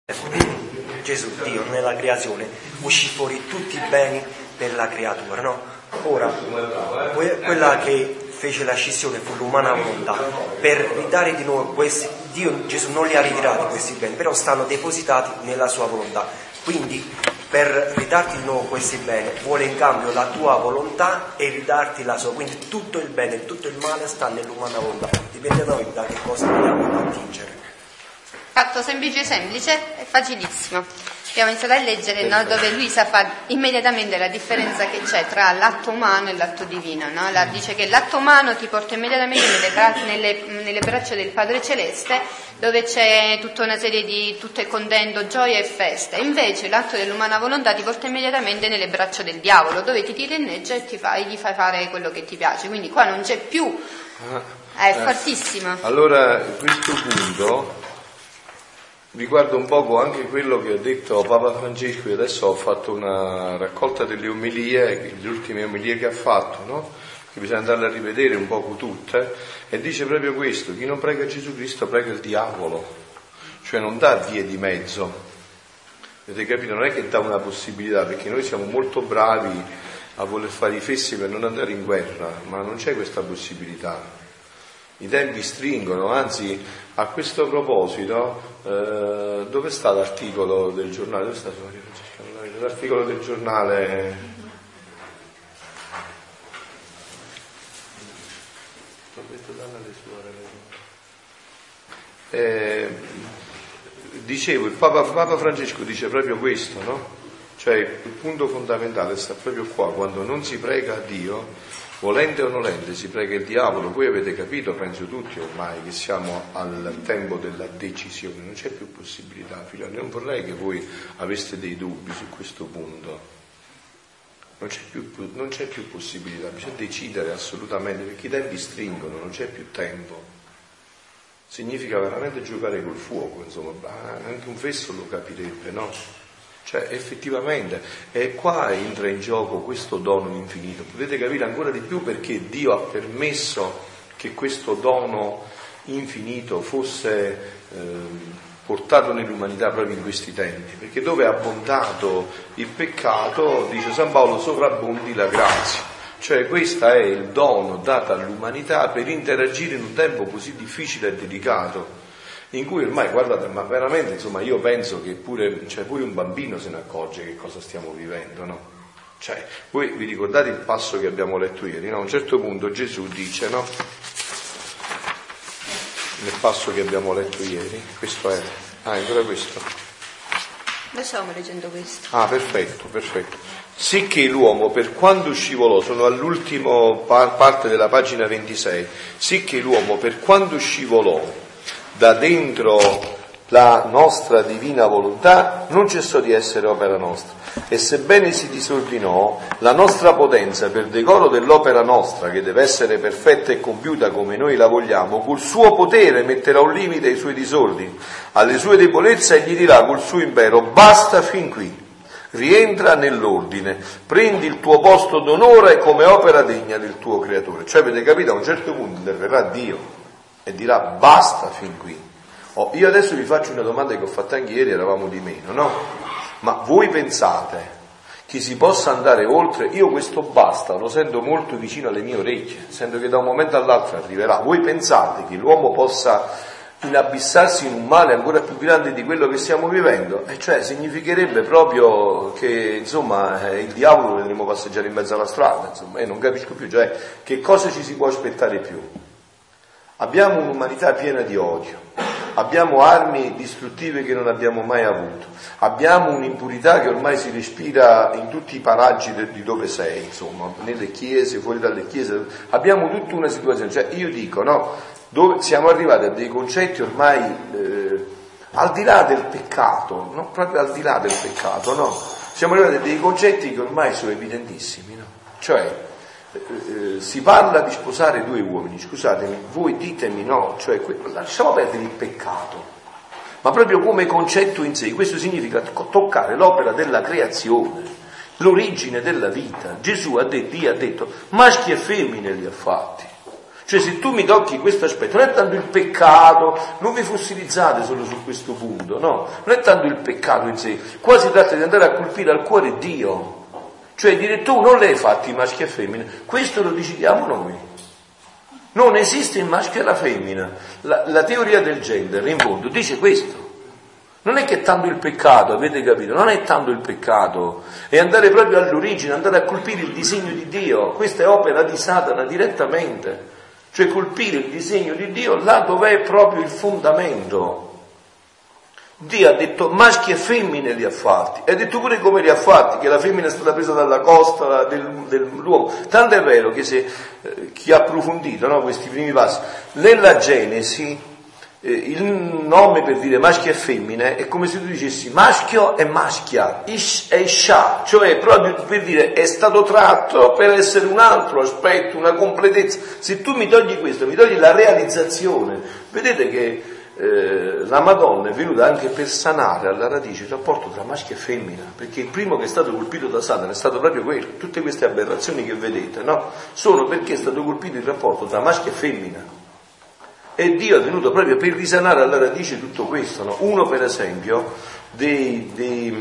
Gesù, Dio, nella creazione uscì fuori tutti i beni per la creatura, no? Ora, quella che fece la scissione fu l'umana volontà. Per ridare di nuovo questi, Gesù non li ha ritirati questi beni, però stanno depositati nella sua volontà. Quindi, per ridarti di nuovo questi beni, vuole in cambio la tua volontà e ridarti la sua. Quindi tutto il bene e tutto il male sta nell'umana volontà. Dipende da noi da che cosa vogliamo attingere. Fatto semplice e facilissimo. Abbiamo iniziato a leggere, no? Dove Luisa fa immediatamente la differenza che c'è tra l'atto umano e l'atto divino, no? Dice che l'atto umano ti porta immediatamente nelle braccia del Padre Celeste, dove c'è tutta una serie di tutto è contento, gioia e festa. Invece l'atto dell'umana volontà ti porta immediatamente nelle braccia del diavolo, dove ti danneggia e gli fai fare quello che ti piace. Quindi qua non c'è più, è fortissimo. Allora, a questo punto riguarda un poco anche quello che ha detto Papa Francesco. Io adesso ho fatto una raccolta delle omelie, le ultime omelie che ha fatto, no? Che bisogna andarle a rivedere un poco tutte, e dice proprio questo: chi non prega Gesù Cristo prega il diavolo, cioè non dà vie di mezzo. Avete capito? Non è che dà una possibilità, perché noi siamo molto bravi a voler fare i fessi per non andare in guerra, ma non c'è questa possibilità. I tempi stringono, anzi, a questo proposito, dove sta l'articolo del giornale? Dove sta Maria Francesca? L'articolo del giornale? L'ho detto alle suore. Dicevo, il Papa Francesco dice proprio questo, no? Cioè il punto fondamentale sta proprio qua: quando non si prega a Dio, volente o nolente, si prega il diavolo. Voi avete capito, penso tutti ormai, che siamo al tempo della decisione, non c'è più possibilità, figlioli. Non vorrei che voi aveste dei dubbi su questo punto. Non c'è più possibilità, bisogna decidere assolutamente, perché i tempi stringono, non c'è più tempo. Significa veramente giocare col fuoco, insomma, anche un fesso lo capirebbe, no? Cioè effettivamente, e qua entra in gioco questo dono infinito. Potete capire ancora di più perché Dio ha permesso che questo dono infinito fosse portato nell'umanità proprio in questi tempi, perché dove è abbondato il peccato, dice San Paolo, sovrabbondi la grazia. Cioè questo è il dono dato all'umanità per interagire in un tempo così difficile e delicato, in cui ormai, guardate, ma veramente, insomma, io penso che pure un bambino se ne accorge che cosa stiamo vivendo, no? Cioè, voi vi ricordate il passo che abbiamo letto ieri, no? A un certo punto Gesù dice, no? Nel passo che abbiamo letto ieri, questo è, ancora questo? Noi stiamo leggendo questo. Perfetto. Sicché l'uomo, per quando scivolò, sono all'ultima parte della pagina 26, sicché l'uomo, per quando scivolò da dentro la nostra divina volontà, non cessò di essere opera nostra, e sebbene si disordinò, la nostra potenza, per decoro dell'opera nostra, che deve essere perfetta e compiuta come noi la vogliamo, col suo potere metterà un limite ai suoi disordini, alle sue debolezze, e gli dirà col suo impero: basta fin qui, rientra nell'ordine, prendi il tuo posto d'onore come opera degna del tuo creatore. Cioè, avete capito, a un certo punto interverrà Dio e dirà: basta fin qui. Io adesso vi faccio una domanda che ho fatto anche ieri, eravamo di meno, no? Ma voi pensate che si possa andare oltre? Io questo basta lo sento molto vicino alle mie orecchie, sento che da un momento all'altro arriverà. Voi pensate che l'uomo possa inabissarsi in un male ancora più grande di quello che stiamo vivendo? E cioè significherebbe proprio che, insomma, il diavolo lo vedremo passeggiare in mezzo alla strada, insomma, e non capisco più, cioè, che cosa ci si può aspettare più? Abbiamo un'umanità piena di odio, abbiamo armi distruttive che non abbiamo mai avuto, abbiamo un'impurità che ormai si respira in tutti i paraggi di dove sei, insomma, nelle chiese, fuori dalle chiese, abbiamo tutta una situazione. Cioè io dico, no, dove siamo arrivati a dei concetti ormai al di là del peccato, no? Proprio al di là del peccato, no? Siamo arrivati a dei concetti che ormai sono evidentissimi, no? Cioè si parla di sposare due uomini, scusatemi, voi ditemi no, cioè lasciamo perdere il peccato, ma proprio come concetto in sé. Questo significa toccare l'opera della creazione, l'origine della vita. Gesù ha detto, Dio ha detto, maschi e femmine li ha fatti. Cioè se tu mi tocchi questo aspetto, non è tanto il peccato, non vi fossilizzate solo su questo punto, no, non è tanto il peccato in sé, qua si tratta di andare a colpire al cuore Dio, cioè dire tu non l'hai fatti maschi e femmine, questo lo decidiamo noi, non esiste il maschio e la femmina, la teoria del gender in fondo dice questo. Non è che è tanto il peccato, avete capito? Non è tanto il peccato, è andare proprio all'origine, andare a colpire il disegno di Dio. Questa è opera di Satana direttamente, cioè colpire il disegno di Dio là dove è proprio il fondamento. Dio ha detto maschi e femmine li ha fatti, e ha detto pure come li ha fatti, che la femmina è stata presa dalla costa dell'uomo. Tanto è vero che se chi ha approfondito, no, questi primi passi, nella Genesi, il nome per dire maschio e femmine è come se tu dicessi maschio e maschia, ish e isha, cioè proprio per dire è stato tratto per essere un altro aspetto, una completezza. Se tu mi togli questo, mi togli la realizzazione. Vedete che la Madonna è venuta anche per sanare alla radice il rapporto tra maschio e femmina, perché il primo che è stato colpito da Satana è stato proprio quello. Tutte queste aberrazioni che vedete, no? Sono perché è stato colpito il rapporto tra maschio e femmina. E Dio è venuto proprio per risanare alla radice tutto questo, no? Uno per esempio dei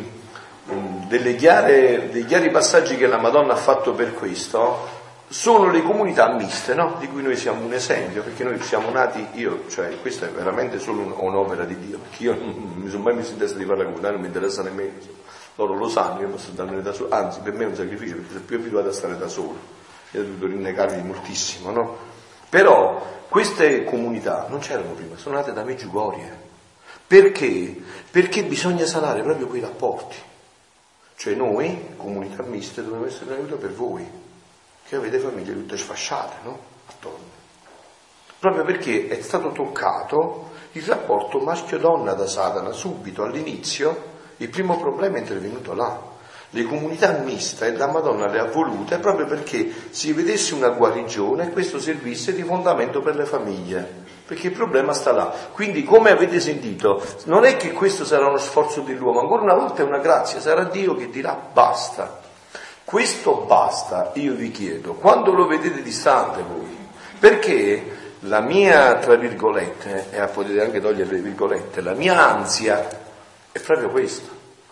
chiari passaggi che la Madonna ha fatto per questo sono le comunità miste, no? Di cui noi siamo un esempio, perché noi siamo nati, cioè questa è veramente solo un'opera di Dio, perché io non mi sono mai messo in testa di fare la comunità, non mi interessa nemmeno, loro lo sanno, io posso andarmene da solo, anzi per me è un sacrificio perché sono più abituato a stare da solo, io ho dovuto rinnegarvi moltissimo, no? Però queste comunità non c'erano prima, sono nate da Meggiugorie. Perché? Perché bisogna sanare proprio quei rapporti. Cioè noi, comunità miste, dobbiamo essere un aiuto per voi, che avete famiglie tutte sfasciate, no? Attorno. Proprio perché è stato toccato il rapporto maschio-donna da Satana, subito all'inizio, il primo problema è intervenuto là. Le comunità miste la Madonna le ha volute proprio perché si vedesse una guarigione e questo servisse di fondamento per le famiglie, perché il problema sta là. Quindi, come avete sentito, non è che questo sarà uno sforzo dell'uomo, ancora una volta è una grazia, sarà Dio che dirà basta. Questo basta, io vi chiedo, quando lo vedete distante voi, perché la mia, tra virgolette, e potete anche togliere le virgolette, la mia ansia è proprio questa.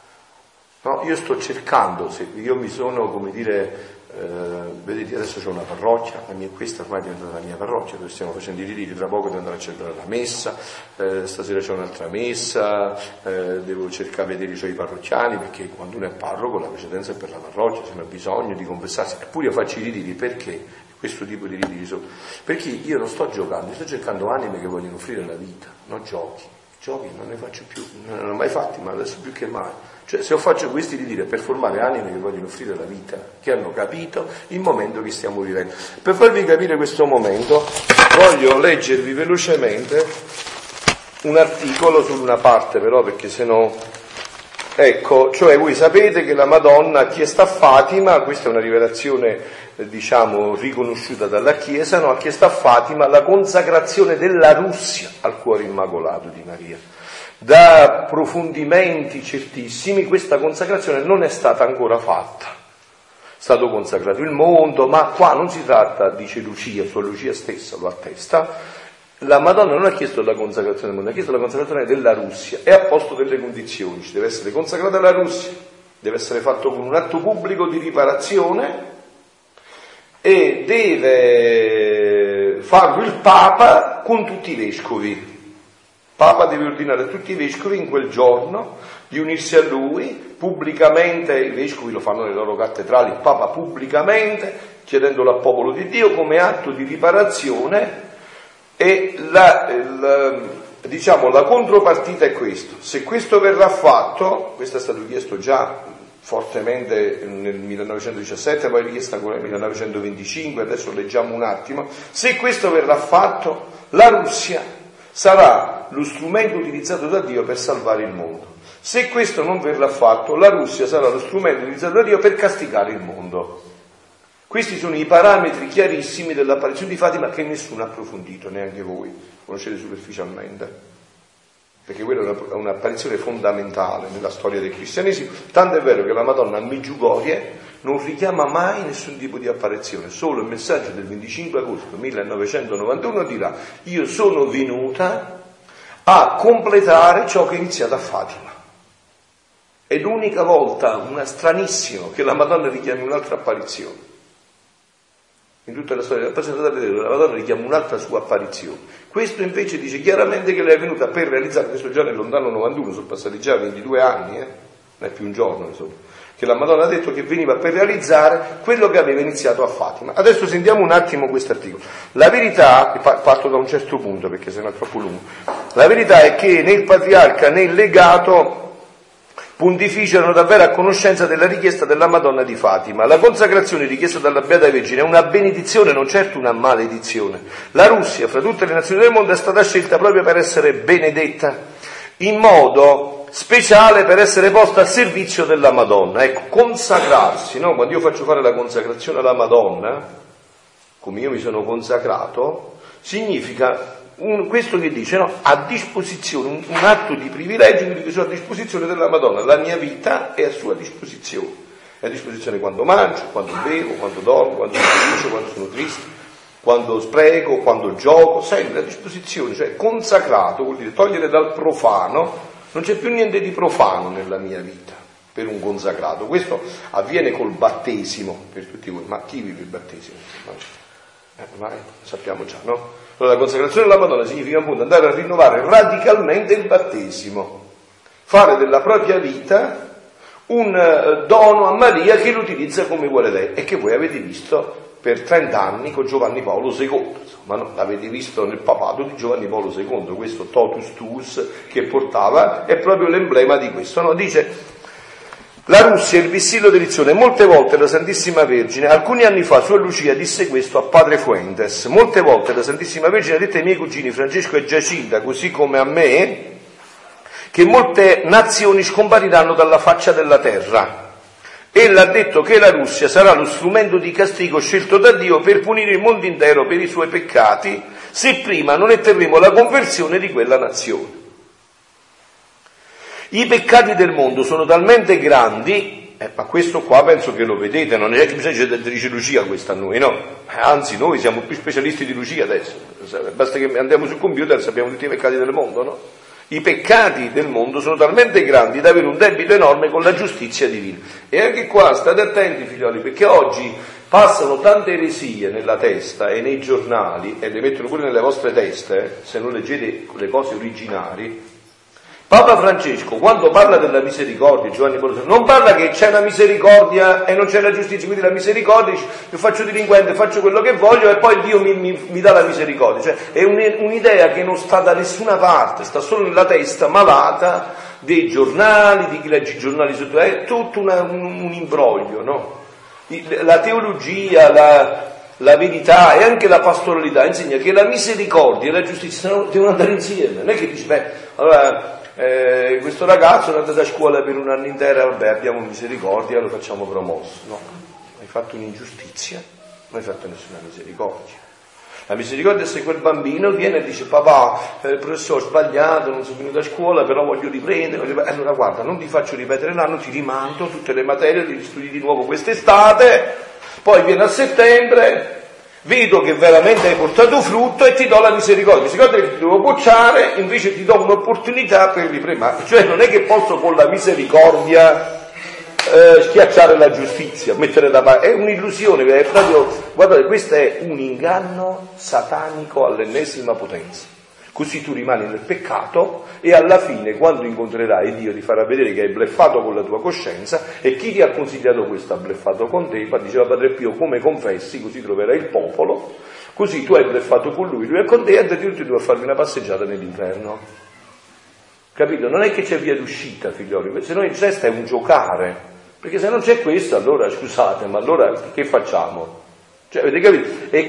No, io sto cercando, se io mi sono, come dire, vedete adesso c'è una parrocchia, questa ormai è diventata la mia parrocchia, dove stiamo facendo i ritiri, tra poco devo andare a celebrare la messa, stasera c'è un'altra messa, devo cercare di vedere i parrocchiani, perché quando uno è parroco la precedenza è per la parrocchia, se non ha bisogno di confessarsi, eppure io faccio i ritiri perché? Questo tipo di ritiri sono, perché io non sto giocando, sto cercando anime che vogliono offrire la vita, non giochi non ne faccio più, non ne ho mai fatti, ma adesso più che mai. Cioè, se io faccio questi ritiri è per formare anime che vogliono offrire la vita, che hanno capito il momento che stiamo vivendo. Per farvi capire questo momento, voglio leggervi velocemente un articolo su una parte, però, perché sennò... Ecco, cioè voi sapete che la Madonna ha chiesto a Fatima, questa è una rivelazione riconosciuta dalla Chiesa, no? Ha chiesto a Fatima la consacrazione della Russia al cuore immacolato di Maria. Da approfondimenti certissimi questa consacrazione non è stata ancora fatta. È stato consacrato il mondo, ma qua non si tratta, dice Lucia, sua Lucia stessa lo attesta. La Madonna non ha chiesto la consacrazione del mondo, ha chiesto la consacrazione della Russia e ha posto delle condizioni. Ci deve essere consacrata la Russia, deve essere fatto con un atto pubblico di riparazione e deve farlo il Papa con tutti i vescovi. Il Papa deve ordinare a tutti i vescovi in quel giorno di unirsi a lui pubblicamente, i vescovi lo fanno nelle loro cattedrali, il Papa pubblicamente, chiedendolo al popolo di Dio come atto di riparazione. E la contropartita è questo: se questo verrà fatto, questo è stato chiesto già fortemente nel 1917, poi richiesta ancora nel 1925, adesso leggiamo un attimo, se questo verrà fatto, la Russia sarà lo strumento utilizzato da Dio per salvare il mondo. Se questo non verrà fatto, la Russia sarà lo strumento utilizzato da Dio per castigare il mondo. Questi sono i parametri chiarissimi dell'apparizione di Fatima che nessuno ha approfondito, neanche voi, conoscete superficialmente, perché quella è un'apparizione fondamentale nella storia del cristianesimo, tanto è vero che la Madonna a Medjugorje non richiama mai nessun tipo di apparizione, solo il messaggio del 25 agosto 1991 dirà: io sono venuta a completare ciò che è iniziato a Fatima. È l'unica volta, una stranissimo, che la Madonna richiami un'altra apparizione. In tutta la storia del passato, la Madonna richiama un'altra sua apparizione. Questo invece dice chiaramente che lei è venuta per realizzare, questo già nel lontano 91, sono passati già 22 anni, non è più un giorno, insomma, che la Madonna ha detto che veniva per realizzare quello che aveva iniziato a Fatima. Adesso sentiamo un attimo questo articolo. La verità, parto da un certo punto perché sennò è troppo lungo, la verità è che né il patriarca né il legato Pontificio erano davvero a conoscenza della richiesta della Madonna di Fatima. La consacrazione richiesta dalla Beata Vergine è una benedizione, non certo una maledizione. La Russia, fra tutte le nazioni del mondo, è stata scelta proprio per essere benedetta, in modo speciale per essere posta a servizio della Madonna. Ecco, consacrarsi, no? Quando io faccio fare la consacrazione alla Madonna, come io mi sono consacrato, significa questo che dice, no? A disposizione, un atto di privilegio, quindi che sono a disposizione della Madonna, la mia vita è a sua disposizione, è a disposizione quando mangio, quando bevo, quando dormo, quando sono felice, quando sono triste, quando spreco, quando gioco, sempre a disposizione, cioè consacrato vuol dire togliere dal profano, non c'è più niente di profano nella mia vita per un consacrato. Questo avviene col battesimo per tutti voi. Ma chi vive il battesimo? Ormai sappiamo già, no? Allora, la consacrazione alla Madonna significa appunto andare a rinnovare radicalmente il battesimo, fare della propria vita un dono a Maria che lo utilizza come vuole lei e che voi avete visto per 30 anni con Giovanni Paolo II, insomma, no? L'avete visto nel papato di Giovanni Paolo II, questo totus tuus che portava è proprio l'emblema di questo, no? Dice: la Russia è il vessillo d'elezione. Molte volte la Santissima Vergine, alcuni anni fa Suor Lucia disse questo a Padre Fuentes, molte volte la Santissima Vergine ha detto ai miei cugini Francesco e Giacinta, così come a me, che molte nazioni scompariranno dalla faccia della terra. Ella ha detto che la Russia sarà lo strumento di castigo scelto da Dio per punire il mondo intero per i suoi peccati, se prima non otterremo la conversione di quella nazione. I peccati del mondo sono talmente grandi, ma questo qua penso che lo vedete, non è che bisogna dire Lucia questa a noi, no? Anzi, noi siamo più specialisti di Lucia adesso, basta che andiamo sul computer e sappiamo tutti i peccati del mondo, no? I peccati del mondo sono talmente grandi da avere un debito enorme con la giustizia divina. E anche qua state attenti, figlioli, perché oggi passano tante eresie nella testa e nei giornali, e le mettono pure nelle vostre teste, se non leggete le cose originali. Papa Francesco, quando parla della misericordia, Giovanni Paolo II, non parla che c'è una misericordia e non c'è la giustizia, quindi la misericordia, io faccio delinquente, faccio quello che voglio e poi Dio mi dà la misericordia. Cioè, è un'idea che non sta da nessuna parte, sta solo nella testa malata dei giornali, di chi legge i giornali sotto, è tutto un imbroglio, no? La teologia, la verità e anche la pastoralità insegna che la misericordia e la giustizia devono andare insieme. Non è che dici, allora questo ragazzo è andato a scuola per un anno intero, vabbè, abbiamo misericordia, lo facciamo promosso. No, hai fatto un'ingiustizia, non hai fatto nessuna misericordia. La misericordia è se quel bambino viene e dice: papà, il professore ho sbagliato, non sono venuto a scuola, però voglio riprendere. Allora guarda, non ti faccio ripetere l'anno, ti rimando tutte le materie, li studi di nuovo quest'estate, poi viene a settembre, vedo che veramente hai portato frutto e ti do la misericordia. Misericordia che ti devo bocciare, invece ti do un'opportunità per riprendere. Cioè non è che posso con la misericordia schiacciare la giustizia, mettere da parte. È un'illusione, è proprio, guardate, questo è un inganno satanico all'ennesima potenza. Così tu rimani nel peccato e alla fine, quando incontrerai Dio, ti farà vedere che hai bleffato con la tua coscienza, e chi ti ha consigliato questo ha bleffato con te. Diceva Padre Pio: come confessi, così troverai il popolo. Così tu hai bleffato con lui è con te, e addirittura tu a farmi una passeggiata nell'inferno. Capito? Non è che c'è via d'uscita, figlioli, se no il gesto è un giocare, perché se non c'è questo, allora scusate, ma allora che facciamo? Cioè, avete capito? E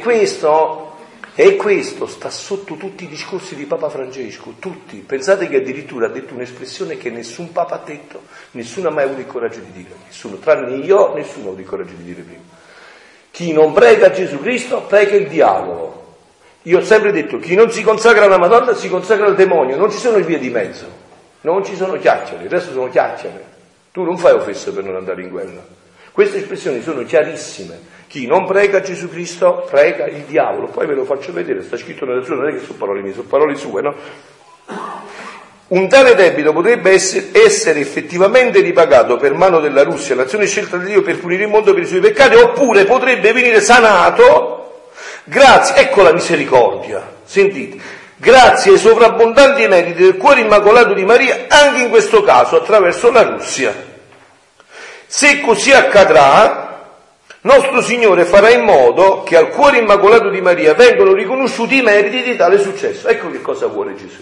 questo sta sotto tutti i discorsi di Papa Francesco, tutti. Pensate che addirittura ha detto un'espressione che nessun Papa ha detto, nessuno ha mai avuto il coraggio di dire, nessuno, tranne io, nessuno ha avuto il coraggio di dire prima. Chi non prega Gesù Cristo, prega il diavolo. Io ho sempre detto, chi non si consacra alla Madonna si consacra al demonio, non ci sono vie di mezzo, non ci sono chiacchiere, il resto sono chiacchiere. Tu non fai offese per non andare in guerra. Queste espressioni sono chiarissime. Chi non prega Gesù Cristo prega il diavolo. Poi ve lo faccio vedere, sta scritto nella sua, non è che sono parole mie, sono parole sue, no? Un tale debito potrebbe essere effettivamente ripagato per mano della Russia, nazione scelta da Dio per punire il mondo per i suoi peccati, oppure potrebbe venire sanato grazie, ecco la misericordia, sentite, grazie ai sovrabbondanti meriti del cuore immacolato di Maria, anche in questo caso attraverso la Russia. Se così accadrà, nostro Signore farà in modo che al cuore immacolato di Maria vengano riconosciuti i meriti di tale successo. Ecco che cosa vuole Gesù.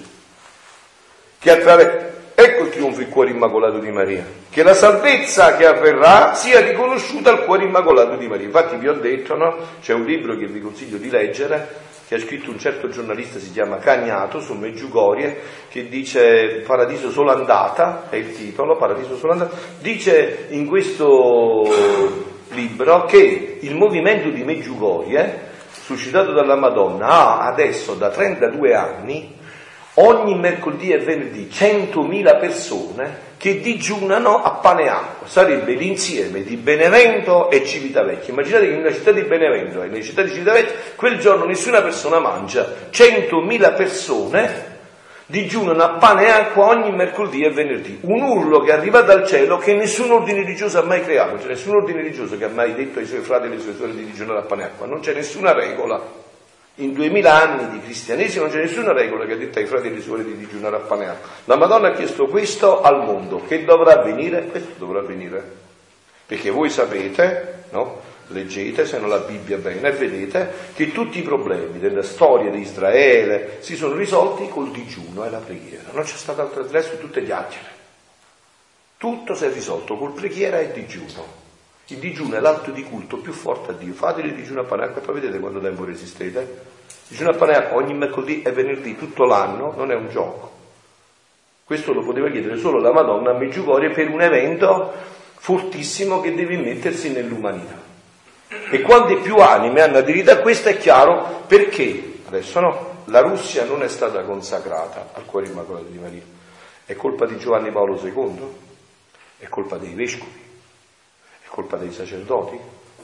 Ecco il trionfo il cuore immacolato di Maria. Che la salvezza che avverrà sia riconosciuta al cuore immacolato di Maria. Infatti vi ho detto, no? C'è un libro che vi consiglio di leggere, che ha scritto un certo giornalista, si chiama Cagnato, su Meggiugorie, che dice Paradiso solo andata, è il titolo, Paradiso solo andata, dice in questo libro che il movimento di Meggiugorie, suscitato dalla Madonna, ha adesso da 32 anni, ogni mercoledì e venerdì, 100.000 persone che digiunano a pane e acqua. Sarebbe l'insieme di Benevento e Civitavecchia. Immaginate che in una città di Benevento e nella città di Civitavecchia quel giorno nessuna persona mangia, 100.000 persone digiunano a pane e acqua ogni mercoledì e venerdì. Un urlo che arriva dal cielo che nessun ordine religioso ha mai creato. Non c'è nessun ordine religioso che ha mai detto ai suoi fratelli e alle sue sorelle di digiunare a pane e acqua. Non c'è nessuna regola. In 2000 anni di cristianesimo non c'è nessuna regola che ha detto ai fratelli e alle sorelle di digiunare a pane e acqua. La Madonna ha chiesto questo al mondo. Che dovrà avvenire? Questo dovrà avvenire. Perché voi sapete, no? Leggete, se non la Bibbia bene, e vedete che tutti i problemi della storia di Israele si sono risolti col digiuno e la preghiera. Non c'è stato altro resto, tutte chiacchiere. Tutto si è risolto col preghiera e digiuno. Il digiuno è l'atto di culto più forte a Dio. Fatelo il digiuno a pane e acqua e poi vedete quanto tempo resistete. Il digiuno a pane e acqua ogni mercoledì e venerdì tutto l'anno non è un gioco. Questo lo poteva chiedere solo la Madonna a Meggiugorie per un evento fortissimo che deve mettersi nell'umanità. E quante più anime hanno aderito a questo è chiaro perché, adesso no, la Russia non è stata consacrata al cuore immacolato di Maria. È colpa di Giovanni Paolo II? È colpa dei vescovi? È colpa dei sacerdoti?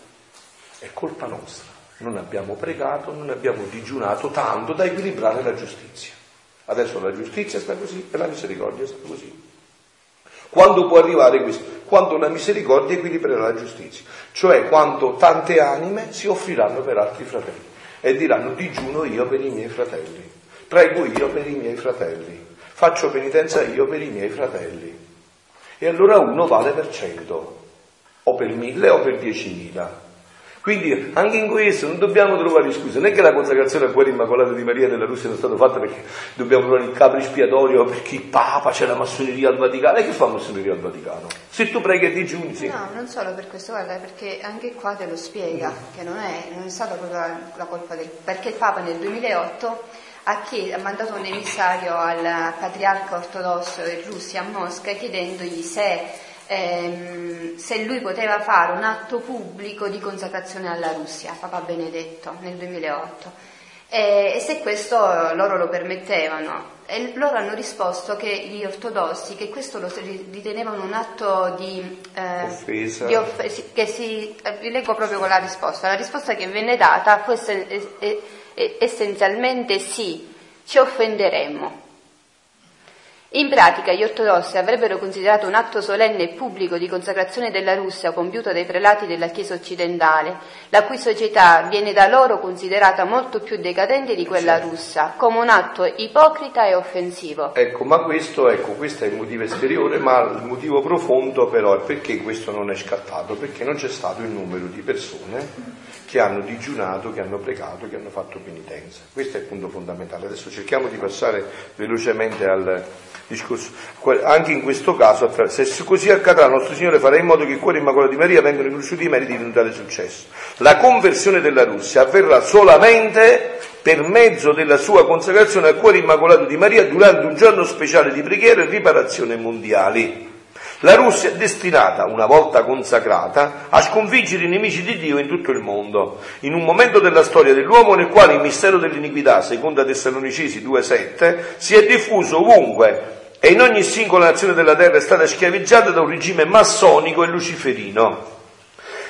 È colpa nostra. Non abbiamo pregato, non abbiamo digiunato tanto da equilibrare la giustizia. Adesso la giustizia sta così e la misericordia sta così. Quando può arrivare questo? Quando la misericordia equilibrerà la giustizia, cioè quando tante anime si offriranno per altri fratelli e diranno digiuno io per i miei fratelli, prego io per i miei fratelli, faccio penitenza io per i miei fratelli. E allora uno vale per 100, o per 1000 o per 10.000. Quindi anche in questo non dobbiamo trovare scuse, non è che la consacrazione al cuore immacolato di Maria nella Russia non è stata fatta perché dobbiamo trovare il capro espiatorio perché il Papa, c'è la massoneria al Vaticano. E che fa la massoneria al Vaticano? Se tu preghi e digiuni, sì. No, non solo per questo, guarda, perché anche qua te lo spiega, che non è stata proprio la colpa perché il Papa nel 2008 ha mandato un emissario al patriarca ortodosso in Russia, a Mosca, chiedendogli se lui poteva fare un atto pubblico di consacrazione alla Russia, Papa Benedetto, nel 2008, e se questo loro lo permettevano. E loro hanno risposto che gli ortodossi, che questo lo ritenevano un atto di offesa. Vi leggo proprio con la risposta che venne data fu essenzialmente sì, ci offenderemmo. In pratica gli ortodossi avrebbero considerato un atto solenne e pubblico di consacrazione della Russia compiuto dai prelati della Chiesa occidentale, la cui società viene da loro considerata molto più decadente di quella russa, come un atto ipocrita e offensivo. Ma questo è il motivo esteriore, ma il motivo profondo però è perché questo non è scattato, perché non c'è stato il numero di persone che hanno digiunato, che hanno pregato, che hanno fatto penitenza. Questo è il punto fondamentale. Adesso cerchiamo di passare velocemente al discorso. Anche in questo caso, se così accadrà, nostro Signore farà in modo che il cuore immacolato di Maria vengano riconosciuti i meriti di un tale successo. La conversione della Russia avverrà solamente per mezzo della sua consacrazione al cuore immacolato di Maria durante un giorno speciale di preghiera e riparazione mondiali. La Russia è destinata, una volta consacrata, a sconfiggere i nemici di Dio in tutto il mondo, in un momento della storia dell'uomo nel quale il mistero dell'iniquità, secondo Tessalonicesi 2,7, si è diffuso ovunque e in ogni singola nazione della terra è stata schiaveggiata da un regime massonico e luciferino.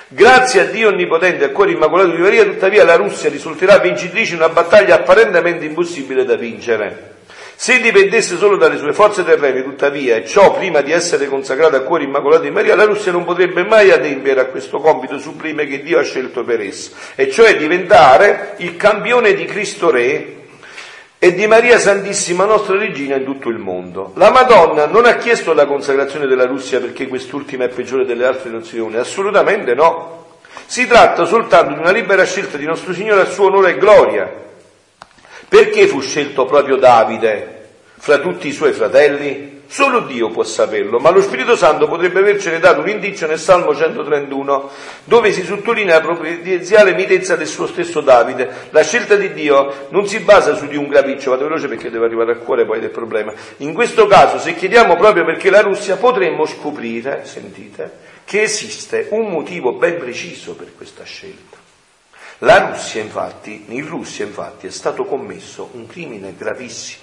Grazie a Dio Onnipotente e al Cuore Immacolato di Maria, tuttavia la Russia risulterà vincitrice in una battaglia apparentemente impossibile da vincere. Se dipendesse solo dalle sue forze terrene, tuttavia, e ciò prima di essere consacrata al Cuore Immacolato di Maria, la Russia non potrebbe mai adempiere a questo compito sublime che Dio ha scelto per essa, e cioè diventare il campione di Cristo Re e di Maria Santissima, nostra regina, in tutto il mondo. La Madonna non ha chiesto la consacrazione della Russia perché quest'ultima è peggiore delle altre nazioni, assolutamente no. Si tratta soltanto di una libera scelta di nostro Signore a suo onore e gloria. Perché fu scelto proprio Davide fra tutti i suoi fratelli? Solo Dio può saperlo, ma lo Spirito Santo potrebbe avercene dato un indizio nel Salmo 131, dove si sottolinea la provvidenziale mitezza del suo stesso Davide. La scelta di Dio non si basa su di un capriccio, vado veloce perché devo arrivare al cuore poi del problema. In questo caso, se chiediamo proprio perché la Russia, potremmo scoprire, sentite, che esiste un motivo ben preciso per questa scelta. In Russia infatti è stato commesso un crimine gravissimo.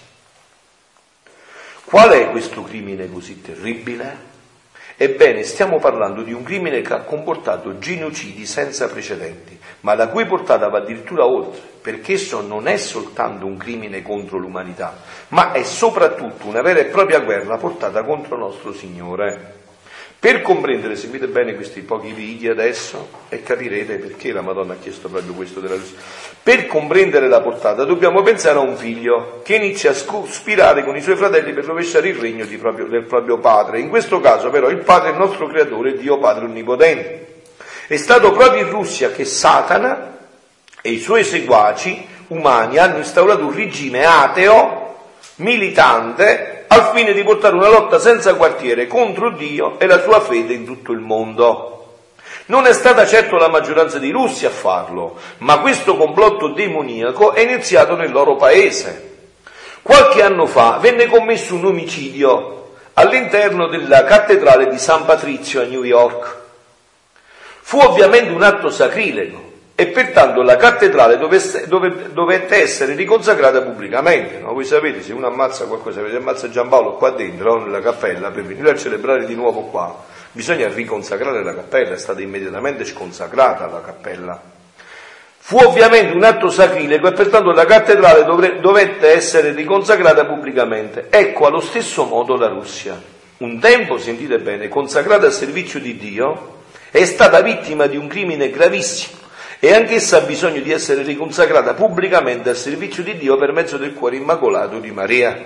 Qual è questo crimine così terribile? Ebbene, stiamo parlando di un crimine che ha comportato genocidi senza precedenti, ma la cui portata va addirittura oltre, perché esso non è soltanto un crimine contro l'umanità, ma è soprattutto una vera e propria guerra portata contro nostro Signore. Per comprendere, seguite bene questi pochi video adesso e capirete perché la Madonna ha chiesto proprio questo della Russia. Per comprendere la portata dobbiamo pensare a un figlio che inizia a cospirare con i suoi fratelli per rovesciare il regno del proprio padre. In questo caso però il padre è il nostro creatore, Dio Padre Onnipotente. È stato proprio in Russia che Satana e i suoi seguaci umani hanno instaurato un regime ateo, militante, al fine di portare una lotta senza quartiere contro Dio e la sua fede in tutto il mondo. Non è stata certo la maggioranza dei russi a farlo, ma questo complotto demoniaco è iniziato nel loro paese. Qualche anno fa venne commesso un omicidio all'interno della cattedrale di San Patrizio a New York. Fu ovviamente un atto sacrilego e pertanto la cattedrale dovette essere riconsacrata pubblicamente. No? Voi sapete, se uno ammazza qualcosa, se ammazza Giampaolo qua dentro, nella cappella, per venire a celebrare di nuovo qua, bisogna riconsacrare la cappella, è stata immediatamente sconsacrata la cappella. Fu ovviamente un atto sacrilego e pertanto la cattedrale dovette essere riconsacrata pubblicamente. Ecco, allo stesso modo la Russia, un tempo, sentite bene, consacrata al servizio di Dio, è stata vittima di un crimine gravissimo, e anch'essa ha bisogno di essere riconsacrata pubblicamente al servizio di Dio per mezzo del Cuore Immacolato di Maria.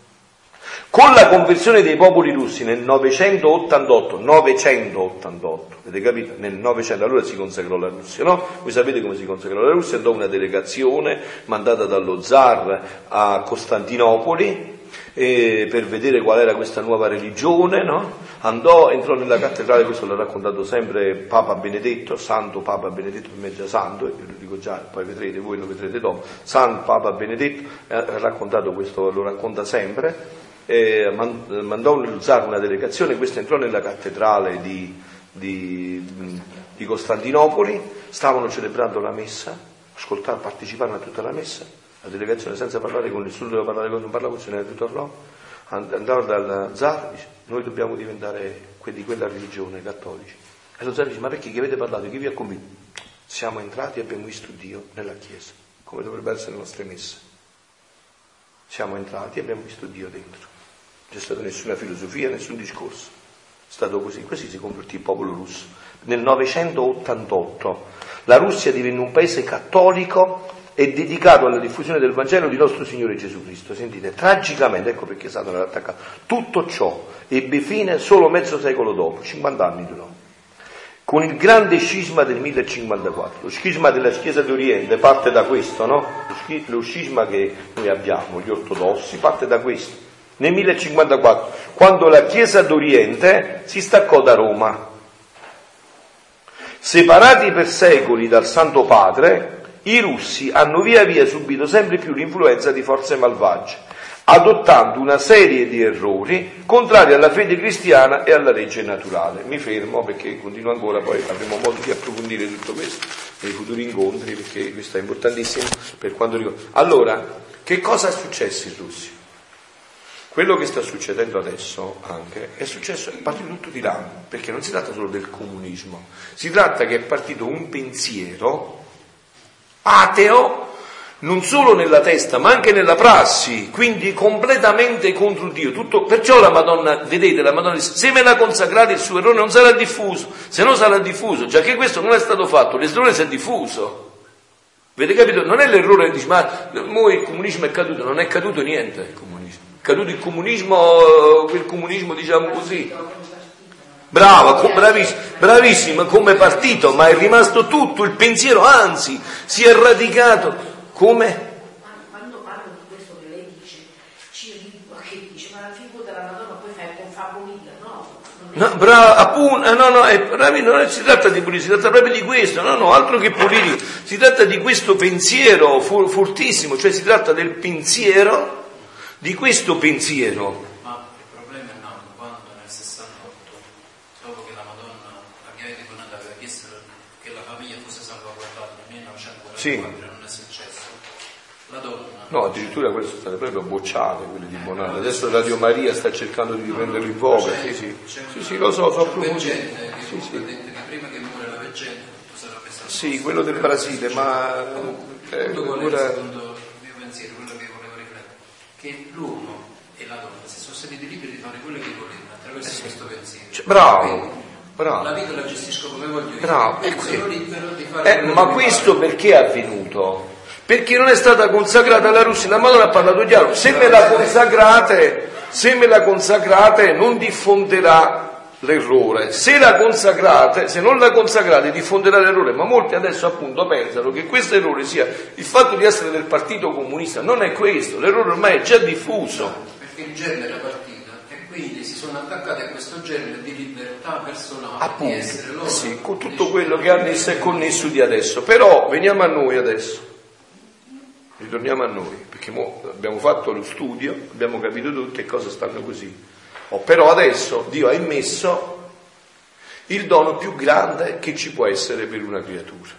Con la conversione dei popoli russi nel 988, avete capito? Nel 900, allora si consacrò la Russia, no? Voi sapete come si consacrò la Russia? Andò una delegazione mandata dallo zar a Costantinopoli per vedere qual era questa nuova religione, no? Entrò nella cattedrale, questo l'ha raccontato sempre Papa Benedetto, Santo Papa Benedetto, per me è già santo, e ve lo dico già, poi vedrete, voi lo vedrete dopo, San Papa Benedetto ha raccontato questo, lo racconta sempre, mandò lo zar una delegazione, questa entrò nella cattedrale di Costantinopoli, stavano celebrando la messa, parteciparono a tutta la messa, la delegazione senza parlare con nessuno, doveva parlare con, non parlava con nessuno, ritornò, andava dal zar, dice, noi dobbiamo diventare di quella religione, cattolici. E lo zar dice, ma perché? Chi avete parlato? Chi vi ha convinto? Siamo entrati e abbiamo visto Dio nella Chiesa, come dovrebbero essere le nostre messe. Siamo entrati e abbiamo visto Dio dentro. Non c'è stata nessuna filosofia, nessun discorso. È stato così. Così si convertì il popolo russo. Nel 988 la Russia divenne un paese cattolico e dedicato alla diffusione del Vangelo di nostro Signore Gesù Cristo. Sentite, tragicamente, ecco perché Satana l'ha attaccato, tutto ciò ebbe fine solo mezzo secolo dopo, 50 anni durò, con il grande scisma del 1054. Lo scisma della Chiesa d'Oriente parte da questo, no? Lo scisma che noi abbiamo, gli ortodossi, parte da questo. Nel 1054, quando la Chiesa d'Oriente si staccò da Roma. Separati per secoli dal Santo Padre, i russi hanno via via subito sempre più l'influenza di forze malvagie, adottando una serie di errori contrari alla fede cristiana e alla legge naturale. Mi fermo perché continuo ancora, poi avremo modo di approfondire tutto questo nei futuri incontri, perché questo è importantissimo per quanto riguarda. Allora, che cosa è successo in Russia? Quello che sta succedendo adesso anche è partito tutto di là, perché non si tratta solo del comunismo, si tratta che è partito un pensiero ateo non solo nella testa ma anche nella prassi, quindi completamente contro Dio. Perciò la Madonna, vedete, la Madonna dice: se me la consacrate il suo errore non sarà diffuso, se no sarà diffuso, già che questo non è stato fatto, l'errore si è diffuso. Avete capito? Non è l'errore che dice: ma il comunismo è caduto, non è caduto niente il comunismo. È caduto il comunismo diciamo così. Brava, bravissima come partito, ma è rimasto tutto il pensiero, anzi si è radicato. Come? Quando parlo di questo che lei dice, che dice, ma la figura della Madonna poi fai con favolita, no? No, brava, appunto, non si tratta di politica, si tratta proprio di questo, altro che politica, si tratta di questo pensiero fortissimo, cioè si tratta del pensiero, di questo pensiero. Ma il problema è nato quando nel 68, dopo che la Madonna, la Chiesa di Conata, aveva chiesto che la famiglia fosse salvaguardata nel 1944, Sì. non è successo, la donna... No, addirittura quelle sono state proprio bocciate, quelle di Bonanno. Adesso Radio Maria sta cercando di riprenderlo in voga. Sì, lo so approfondito. Veggente, che ha detto che prima che muore la veggente, tutto sarebbe stato... Sì, quello del Brasile, ma... secondo il mio pensiero, quello che volevo riflettere, che l'uomo e la donna si sono sentiti liberi di fare quello che volevano attraverso questo pensiero. Bravo. La vita la gestisco come voglio io. Bravo. Sono libero di fare Ma questo perché è avvenuto? Perché non è stata consacrata la Russia. La Madonna ha parlato chiaro: se me la consacrate non diffonderà l'errore, se non la consacrate diffonderà l'errore. Ma molti adesso appunto pensano che questo errore sia il fatto di essere del Partito Comunista. Non è questo, l'errore ormai è già diffuso, perché il germe era partito e quindi si sono attaccati a questo germe di libertà personale, appunto, di essere loro, sì, con tutto quello che annesso e connesso di adesso. Però veniamo a noi adesso, ritorniamo a noi, perché abbiamo fatto lo studio, abbiamo capito tutto e cose stanno così. Però adesso Dio ha immesso il dono più grande che ci può essere per una creatura.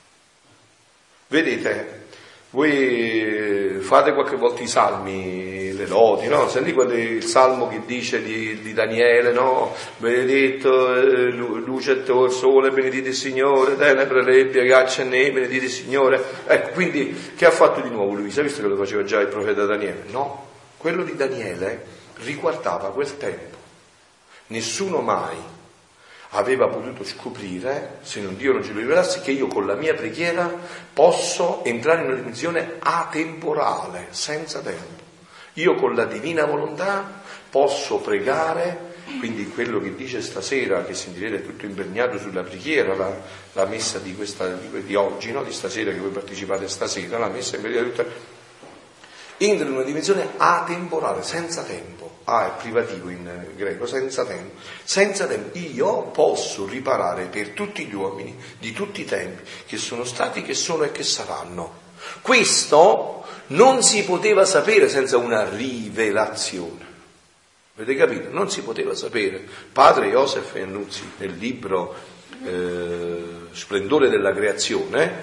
Vedete, voi fate qualche volta i salmi, le lodi, no? Senti il salmo che dice di Daniele, no? Benedetto lucet il sole, benedite il Signore, tenebre lebbia, ghiaccia e neve, benedite il Signore. Ecco, quindi che ha fatto di nuovo lui? Si è visto che lo faceva già il profeta Daniele? No, quello di Daniele riguardava quel tempo. Nessuno mai aveva potuto scoprire, se non Dio non ce lo rivelasse, che io con la mia preghiera posso entrare in una dimensione atemporale, senza tempo. Io con la divina volontà posso pregare, quindi quello che dice stasera, che sentirete tutto imperniato sulla preghiera, la messa di oggi, no? Di stasera, che voi partecipate stasera, la messa imperniata tutta, entra in una dimensione atemporale, senza tempo. È privativo in greco, senza tempo. Senza tempo io posso riparare per tutti gli uomini di tutti i tempi che sono stati, che sono e che saranno. Questo non si poteva sapere senza una rivelazione. Avete capito? Non si poteva sapere. Padre Joseph Iannuzzi, nel libro Splendore della creazione,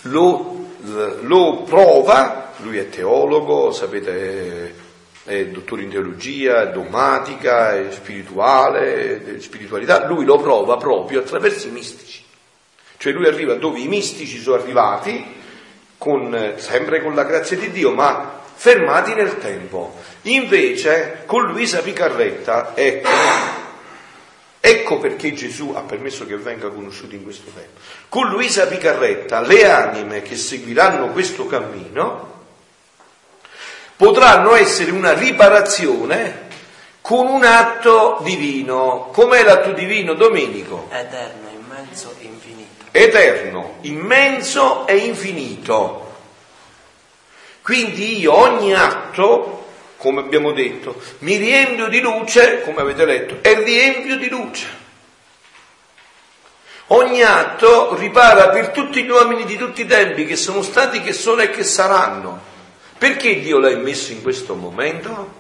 lo prova. Lui è teologo, sapete, è dottore in teologia, è dogmatica, è spirituale, spiritualità. Lui lo prova proprio attraverso i mistici. Cioè lui arriva dove i mistici sono arrivati, sempre con la grazia di Dio, ma fermati nel tempo. Invece con Luisa Picarretta, ecco perché Gesù ha permesso che venga conosciuto in questo tempo. Con Luisa Picarretta le anime che seguiranno questo cammino potranno essere una riparazione con un atto divino. Com'è l'atto divino, Domenico? Eterno, immenso e infinito. Eterno, immenso e infinito. Quindi io ogni atto, come abbiamo detto, mi riempio di luce, come avete letto, e riempio di luce. Ogni atto ripara per tutti gli uomini di tutti i tempi che sono stati, che sono e che saranno. Perché Dio l'ha messo in questo momento?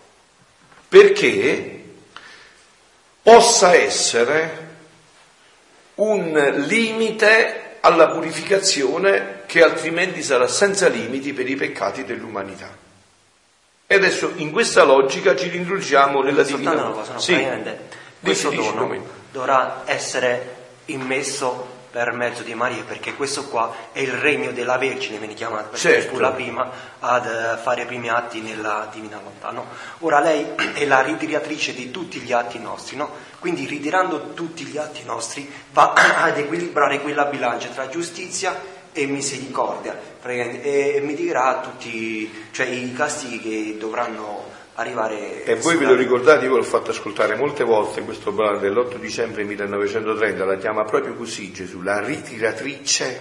Perché possa essere un limite alla purificazione che altrimenti sarà senza limiti per i peccati dell'umanità. E adesso in questa logica ci rintroduciamo nella divina volontà. Questo dono dovrà essere immesso per mezzo di Maria, perché questo qua è il regno della Vergine, viene chiamata, perché fu la prima ad fare i primi atti nella divina volontà, no? Ora lei è la ritiratrice di tutti gli atti nostri, no? Quindi ritirando tutti gli atti nostri va ad equilibrare quella bilancia tra giustizia e misericordia, e mitigherà tutti, cioè, i castighi che dovranno arrivare. E voi ve lo ricordate, io ve l'ho fatto ascoltare molte volte questo brano dell'8 dicembre 1930, la chiama proprio così Gesù, la ritiratrice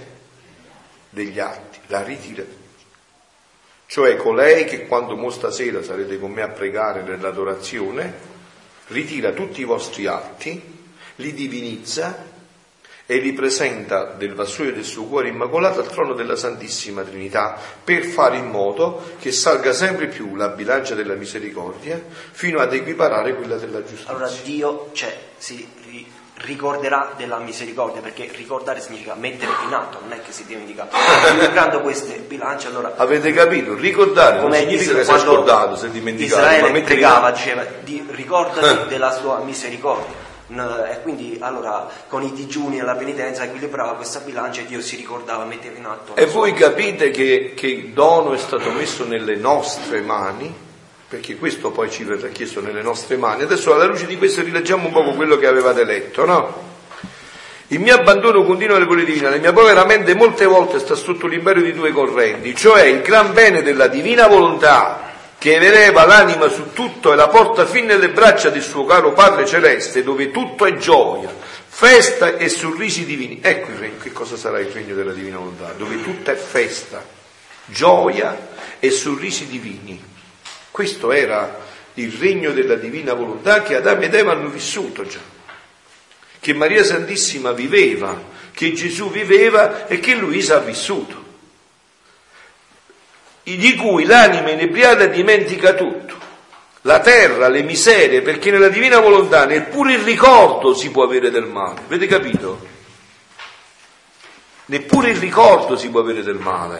degli atti, la ritiratrice. Cioè colei che quando mo stasera sarete con me a pregare nell'adorazione, ritira tutti i vostri atti, li divinizza e li presenta del vassoio del suo cuore immacolato al trono della Santissima Trinità, per fare in modo che salga sempre più la bilancia della misericordia fino ad equiparare quella della giustizia. Allora Dio si ricorderà della misericordia, perché ricordare significa mettere in atto, non è che si dimentica. Equilibrando queste bilance, allora avete capito? Ricordare non significa che si è scordato, si è dimenticato. Israele pregava, diceva ricordati della sua misericordia. E quindi allora con i digiuni e la penitenza equilibrava questa bilancia e Dio si ricordava, metteva in atto. E voi capite che il dono è stato messo nelle nostre mani, perché questo poi ci verrà chiesto nelle nostre mani. Adesso alla luce di questo rileggiamo un po' quello che avevate letto, no? Il mio abbandono continuo alle vole divine, la mia povera mente molte volte sta sotto l'imperio di due correnti, cioè il gran bene della divina volontà che eleva l'anima su tutto e la porta fin nelle braccia del suo caro Padre Celeste, dove tutto è gioia, festa e sorrisi divini. Ecco il regno, che cosa sarà il regno della divina volontà, dove tutto è festa, gioia e sorrisi divini. Questo era il regno della divina volontà che Adamo ed Eva hanno vissuto già, che Maria Santissima viveva, che Gesù viveva e che Luisa ha vissuto, di cui l'anima inebriata dimentica tutto, la terra, le miserie, perché nella divina volontà neppure il ricordo si può avere del male. Avete capito? Neppure il ricordo si può avere del male.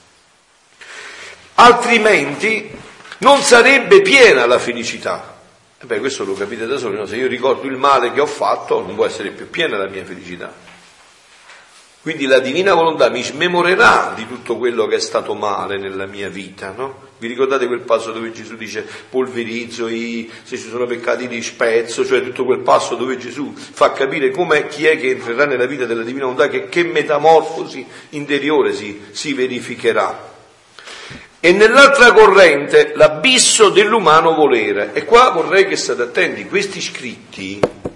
Altrimenti non sarebbe piena la felicità. E beh, questo lo capite da soli, no? Se io ricordo il male che ho fatto, non può essere più piena la mia felicità. Quindi la divina volontà mi smemorerà di tutto quello che è stato male nella mia vita, no? Vi ricordate quel passo dove Gesù dice polverizzo, se ci sono peccati li spezzo, cioè tutto quel passo dove Gesù fa capire come chi è che entrerà nella vita della divina volontà, che metamorfosi interiore si verificherà. E nell'altra corrente l'abisso dell'umano volere. E qua vorrei che state attenti, questi scritti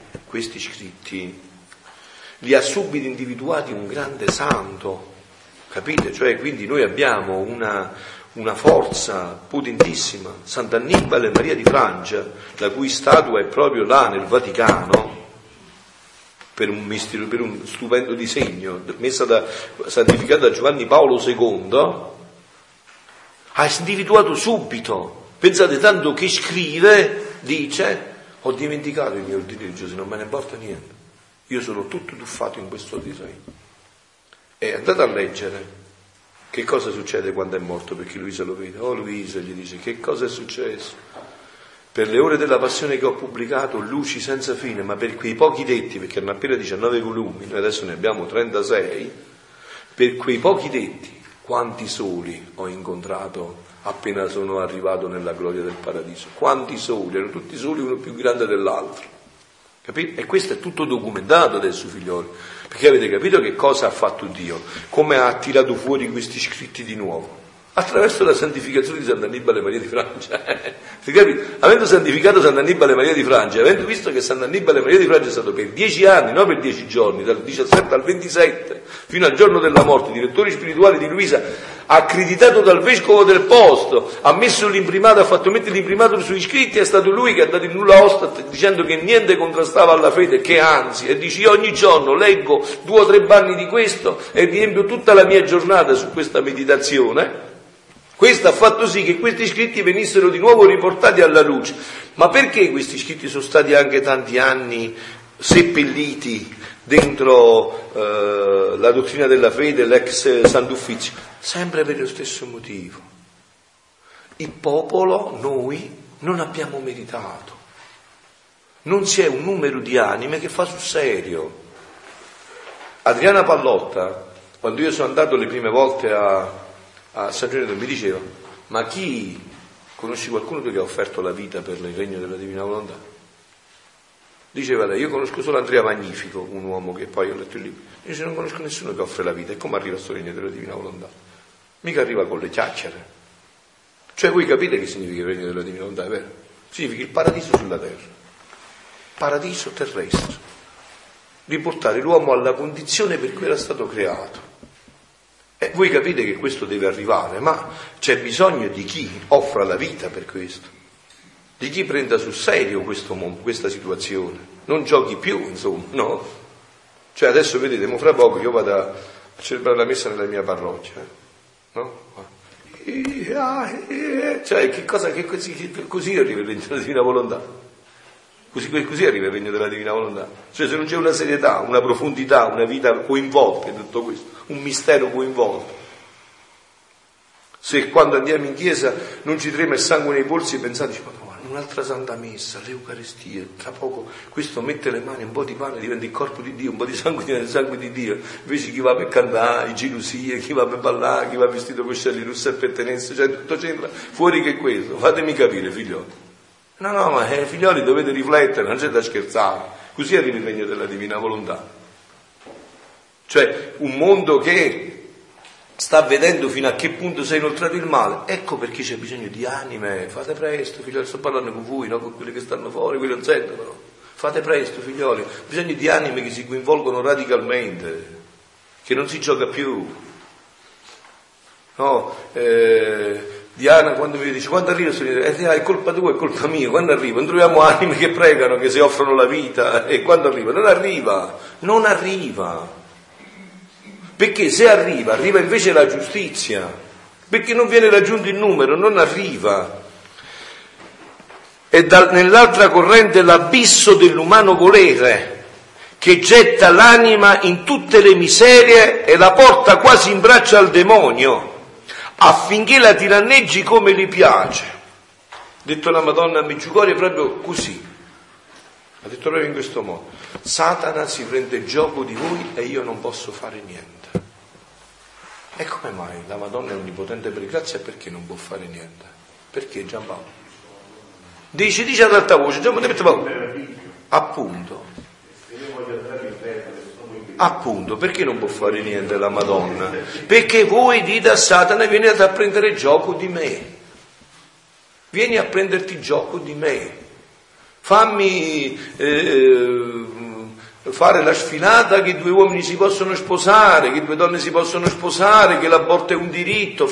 li ha subito individuati un grande santo, capite? Cioè, quindi noi abbiamo una forza potentissima, Sant'Annibale Maria di Francia, la cui statua è proprio là nel Vaticano, per un stupendo disegno, santificata da Giovanni Paolo II, ha individuato subito. Pensate, tanto che scrive, dice, ho dimenticato il mio ordine religioso, non me ne importa niente. Io sono tutto tuffato in questo disegno. E andate a leggere che cosa succede quando è morto, perché Luisa lo vede. Oh Luisa, gli dice, che cosa è successo? Per le ore della passione che ho pubblicato, luci senza fine, ma per quei pochi detti, perché erano appena 19 volumi, noi adesso ne abbiamo 36, per quei pochi detti, quanti soli ho incontrato appena sono arrivato nella gloria del paradiso. Quanti soli, erano tutti soli, uno più grande dell'altro. Capito? E questo è tutto documentato adesso, figlioli, perché avete capito che cosa ha fatto Dio, come ha tirato fuori questi scritti di nuovo, attraverso la santificazione di Sant'Annibale Maria di Francia. Avendo santificato Sant'Annibale Maria di Francia, avendo visto che Sant'Annibale Maria di Francia è stato per 10 anni, non per 10 giorni, dal 17 al 27, fino al giorno della morte, direttore spirituale di Luisa, accreditato dal vescovo del posto, ha messo l'imprimato, ha fatto mettere l'imprimato sugli scritti, è stato lui che ha dato il nulla osta dicendo che niente contrastava alla fede, che anzi, e dice, io ogni giorno leggo 2 o 3 banni di questo e riempio tutta la mia giornata su questa meditazione. Questo ha fatto sì che questi scritti venissero di nuovo riportati alla luce. Ma perché questi scritti sono stati anche tanti anni seppelliti dentro la dottrina della fede, l'ex Sant'Uffizio? Sempre per lo stesso motivo. il popolo, noi, non abbiamo meritato. Non si è un numero di anime che fa sul serio. Adriana Pallotta, quando io sono andato le prime volte a San Giovanni, mi diceva: ma chi conosci qualcuno che ha offerto la vita per il regno della Divina Volontà? Diceva lei: io conosco solo Andrea Magnifico, un uomo che poi ho letto il libro. Dice: non conosco nessuno che offre la vita. E come arriva a questo regno della Divina Volontà? Mica arriva con le chiacchiere. Cioè, voi capite che significa il regno della Divina Volontà, è vero? Significa il paradiso sulla terra, paradiso terrestre, riportare l'uomo alla condizione per cui era stato creato. E voi capite che questo deve arrivare, ma c'è bisogno di chi offra la vita per questo, di chi prenda sul serio questa situazione, non giochi più, insomma, no? Cioè adesso vedete, fra poco io vado a celebrare la messa nella mia parrocchia, no? Cioè che cosa, che così arriva il regno della Divina Volontà, così arriva il regno della Divina Volontà. Cioè se non c'è una serietà, una profondità, una vita coinvolta in tutto questo, un mistero coinvolto, se quando andiamo in chiesa non ci trema il sangue nei polsi e pensate: ma un'altra santa messa, l'Eucaristia, tra poco questo mette le mani, un po' di pane diventa il corpo di Dio, un po' di sangue diventa il sangue di Dio. Invece chi va per cantare, gelosie, chi va per ballare, chi va vestito con scelli russe e pertenenze, cioè tutto c'entra fuori che questo. Fatemi capire, figlioli. No, ma figlioli, dovete riflettere, non c'è da scherzare. Così arriva il regno della Divina Volontà. Cioè un mondo che sta vedendo fino a che punto si è inoltrato il male. Ecco perché c'è bisogno di anime. Fate presto, figlioli, sto parlando con voi, no? Con quelli che stanno fuori, quelli non sentono, no? Fate presto, figlioli, bisogno di anime che si coinvolgono radicalmente, che non si gioca più, no? Diana quando mi dice: quando arriva, è colpa tua, è colpa mia. Quando arriva? Non troviamo anime che pregano, che si offrono la vita. E quando arriva? Non arriva. Perché se arriva invece la giustizia, perché non viene raggiunto il numero, non arriva. E nell'altra corrente l'abisso dell'umano volere, che getta l'anima in tutte le miserie e la porta quasi in braccio al demonio, affinché la tiranneggi come gli piace. Ha detto la Madonna a Medjugorje proprio così, ha detto proprio in questo modo: Satana si prende gioco di voi e io non posso fare niente. E come mai la Madonna è onnipotente per grazia, perché non può fare niente? Perché Giampaolo? Dice ad alta voce, appunto, perché non può fare niente la Madonna? Perché voi dite a Satana: vieni a prendere gioco di me, vieni a prenderti gioco di me, fammi fare la sfilata che 2 uomini si possono sposare, che 2 donne si possono sposare, che l'aborto è un diritto,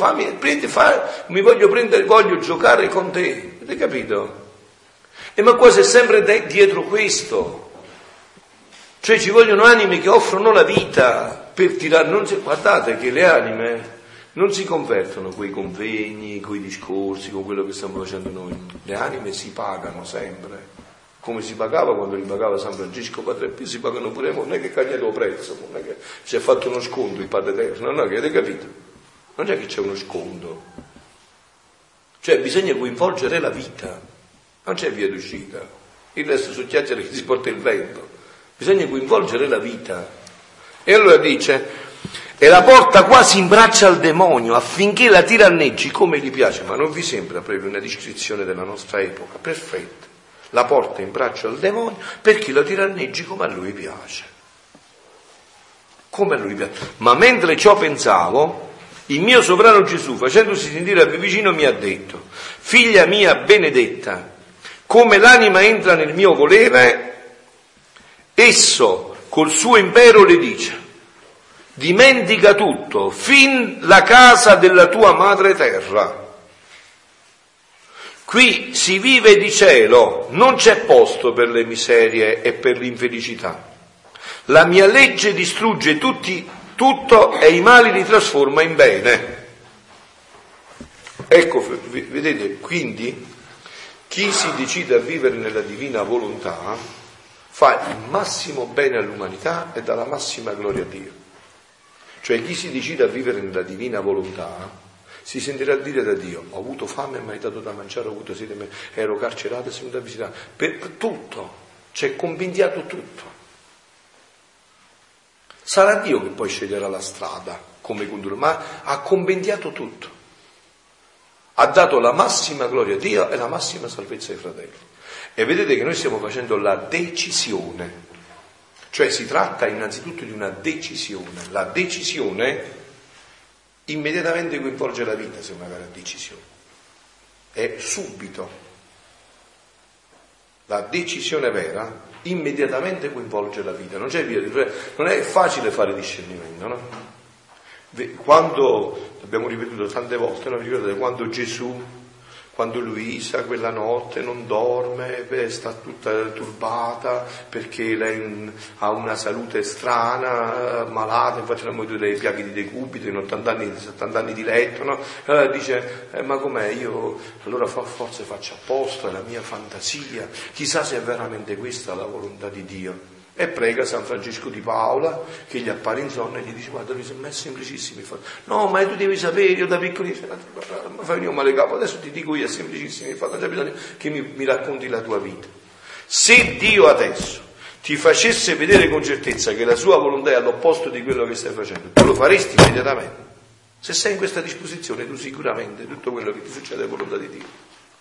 voglio giocare con te, avete capito? E ma qua c'è sempre dietro questo, cioè ci vogliono anime che offrono la vita per tirare, guardate che le anime non si convertono con i convegni, con i discorsi, con quello che stiamo facendo noi, le anime si pagano sempre. Come si pagava quando li pagava San Francesco Padre Pio, si pagano pure, non è che è cambiato il prezzo, non è che si è fatto uno sconto il Padre Eterno, no, che avete capito? Non è che c'è uno sconto, cioè bisogna coinvolgere la vita, non c'è via d'uscita, il resto sono chiacchiere che si porta il vento, bisogna coinvolgere la vita. E allora dice: e la porta quasi in braccio al demonio, affinché la tiranneggi come gli piace. Ma non vi sembra proprio una descrizione della nostra epoca? Perfetta. La porta in braccio al demonio perché la tiranneggi come a lui piace. Come a lui piace. Ma mentre ciò pensavo, il mio sovrano Gesù, facendosi sentire a me vicino, mi ha detto: figlia mia benedetta, come l'anima entra nel mio volere, esso col suo impero le dice: dimentica tutto, fin la casa della tua madre terra. Qui si vive di cielo, non c'è posto per le miserie e per l'infelicità. La mia legge distrugge tutto e i mali li trasforma in bene. Ecco, vedete, quindi chi si decide a vivere nella divina volontà fa il massimo bene all'umanità e dà la massima gloria a Dio. Cioè chi si decide a vivere nella divina volontà si sentirà dire da Dio: ho avuto fame e mi hai dato da mangiare, ho avuto sete, ero carcerato e sono venuto a visitare. Per tutto, c'è compendiato tutto. Sarà Dio che poi sceglierà la strada come condurre, ma ha compendiato tutto. Ha dato la massima gloria a Dio e la massima salvezza ai fratelli. E vedete che noi stiamo facendo la decisione. Cioè si tratta innanzitutto di una decisione. La decisione immediatamente coinvolge la vita, se è una vera decisione. È subito. La decisione vera immediatamente coinvolge la vita. Non c'è via di... Non è facile fare discernimento, no? Quando, abbiamo ripetuto tante volte, no? Vi ricordate quando Gesù, quando Luisa quella notte non dorme, sta tutta turbata perché lei ha una salute strana, malata, infatti l'hanno avuto dei piaghe di decubito in 70 anni di letto, no? Allora dice, ma com'è, io allora forse faccio apposta, è la mia fantasia, chissà se è veramente questa la volontà di Dio. E prega San Francesco di Paola che gli appare in sonno e gli dice: guarda, ma è semplicissimo. No, ma tu devi sapere, io da piccolissimo mi fai venire un male capo, adesso ti dico io, è semplicissimo, infatti non c'è bisogno che mi racconti la tua vita. Se Dio adesso ti facesse vedere con certezza che la sua volontà è all'opposto di quello che stai facendo, tu lo faresti immediatamente. Se sei in questa disposizione, tu sicuramente tutto quello che ti succede è volontà di Dio.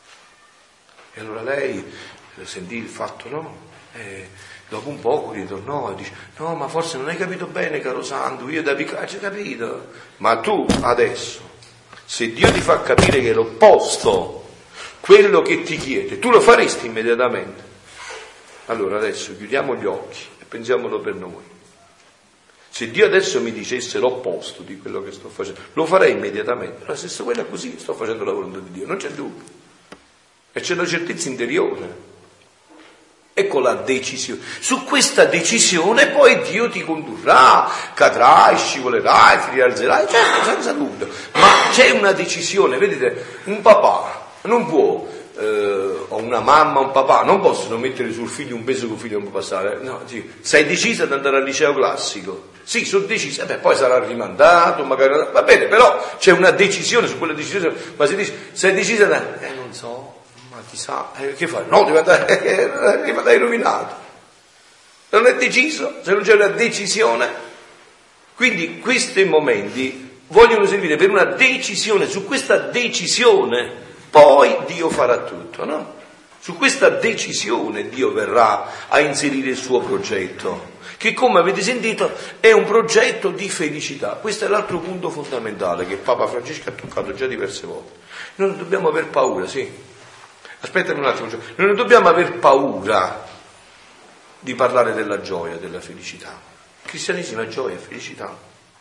E allora lei sentì il fatto, no? Dopo un poco ritornò e dice: no, ma forse non hai capito bene, caro santo, io da piccolo ho capito. Ma tu adesso, se Dio ti fa capire che è l'opposto, quello che ti chiede, tu lo faresti immediatamente. Allora adesso chiudiamo gli occhi e pensiamolo per noi. Se Dio adesso mi dicesse l'opposto di quello che sto facendo, lo farei immediatamente. Allora se sto quella così, sto facendo la volontà di Dio, non c'è dubbio. E c'è la certezza interiore. Ecco la decisione. Su questa decisione poi Dio ti condurrà, cadrai, scivolerai, ti rialzerai, certo, senza dubbio. Ma c'è una decisione, vedete, un papà non può, o una mamma, un papà, non possono mettere sul figlio un peso che il figlio non può passare. No, sì. Sei decisa ad andare al liceo classico? Sì, sono decisa, poi sarà rimandato, magari, va bene, però c'è una decisione su quella decisione, ma si dice, sei decisa da... non so. Ma chissà, che fai? No, devi andare rovinato. Non è deciso, se non c'è una decisione. Quindi questi momenti vogliono servire per una decisione. Su questa decisione poi Dio farà tutto, no? Su questa decisione Dio verrà a inserire il suo progetto, che come avete sentito è un progetto di felicità. Questo è l'altro punto fondamentale che Papa Francesco ha toccato già diverse volte. Non dobbiamo aver paura, sì. Aspettami un attimo, non dobbiamo aver paura di parlare della gioia, della felicità. Il cristianesimo è gioia e felicità.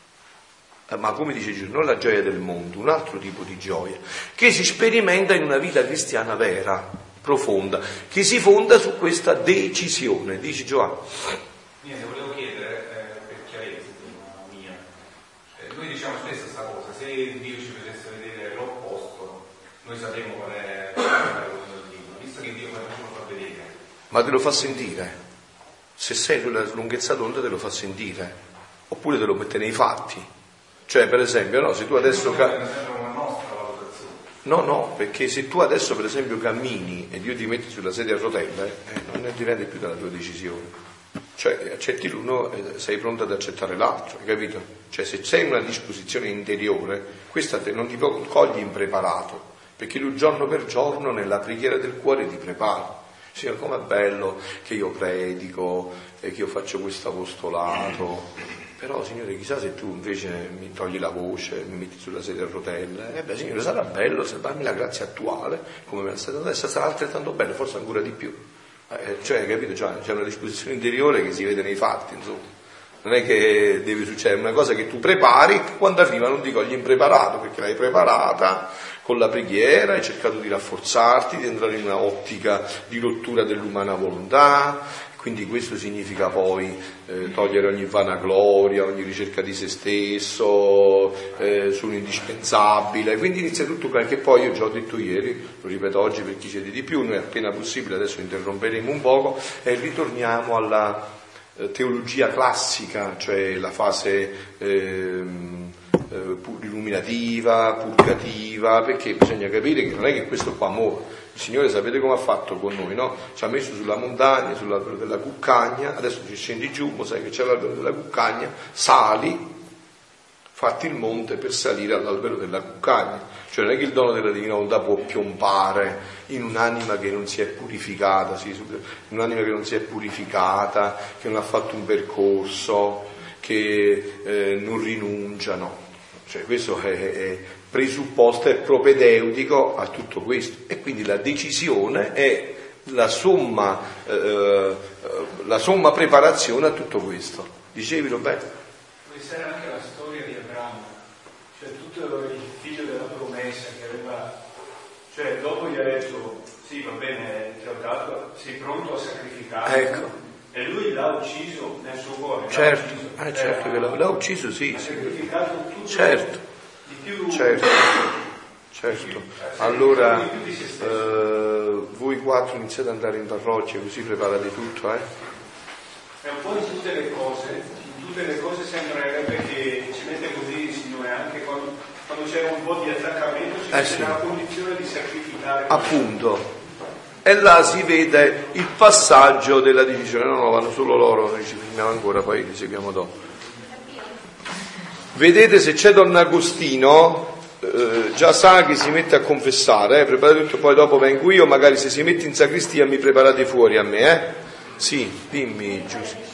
Ma come dice Gesù, non la gioia del mondo, un altro tipo di gioia, che si sperimenta in una vita cristiana vera, profonda, che si fonda su questa decisione. Dice Giovanni. Niente, volevo chiedere, per chiarezza mia, noi diciamo spesso questa cosa, se Dio ci potesse vedere l'opposto, noi sapremo qual è che Dio fa vedere. Ma te lo fa sentire. Se sei sulla lunghezza d'onda te lo fa sentire. Oppure te lo mette nei fatti. Cioè, per esempio, no, se tu adesso no, perché se tu adesso per esempio cammini e Dio ti mette sulla sedia a rotelle, non dipende più dalla tua decisione. Cioè, accetti l'uno e sei pronto ad accettare l'altro, hai capito? Cioè, se sei in una disposizione interiore, questa non ti cogli impreparato. Perché lui giorno per giorno nella preghiera del cuore ti prepara. Signore, com'è bello che io predico e che io faccio questo apostolato, però Signore chissà se tu invece mi togli la voce, mi metti sulla sedia a rotelle, Signore sarà bello se dammi la grazia attuale come me la stai dando adesso, sarà altrettanto bello, forse ancora di più. Cioè, capito? C'è una disposizione interiore che si vede nei fatti, insomma. Non è che deve succedere, una cosa che tu prepari, quando arriva non ti cogli impreparato, perché l'hai preparata con la preghiera, hai cercato di rafforzarti, di entrare in una ottica di rottura dell'umana volontà, quindi questo significa poi togliere ogni vanagloria, ogni ricerca di se stesso, sono indispensabile, quindi inizia tutto perché poi io già ho detto ieri, lo ripeto oggi per chi chiede di più, noi appena possibile adesso interromperemo un poco e ritorniamo alla teologia classica, cioè la fase illuminativa, purgativa, perché bisogna capire che non è che questo qua muore. Il Signore sapete come ha fatto con noi, no? Ci ha messo sulla montagna, sull'albero della cuccagna, adesso ci scendi giù, ma sai che c'è l'albero della cuccagna, sali, fatti il monte per salire all'albero della cuccagna. Cioè non è che il dono della divina volontà può piombare in un'anima che non si è purificata, un'anima che non si è purificata, che non ha fatto un percorso, che non rinuncia, no. Cioè questo è presupposto, è propedeutico a tutto questo, e quindi la decisione è la somma preparazione a tutto questo. Dicevi, Roberto? Questa era anche la storia di Abramo, cioè tutto il figlio della promessa che aveva, cioè dopo gli ha detto sì, va bene, ti ho dato, sei pronto a sacrificare, ecco. E lui l'ha ucciso nel suo cuore. Certo, certo che l'ha ucciso, sì. Ha sacrificato tutto. Certo, di più. certo. Allora voi 4 iniziate ad andare in parrocchia, così preparate tutto, È un po' in tutte le cose sembrerebbe che ci mette così il Signore, anche quando c'è un po' di attaccamento ci mette nella condizione di sacrificare. Appunto. E là si vede il passaggio della decisione. No, vanno solo loro, noi ci fermiamo ancora, poi li seguiamo dopo. Vedete, se c'è Don Agostino, già sa che si mette a confessare, preparate tutto, poi dopo vengo io, magari se si mette in sacristia mi preparate fuori a me, Sì, dimmi Giuseppe.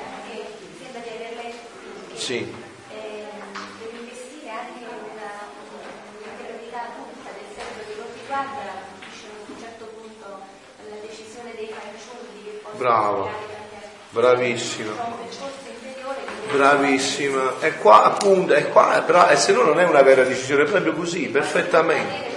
Sì. Devi investire anche un'interiorità adulta, nel senso che non riguarda a un certo punto la decisione dei fanciulli che possono Bravo, bravissima, e qua appunto, e se no non è una vera decisione, è proprio così, perfettamente.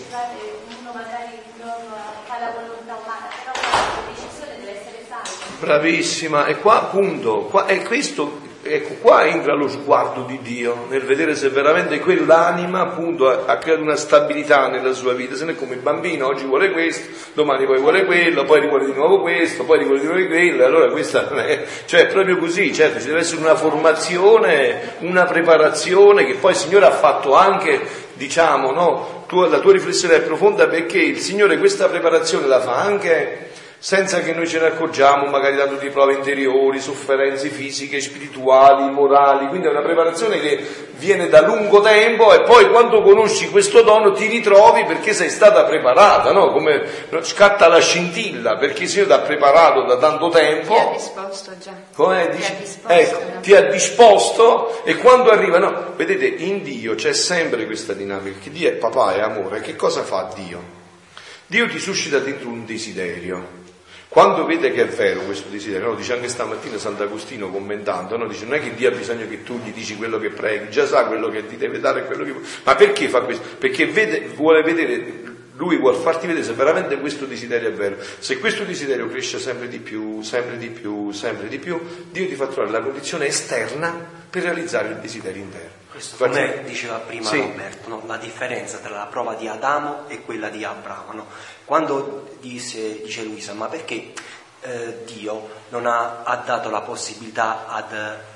Uno magari non fa la volontà umana, però la decisione deve essere salva. Bravissima, e qua appunto, è questo. Ecco, qua entra lo sguardo di Dio, nel vedere se veramente quell'anima appunto ha creato una stabilità nella sua vita, se non è come il bambino, oggi vuole questo, domani poi vuole quello, poi rivuole di nuovo questo, poi rivuole di nuovo quello, allora questa non è, cioè è proprio così, certo, ci deve essere una formazione, una preparazione che poi il Signore ha fatto anche, diciamo, no? La tua riflessione è profonda perché il Signore questa preparazione la fa anche senza che noi ce ne accorgiamo, magari dando di prove interiori, sofferenze fisiche, spirituali, morali, quindi è una preparazione che viene da lungo tempo e poi quando conosci questo dono ti ritrovi perché sei stata preparata, no? Come scatta la scintilla, perché il Signore ti ha preparato da tanto tempo. Ti ha disposto già. Come ti dice? ha disposto, ecco, no? ti ha disposto e quando arriva, no? Vedete, in Dio c'è sempre questa dinamica, che Dio è papà, è amore, che cosa fa Dio? Dio ti suscita dentro un desiderio. Quando vede che è vero questo desiderio, lo dice anche stamattina Sant'Agostino commentando, no? Dice non è che Dio ha bisogno che tu gli dici quello che preghi, già sa quello che ti deve dare, quello che... Ma perché fa questo? Perché vuole vedere, lui vuole farti vedere se veramente questo desiderio è vero. Se questo desiderio cresce sempre di più, sempre di più, sempre di più, Dio ti fa trovare la condizione esterna per realizzare il desiderio interno. Questo come diceva prima sì. Roberto, no? La differenza tra la prova di Adamo e quella di Abramo, no? Quando dice Luisa, ma perché Dio non ha dato la possibilità ad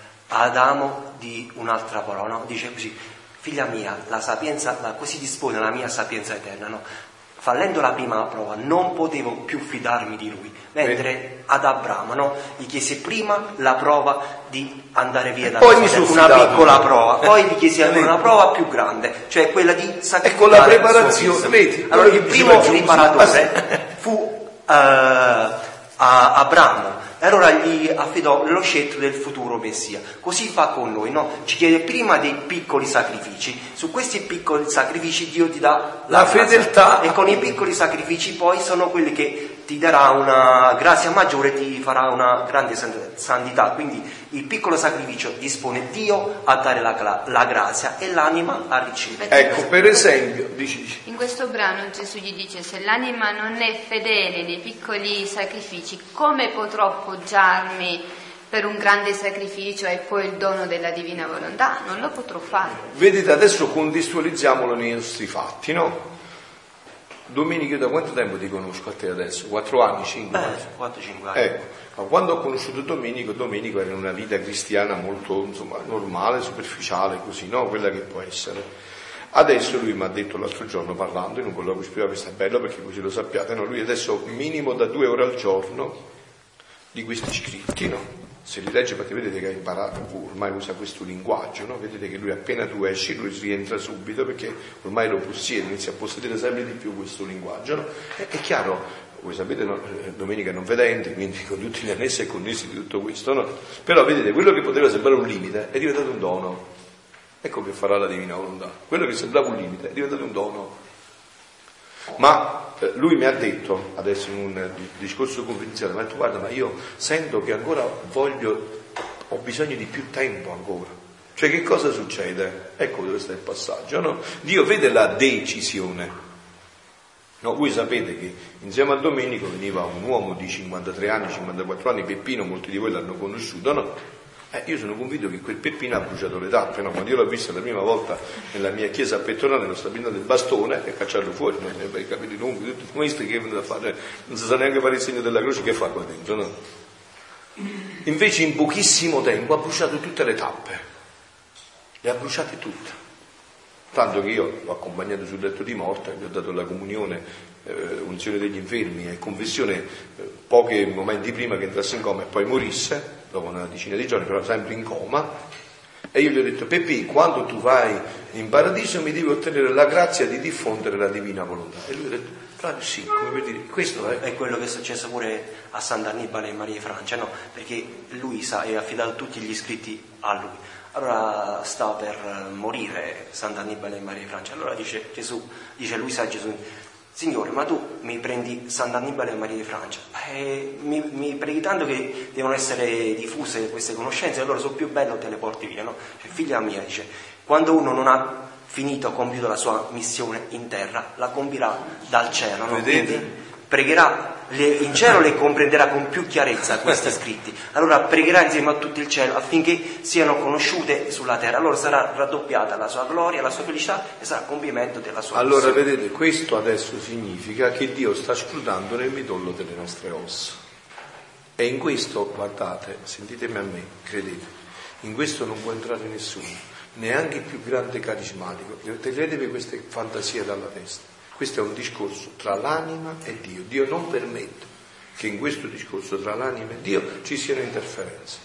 Adamo di un'altra prova, no? Dice così, figlia mia, la sapienza, così dispone la mia sapienza eterna, no? Fallendo la prima prova non potevo più fidarmi di lui, mentre ad Abramo, no? Gli chiese prima la prova di andare via da poi una piccola prova, poi gli chiesi una prova più grande, cioè quella di sacrificare. E con la preparazione, vedi? Allora il primo riparatore fu Abramo, e allora gli affidò lo scettro del futuro Messia. Così fa con noi, no? Ci chiede prima dei piccoli sacrifici, su questi piccoli sacrifici Dio ti dà la fedeltà, e con i piccoli sacrifici poi sono quelli che ti darà una grazia maggiore, ti farà una grande santità. Quindi il piccolo sacrificio dispone Dio a dare la grazia e l'anima a ricevere. Ecco, per esempio, dici. In questo brano Gesù gli dice: se l'anima non è fedele nei piccoli sacrifici, come potrò appoggiarmi per un grande sacrificio e poi il dono della divina volontà? Non lo potrò fare. Vedete, adesso contestualizziamolo nei nostri fatti, no? Domenico, io da quanto tempo ti conosco a te adesso? 4 anni, 5 anni? 4-5 anni. Ecco, ma quando ho conosciuto Domenico era una vita cristiana molto, insomma, normale, superficiale, così, no? Quella che può essere. Adesso lui mi ha detto l'altro giorno, parlando in un colloquio spirituale, questo è bello perché così lo sappiate, no? Lui adesso minimo da 2 ore al giorno di questi scritti, no? Se li legge, perché vedete che ha imparato, ormai usa questo linguaggio, no? Vedete che lui appena tu esci, lui rientra subito perché ormai lo possiede, inizia a possedere sempre di più questo linguaggio, no? È chiaro, voi sapete, no? Domenica è non vedente, quindi con tutti gli annessi e connessi di tutto questo, no? Però vedete, quello che poteva sembrare un limite è diventato un dono. Ecco che farà la divina volontà. Quello che sembrava un limite è diventato un dono. Ma lui mi ha detto adesso in un discorso confidenziale, ma tu guarda, ma io sento che ancora ho bisogno di più tempo ancora. Cioè che cosa succede? Ecco dove sta il passaggio, no? Dio vede la decisione. No, voi sapete che insieme a Domenico veniva un uomo di 53 anni, 54 anni, Peppino, molti di voi l'hanno conosciuto, no? Io sono convinto che quel Peppino ha bruciato le tappe, no? Quando io l'ho visto la prima volta nella mia chiesa pettorale, non sta prendendo il bastone e cacciarlo fuori, no? I capelli lunghi, tutti questi che vengono a fare, non si sa neanche fare il segno della croce, che fa qua dentro, no? Invece in pochissimo tempo ha bruciato tutte le tappe, le ha bruciate tutte, tanto che io l'ho accompagnato sul letto di morte, gli ho dato la comunione, unzione degli infermi e confessione pochi momenti prima che entrasse in coma e poi morisse, dopo una decina di giorni, però sempre in coma, e io gli ho detto: Peppi, quando tu vai in paradiso mi devi ottenere la grazia di diffondere la divina volontà. E lui ha detto: Flavio, sì, come per dire, questo è quello che è successo pure a Sant'Annibale e Maria di Francia, no? Perché lui è affidato tutti gli iscritti a lui. Allora sta per morire Sant'Annibale e Maria di Francia. Allora dice Luisa a Gesù: Signore, ma tu mi prendi Sant'Annibale e Maria di Francia, mi preghi tanto che devono essere diffuse queste conoscenze, allora sono più bello, te le porti via, no? Cioè, figlia mia, dice, quando uno non ha compiuto la sua missione in terra, la compirà dal cielo, no? Quindi pregherà, in cielo le comprenderà con più chiarezza questi scritti, allora pregherà insieme a tutto il cielo affinché siano conosciute sulla terra, allora sarà raddoppiata la sua gloria, la sua felicità e sarà compimento della sua allora missione. Vedete, questo adesso significa che Dio sta scrutando nel midollo delle nostre ossa, e in questo, guardate, sentitemi a me, credete, in questo non può entrare nessuno, neanche il più grande carismatico. Toglietevi queste fantasie dalla testa. Questo è un discorso tra l'anima e Dio. Dio non permette che in questo discorso tra l'anima e Dio ci siano interferenze.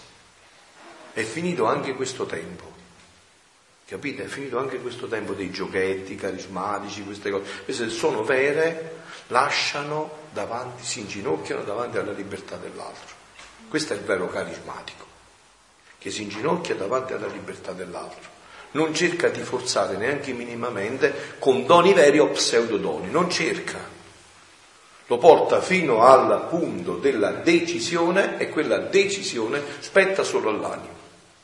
È finito anche questo tempo. Capite? È finito anche questo tempo dei giochetti carismatici, queste cose. Queste sono vere, lasciano davanti, si inginocchiano davanti alla libertà dell'altro. Questo è il vero carismatico, che si inginocchia davanti alla libertà dell'altro. Non cerca di forzare neanche minimamente con doni veri o pseudodoni, non cerca. Lo porta fino al punto della decisione e quella decisione spetta solo all'anima.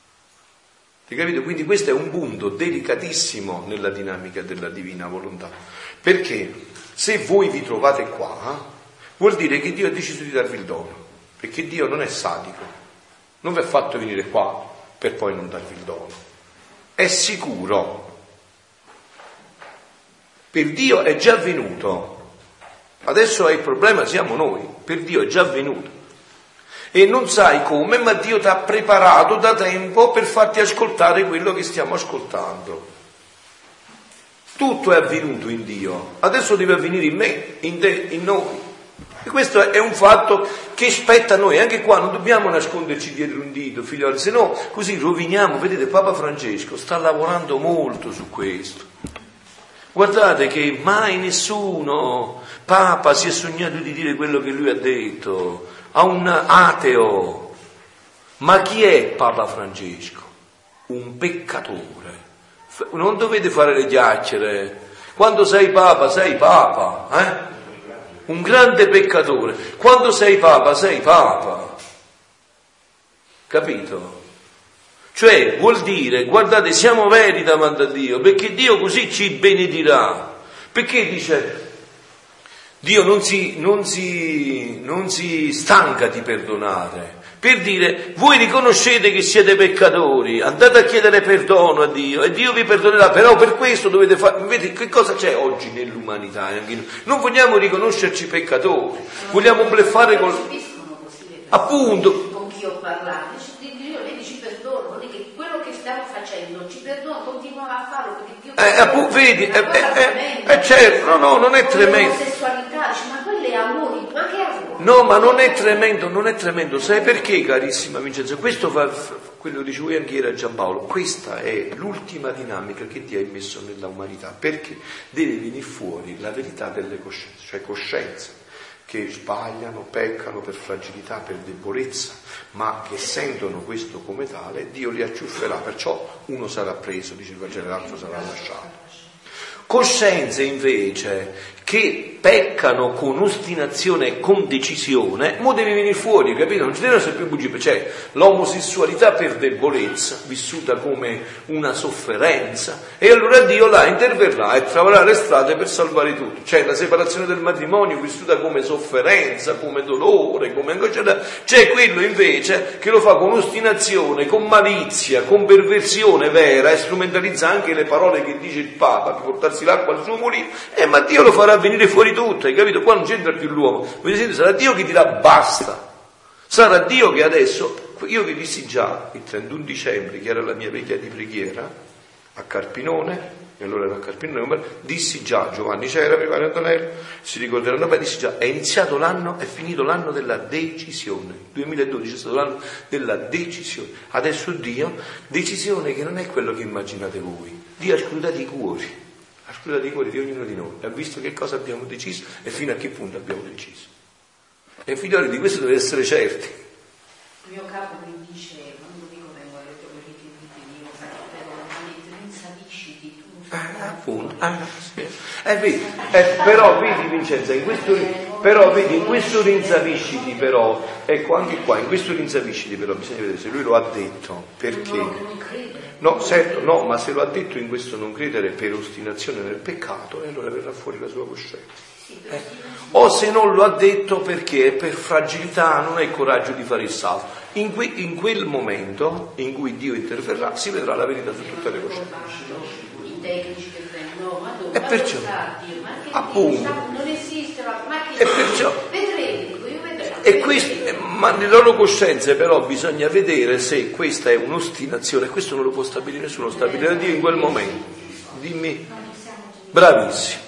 Ti capite? Quindi questo è un punto delicatissimo nella dinamica della divina volontà. Perché se voi vi trovate qua, vuol dire che Dio ha deciso di darvi il dono. Perché Dio non è sadico, non vi ha fatto venire qua per poi non darvi il dono. È sicuro, per Dio è già venuto, adesso il problema siamo noi, per Dio è già venuto e non sai come, ma Dio ti ha preparato da tempo per farti ascoltare quello che stiamo ascoltando. Tutto è avvenuto in Dio, adesso deve avvenire in me, in te, in noi. E questo è un fatto che spetta a noi, anche qua non dobbiamo nasconderci dietro un dito, figlioli, se no così roviniamo. Vedete, Papa Francesco sta lavorando molto su questo. Guardate che mai nessuno Papa si è sognato di dire quello che lui ha detto a un ateo. Ma chi è Papa Francesco? Un peccatore. Non dovete fare le chiacchiere. Quando sei Papa, un grande peccatore. Quando sei Papa. Capito? Cioè, vuol dire, guardate, siamo veri davanti a Dio, perché Dio così ci benedirà. Perché dice, Dio non si stanca di perdonare, per dire: voi riconoscete che siete peccatori, andate a chiedere perdono a Dio e Dio vi perdonerà, però per questo dovete fare. Vedi che cosa c'è oggi nell'umanità? Non vogliamo riconoscerci peccatori, vogliamo bleffare con... Appunto. Con chi ho parlato, Dio vedi ci perdono, che quello che stiamo facendo ci perdono, continuava a farlo perché Dio vedi, certo, no, non è tremendo. L'omosessualità, ma quello è amore, ma che amore? No, ma non è tremendo, sai perché, carissima Vincenzo? Questo fa, quello che dicevo anche ieri a Giampaolo, questa è l'ultima dinamica che Dio ha immesso nella umanità, perché deve venire fuori la verità delle coscienze, cioè coscienze che sbagliano, peccano per fragilità, per debolezza, ma che sentono questo come tale, Dio li acciufferà, perciò uno sarà preso, dice il Vangelo, l'altro sarà lasciato. Coscienze invece che peccano con ostinazione e con decisione, mo devi venire fuori, capito? Non ci devono essere più bugie, c'è l'omosessualità per debolezza, vissuta come una sofferenza, e allora Dio là interverrà e troverà le strade per salvare tutto. C'è la separazione del matrimonio vissuta come sofferenza, come dolore, come angoscia. C'è quello invece che lo fa con ostinazione, con malizia, con perversione vera, e strumentalizza anche le parole che dice il Papa per portarsi l'acqua al suo mulino, ma Dio lo farà venire fuori tutto, hai capito? Qua non c'entra più l'uomo, sarà Dio che dirà basta, sarà Dio che adesso, io vi dissi già il 31 dicembre, che era la mia veglia di preghiera a Carpinone, e allora ero a Carpinone, dissi già, Giovanni c'era, prima Antonello, si ricorderanno, dissi già, è iniziato l'anno, è finito l'anno della decisione, 2012 è stato l'anno della decisione, adesso Dio, decisione che non è quello che immaginate voi, Dio ha scrutato i cuori, di ognuno di noi, ha visto che cosa abbiamo deciso e fino a che punto abbiamo deciso. E figlioli di questo dovete essere certi. Il mio capo mi dice, quando dico vengo a letto quelli che mi dicono, appunto, però vedi Vincenza, in questo rinsavisciti però, ecco anche qua, in questo rinsavisciti però bisogna vedere se lui lo ha detto, perché... No, certo, no, ma se lo ha detto in questo non credere per ostinazione nel peccato, e allora verrà fuori la sua coscienza. O se non lo ha detto perché per fragilità non ha il coraggio di fare il salto. In quel momento in cui Dio interverrà si vedrà la verità su tutte le coscienze. I tecnici che vengono, ma dove? E perciò, appunto, non esiste, ma che... E perciò, vedremo, io vedrò. E questo, ma nelle loro coscienze però bisogna vedere se questa è un'ostinazione, questo non lo può stabilire nessuno, stabilirà Dio in quel momento. Dimmi, bravissimo.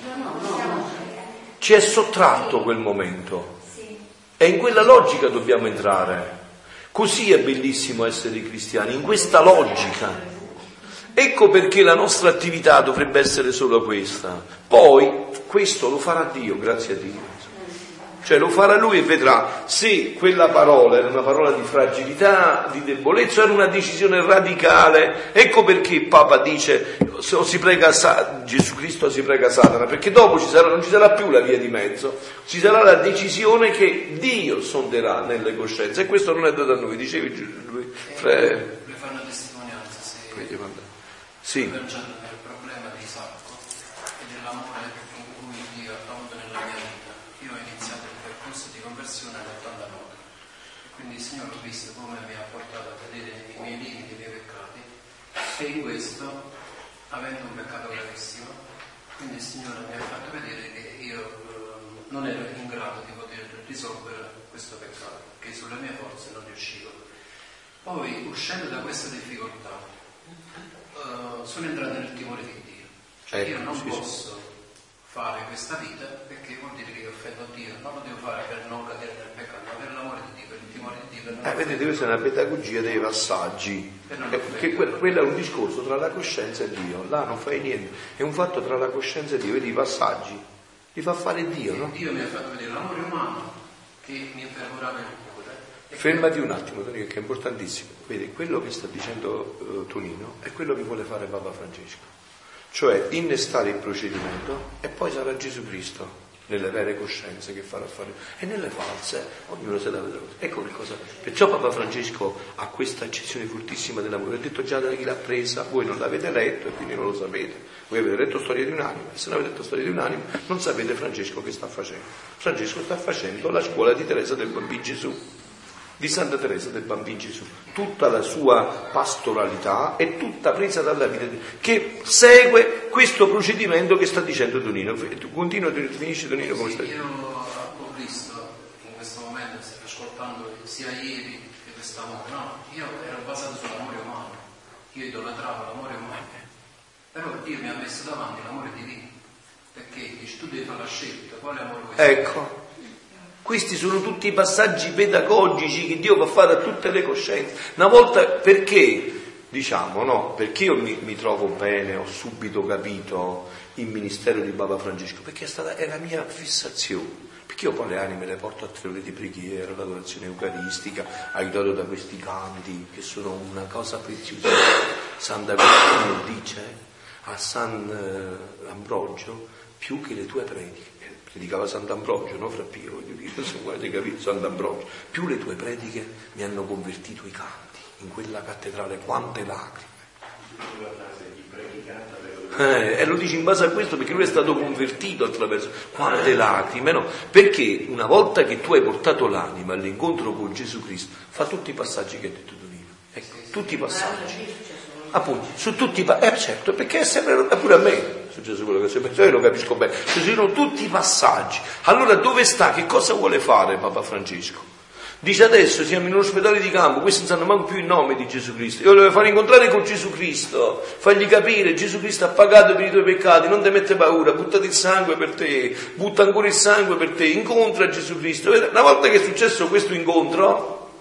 Ci è sottratto quel momento e in quella logica dobbiamo entrare. Così è bellissimo essere cristiani, in questa logica. Ecco perché la nostra attività dovrebbe essere solo questa. Poi questo lo farà Dio, grazie a Dio. Cioè lo farà Lui e vedrà se quella parola era una parola di fragilità, di debolezza, era una decisione radicale. Ecco perché il Papa dice o si prega Gesù Cristo o si prega Satana, perché dopo non ci sarà più la via di mezzo, ci sarà la decisione che Dio sonderà nelle coscienze, e questo non è dato a noi, dicevi lui. Le fanno testimonianza se sì. nel problema di Isacco e dell'amore in cui Dio ha avuto nella mia vita. Io ho iniziato il percorso di conversione nell'89 e quindi il Signore ho visto come mi ha portato a vedere i miei limiti, i miei peccati, e in questo, avendo un peccato gravissimo, quindi il Signore mi ha fatto vedere che io non ero in grado di poter risolvere questo peccato, che sulle mie forze non riuscivo. Poi, uscendo da questa difficoltà, sono entrato nel timore di Dio. Cioè io non posso fare questa vita perché vuol dire che io offendo Dio, non lo devo fare per non cadere nel peccato, ma per l'amore di Dio, per il timore di Dio. Vedete, questa è una pedagogia dei passaggi, che quello è un discorso tra la coscienza e Dio, là non fai niente, è un fatto tra la coscienza e Dio, vedi i passaggi, li fa fare Dio, no? Dio mi ha fatto vedere l'amore umano che mi infervorava il cuore. Fermati un attimo, Tonino, che è importantissimo. Vedi, quello che sta dicendo Tonino è quello che vuole fare Papa Francesco, cioè innestare il procedimento e poi sarà Gesù Cristo nelle vere coscienze che farà fare, e nelle false ognuno se la vedrà. Ecco che cosa. Perciò Papa Francesco ha questa accezione fortissima dell'amore. Ho detto già da chi l'ha presa, voi non l'avete letto e quindi non lo sapete. Voi avete letto Storia di un'anima, e se non avete letto Storia di un'anima non sapete Francesco che sta facendo. Francesco sta facendo la scuola di Teresa del Bambino Gesù. di Santa Teresa del Bambino Gesù. Tutta la sua pastoralità è tutta presa dalla vita che segue questo procedimento che sta dicendo Tonino. Tu continua, finisci Tonino come stai? Io ho visto in questo momento, ascoltando sia ieri che quest'amore, no? Io ero basato sull'amore umano, io idolatravo l'amore umano, però Dio mi ha messo davanti l'amore divino, perché dice tu devi fare la scelta, quale amore vuoi fare? Ecco. Questi sono tutti i passaggi pedagogici che Dio va a fare a tutte le coscienze. Una volta, perché, diciamo, no? Perché io mi trovo bene, ho subito capito il ministero di Papa Francesco? Perché è la mia fissazione. Perché io poi le anime le porto a 3 ore di preghiera, l'adorazione eucaristica, aiutato da questi canti, che sono una cosa preziosa. Sant'Agostino dice a San Ambrogio, più che le tue prediche. Predicava Sant'Ambrogio, no fra Pio, voglio dire, insomma, avete capito, Sant'Ambrogio. Più le tue prediche mi hanno convertito i canti, in quella cattedrale, quante lacrime. E lo dice in base a questo perché lui è stato convertito attraverso quante lacrime, no? Perché una volta che tu hai portato l'anima all'incontro con Gesù Cristo, fa tutti i passaggi che ha detto Tonino. Ecco, tutti i passaggi. Appunto, su tutti i certo, perché è sempre pure a me. Successo quello che sempre io lo capisco bene, ci sono tutti i passaggi. Allora dove sta? Che cosa vuole fare Papa Francesco? Dice adesso siamo in un ospedale di campo, questi non sanno manco più il nome di Gesù Cristo, io lo devo fare incontrare con Gesù Cristo, fargli capire Gesù Cristo ha pagato per i tuoi peccati, non ti mette paura, buttati il sangue per te, butta ancora il sangue per te, incontra Gesù Cristo. Una volta che è successo questo incontro,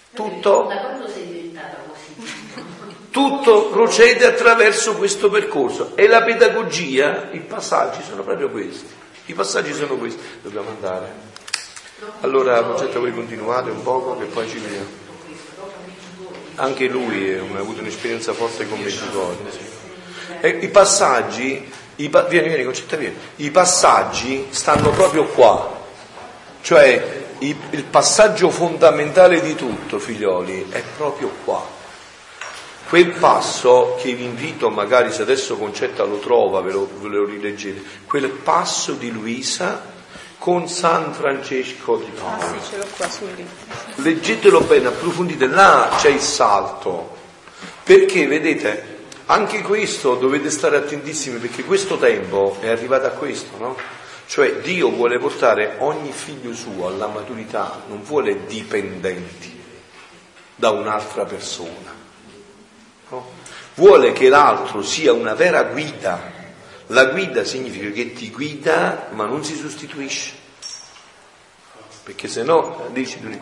tutto procede attraverso questo percorso e la pedagogia, i passaggi sono proprio questi. I passaggi sono questi. Dobbiamo andare. Allora, Concetta, voi continuate un poco che poi ci vediamo. Anche lui ha avuto un'esperienza forte con Medjugorje. I passaggi, vieni Concetta, vieni. I passaggi stanno proprio qua. Cioè, il passaggio fondamentale di tutto, figlioli, è proprio qua. Quel passo che vi invito, magari se adesso Concetta lo trova, ve lo rileggete, quel passo di Luisa con San Francesco di Paola. Ah sì, ce l'ho qua sul libro. Leggetelo bene, approfondite, là c'è il salto. Perché, vedete, anche questo dovete stare attentissimi, perché questo tempo è arrivato a questo, no? Cioè Dio vuole portare ogni figlio suo alla maturità, non vuole dipendenti da un'altra persona. No? Vuole che l'altro sia una vera guida. La guida significa che ti guida ma non si sostituisce, perché se no dici tu.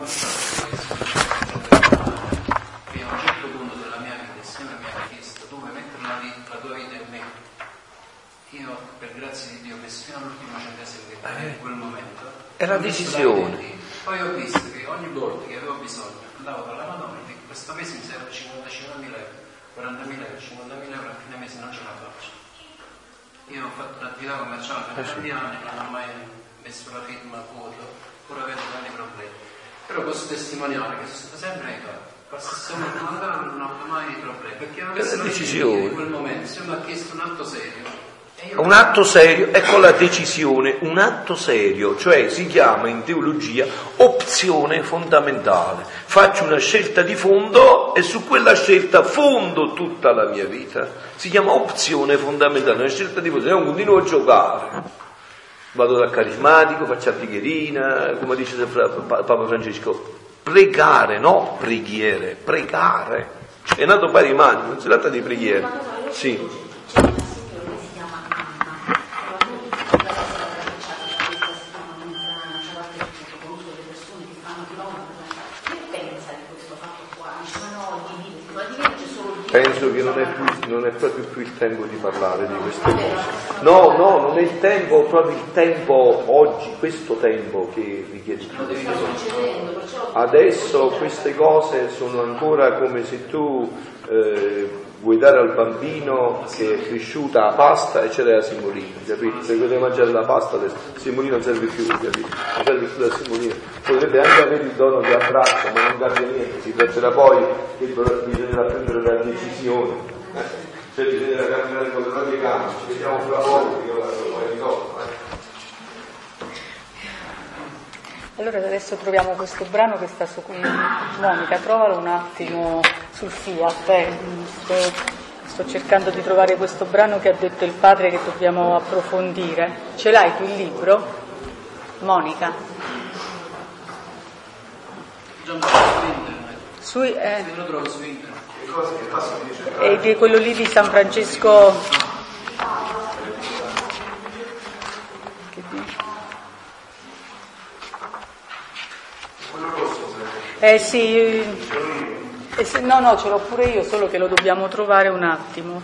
Che a un certo punto della mia vita il Signore mi ha chiesto tu vuoi mettere la tua vita in me. Io per grazia di Dio che fino all'ultimo centesimo in quel momento è la decisione. Poi ho visto che ogni volta che avevo bisogno andavo dalla Madonna e questo mese mi serve 55.000 euro, 40.000 euro, 50.000 euro, a fine mese non ce la faccio. Io ho fatto l'attività commerciale per tanti anni, non ho mai messo la firma a voto, pur avendo tanti problemi. Però posso testimoniare che sono stato sempre aiutato. Qualsiasi momento non ho mai problemi, perché avevo la decisione. In quel momento, se mi ha chiesto un atto serio. Un atto serio, ecco la decisione, un atto serio, cioè si chiama in teologia opzione fondamentale. Faccio una scelta di fondo e su quella scelta fondo tutta la mia vita. Si chiama opzione fondamentale, una scelta di fondo, io continuo a giocare. Vado dal carismatico, faccio la preghierina, come dice Papa Francesco, pregare, no preghiere, pregare. È nato pari mani, non si tratta di preghiere. Sì. Penso che non è proprio più il tempo di parlare di queste cose. No, non è il tempo, proprio il tempo oggi, questo tempo che richiede più. Adesso queste cose sono ancora come se tu vuoi dare al bambino che è cresciuta la pasta e c'è la semolina, capito? Se vuoi mangiare la pasta, la semolina non serve più, capito? Non serve più la semolina. Potrebbe anche avere il dono di abbraccio, ma non cambia niente, si tratterà poi che bisognerà prendere la decisione. Se bisognerà camminare con le proprie gambe, ci vediamo fra poco, io poi risolvo. Allora adesso troviamo questo brano che sta su Monica, trovalo un attimo sul Fiat. Sto cercando di trovare questo brano che ha detto il padre che dobbiamo approfondire. Ce l'hai tu il libro? Monica? Già me lo trovo su internet. Lo trovo su internet. E di quello lì di San Francesco. Che dice? Quello rosso, Sì. No, ce l'ho pure io, solo che lo dobbiamo trovare un attimo.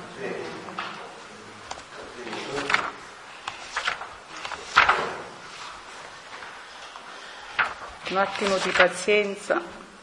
Un attimo di pazienza.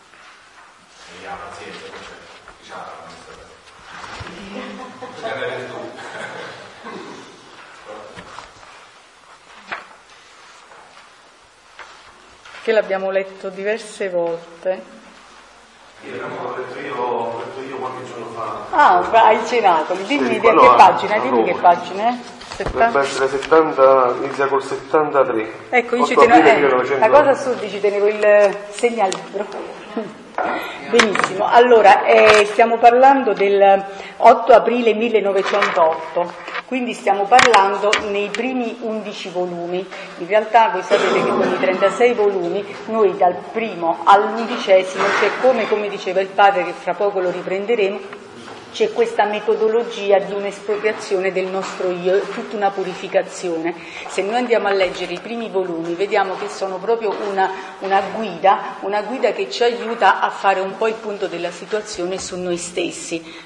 Che l'abbiamo letto diverse volte. L'ho letto io qualche giorno fa. Ai cenacoli, dimmi che pagina, dimmi che pagina è? Dovrebbe essere 70, inizia col 73. Ecco, io ci tenevo, la cosa assurda, ci tenevo il segnalibro. Benissimo, allora stiamo parlando del 8 aprile 1908, quindi stiamo parlando nei primi 11 volumi. In realtà voi sapete che con i 36 volumi noi dal primo all'11° c'è come diceva il padre, che fra poco lo riprenderemo, c'è questa metodologia di un'espropriazione del nostro io, è tutta una purificazione. Se noi andiamo a leggere i primi volumi vediamo che sono proprio una guida che ci aiuta a fare un po' il punto della situazione su noi stessi.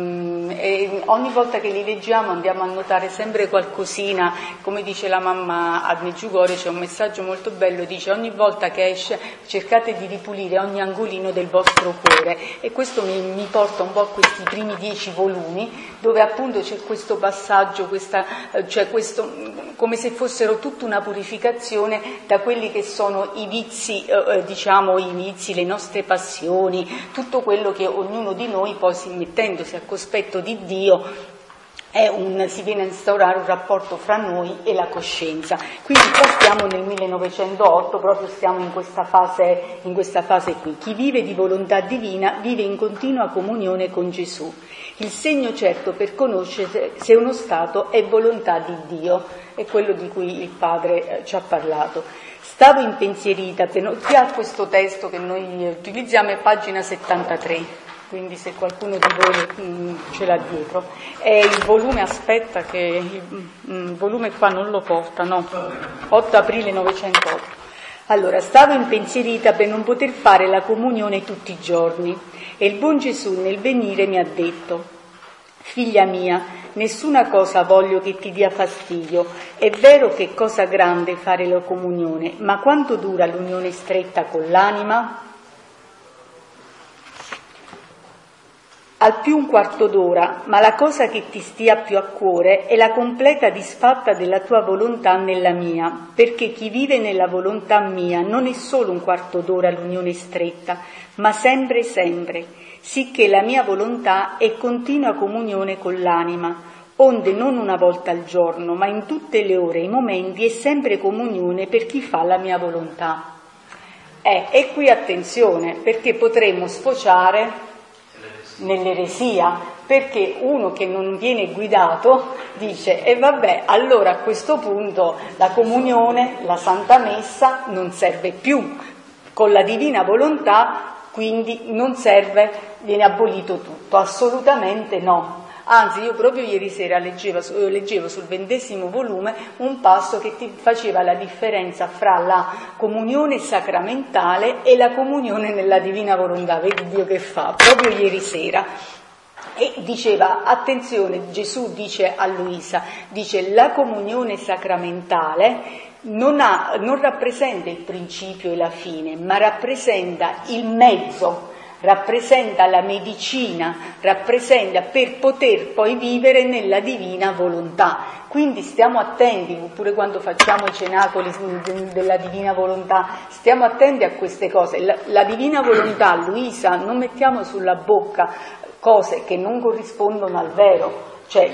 E ogni volta che li leggiamo andiamo a notare sempre qualcosina, come dice la mamma a Meggiugorje, c'è un messaggio molto bello, dice: ogni volta che esce cercate di ripulire ogni angolino del vostro cuore, e questo mi porta un po' a questi primi 10 volumi dove appunto c'è questo passaggio, cioè questo come se fossero tutta una purificazione da quelli che sono i vizi, le nostre passioni, tutto quello che ognuno di noi poi, mettendosi a cospetto di Dio, si viene a instaurare un rapporto fra noi e la coscienza. Quindi qua stiamo nel 1908, proprio stiamo in questa fase qui. Chi vive di volontà divina vive in continua comunione con Gesù. Il segno certo per conoscere se uno stato è volontà di Dio, è quello di cui il padre ci ha parlato. Stavo impensierita, chi ha questo testo che noi utilizziamo è pagina 73. Quindi se qualcuno di voi ce l'ha dietro. E il volume, aspetta che il volume qua non lo porta, no? 8 aprile 1908. Allora, stavo impensierita per non poter fare la comunione tutti i giorni, e il buon Gesù nel venire mi ha detto: figlia mia, nessuna cosa voglio che ti dia fastidio. È vero che è cosa grande fare la comunione, ma quanto dura l'unione stretta con l'anima? Al più un quarto d'ora, ma la cosa che ti stia più a cuore è la completa disfatta della tua volontà nella mia, perché chi vive nella volontà mia non è solo un quarto d'ora l'unione stretta, ma sempre, sicché la mia volontà è continua comunione con l'anima, onde non una volta al giorno, ma in tutte le ore e i momenti è sempre comunione per chi fa la mia volontà. E qui attenzione, perché potremmo sfociare nell'eresia, perché uno che non viene guidato dice: e vabbè, allora a questo punto la comunione, la Santa Messa non serve più, con la divina volontà quindi non serve, viene abolito tutto. Assolutamente no. Anzi, io proprio ieri sera leggevo sul 20° volume un passo che ti faceva la differenza fra la comunione sacramentale e la comunione nella divina volontà. Vedi Dio che fa, proprio ieri sera. E diceva, attenzione, Gesù dice a Luisa, dice: la comunione sacramentale non rappresenta il principio e la fine, ma rappresenta il mezzo, rappresenta la medicina, rappresenta per poter poi vivere nella divina volontà. Quindi stiamo attenti, oppure quando facciamo i cenacoli della divina volontà, stiamo attenti a queste cose. La divina volontà, Luisa, non mettiamo sulla bocca cose che non corrispondono al vero. Cioè,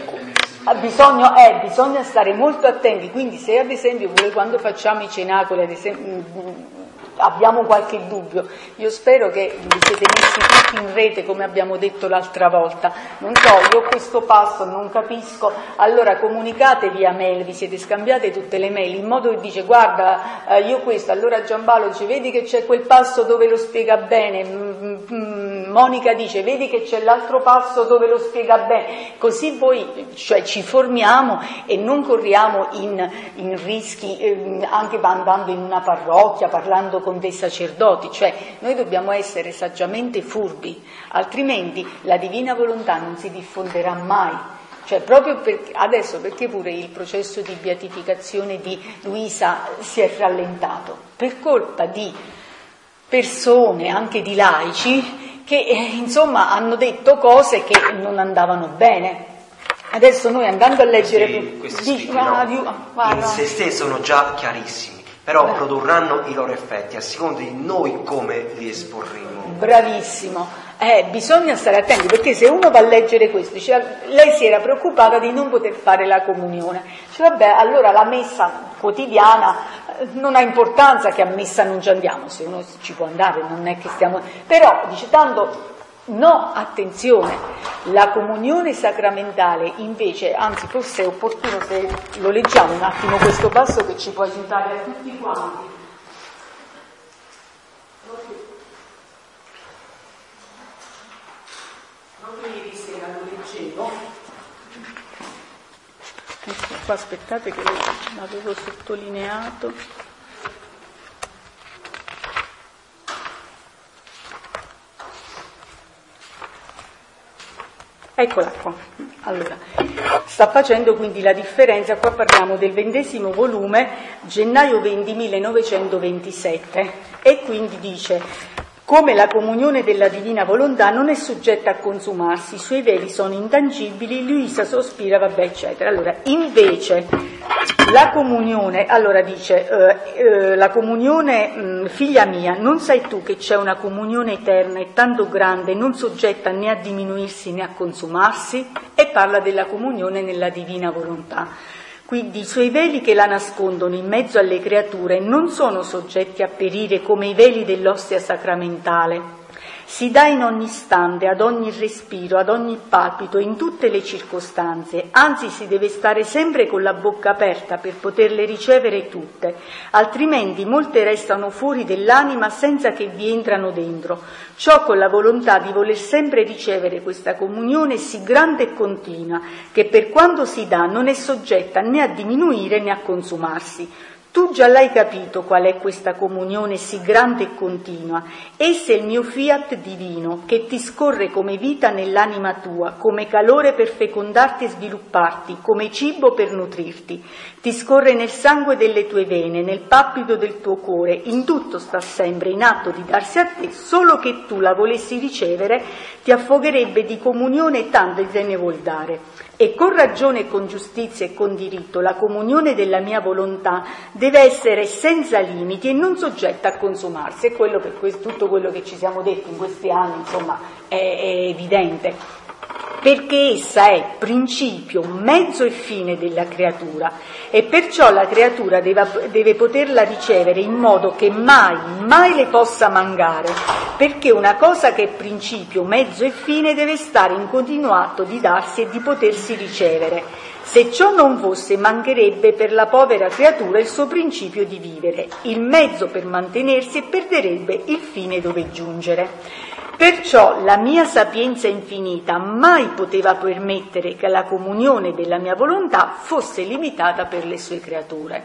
bisogna stare molto attenti. Quindi se ad esempio pure quando facciamo i cenacoli, ad esempio, abbiamo qualche dubbio. Io spero che vi siete messi tutti in rete come abbiamo detto l'altra volta. Non so, io questo passo non capisco, allora comunicate via mail, vi siete scambiate tutte le mail in modo che dice guarda io questo, allora Giampaolo dice vedi che c'è quel passo dove lo spiega bene, Monica dice vedi che c'è l'altro passo dove lo spiega bene, così poi cioè, ci formiamo e non corriamo in rischi anche andando in una parrocchia, parlando con dei sacerdoti, cioè noi dobbiamo essere saggiamente furbi, altrimenti la divina volontà non si diffonderà mai. Cioè proprio adesso perché pure il processo di beatificazione di Luisa si è rallentato? Per colpa di persone, anche di laici, che insomma hanno detto cose che non andavano bene. Adesso noi andando a leggere questi scritti, in se stessi sono già chiarissimi, però produrranno i loro effetti a seconda di noi come li esporremo. Bravissimo. Bisogna stare attenti, perché se uno va a leggere questo, dice, lei si era preoccupata di non poter fare la comunione, dice vabbè allora la messa quotidiana non ha importanza, che a messa non ci andiamo, se uno ci può andare non è che stiamo, però dice tanto no, attenzione, la comunione sacramentale invece, anzi forse è opportuno se lo leggiamo un attimo questo passo che ci può aiutare a tutti quanti. Ieri sera lo leggevo, ecco qua, aspettate che l'avevo sottolineato, eccola qua. Allora, sta facendo quindi la differenza, qua parliamo del 20° volume, gennaio 20 1927, e quindi dice: come la comunione della divina volontà non è soggetta a consumarsi, i suoi veli sono intangibili, Luisa sospira, vabbè, eccetera. Allora, invece, la comunione, allora dice, la comunione, figlia mia, non sai tu che c'è una comunione eterna e tanto grande, non soggetta né a diminuirsi né a consumarsi? E parla della comunione nella divina volontà. Quindi i suoi veli che la nascondono in mezzo alle creature non sono soggetti a perire come i veli dell'ostia sacramentale. Si dà in ogni istante, ad ogni respiro, ad ogni palpito, in tutte le circostanze, anzi si deve stare sempre con la bocca aperta per poterle ricevere tutte, altrimenti molte restano fuori dell'anima senza che vi entrano dentro, ciò con la volontà di voler sempre ricevere questa comunione sì grande e continua, che per quanto si dà non è soggetta né a diminuire né a consumarsi. Tu già l'hai capito qual è questa comunione sì grande e continua. Essa è il mio fiat divino, che ti scorre come vita nell'anima tua, come calore per fecondarti e svilupparti, come cibo per nutrirti. Ti scorre nel sangue delle tue vene, nel palpito del tuo cuore, in tutto sta sempre in atto di darsi a te, solo che tu la volessi ricevere, ti affogherebbe di comunione tanto te ne vuol dare. E con ragione e con giustizia e con diritto la comunione della mia volontà deve essere senza limiti e non soggetta a consumarsi. È quello per tutto quello che ci siamo detti in questi anni, insomma, è evidente. Perché essa è principio, mezzo e fine della creatura e perciò la creatura deve poterla ricevere in modo che mai le possa mancare, perché una cosa che è principio, mezzo e fine deve stare in continuo atto di darsi e di potersi ricevere. Se ciò non fosse, mancherebbe per la povera creatura il suo principio di vivere, il mezzo per mantenersi e perderebbe il fine dove giungere. Perciò la mia sapienza infinita mai poteva permettere che la comunione della mia volontà fosse limitata per le sue creature.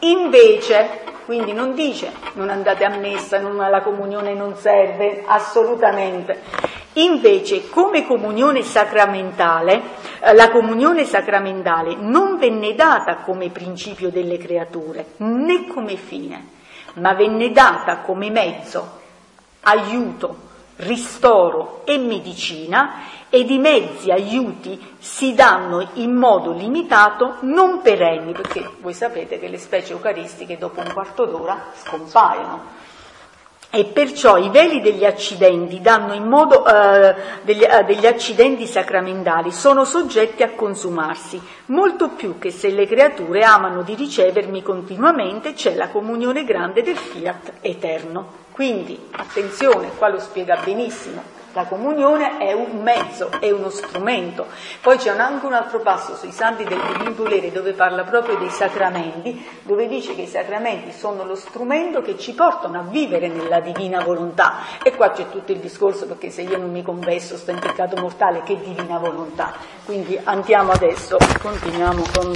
Invece, quindi non dice non andate a messa, la comunione non serve, assolutamente. Invece, come comunione sacramentale, la comunione sacramentale non venne data come principio delle creature, né come fine, ma venne data come mezzo, aiuto, ristoro e medicina, ed i mezzi aiuti si danno in modo limitato, non perenni, perché voi sapete che le specie eucaristiche dopo un quarto d'ora scompaiono. E perciò i veli degli accidenti danno in modo degli accidenti sacramentali sono soggetti a consumarsi, molto più che se le creature amano di ricevermi continuamente, c'è la comunione grande del fiat eterno. Quindi, attenzione, qua lo spiega benissimo. La comunione è un mezzo, è uno strumento. Poi c'è anche un altro passo sui santi del divin volere dove parla proprio dei sacramenti, dove dice che i sacramenti sono lo strumento che ci portano a vivere nella divina volontà. E qua c'è tutto il discorso, perché se io non mi confesso sto in peccato mortale, che divina volontà. Quindi andiamo adesso, continuiamo con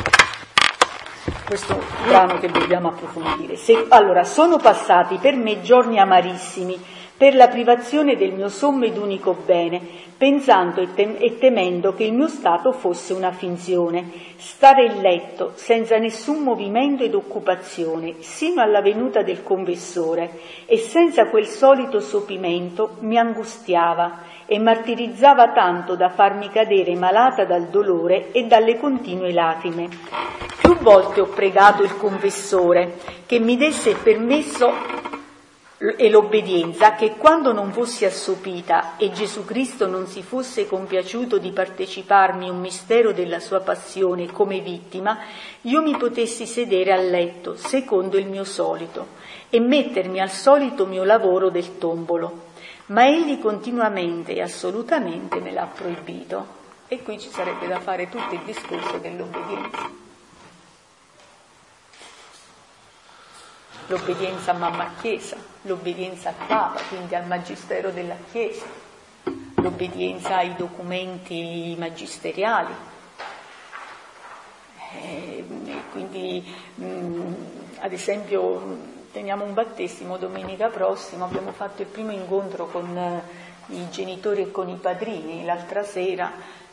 questo brano che dobbiamo approfondire. Allora, sono passati per me giorni amarissimi, per la privazione del mio sommo ed unico bene, pensando e temendo che il mio stato fosse una finzione, stare in letto senza nessun movimento ed occupazione, sino alla venuta del confessore, e senza quel solito sopimento mi angustiava e martirizzava tanto da farmi cadere malata dal dolore e dalle continue lacrime. Più volte ho pregato il confessore che mi desse il permesso e l'obbedienza, che quando non fossi assopita e Gesù Cristo non si fosse compiaciuto di parteciparmi un mistero della sua passione come vittima, io mi potessi sedere a letto secondo il mio solito e mettermi al solito mio lavoro del tombolo, ma egli continuamente e assolutamente me l'ha proibito. E qui ci sarebbe da fare tutto il discorso dell'obbedienza. L'obbedienza a mamma Chiesa, l'obbedienza al Papa, quindi al Magistero della Chiesa, l'obbedienza ai documenti magisteriali. Quindi, ad esempio, teniamo un battesimo domenica prossima, abbiamo fatto il primo incontro con i genitori e con i padrini l'altra sera,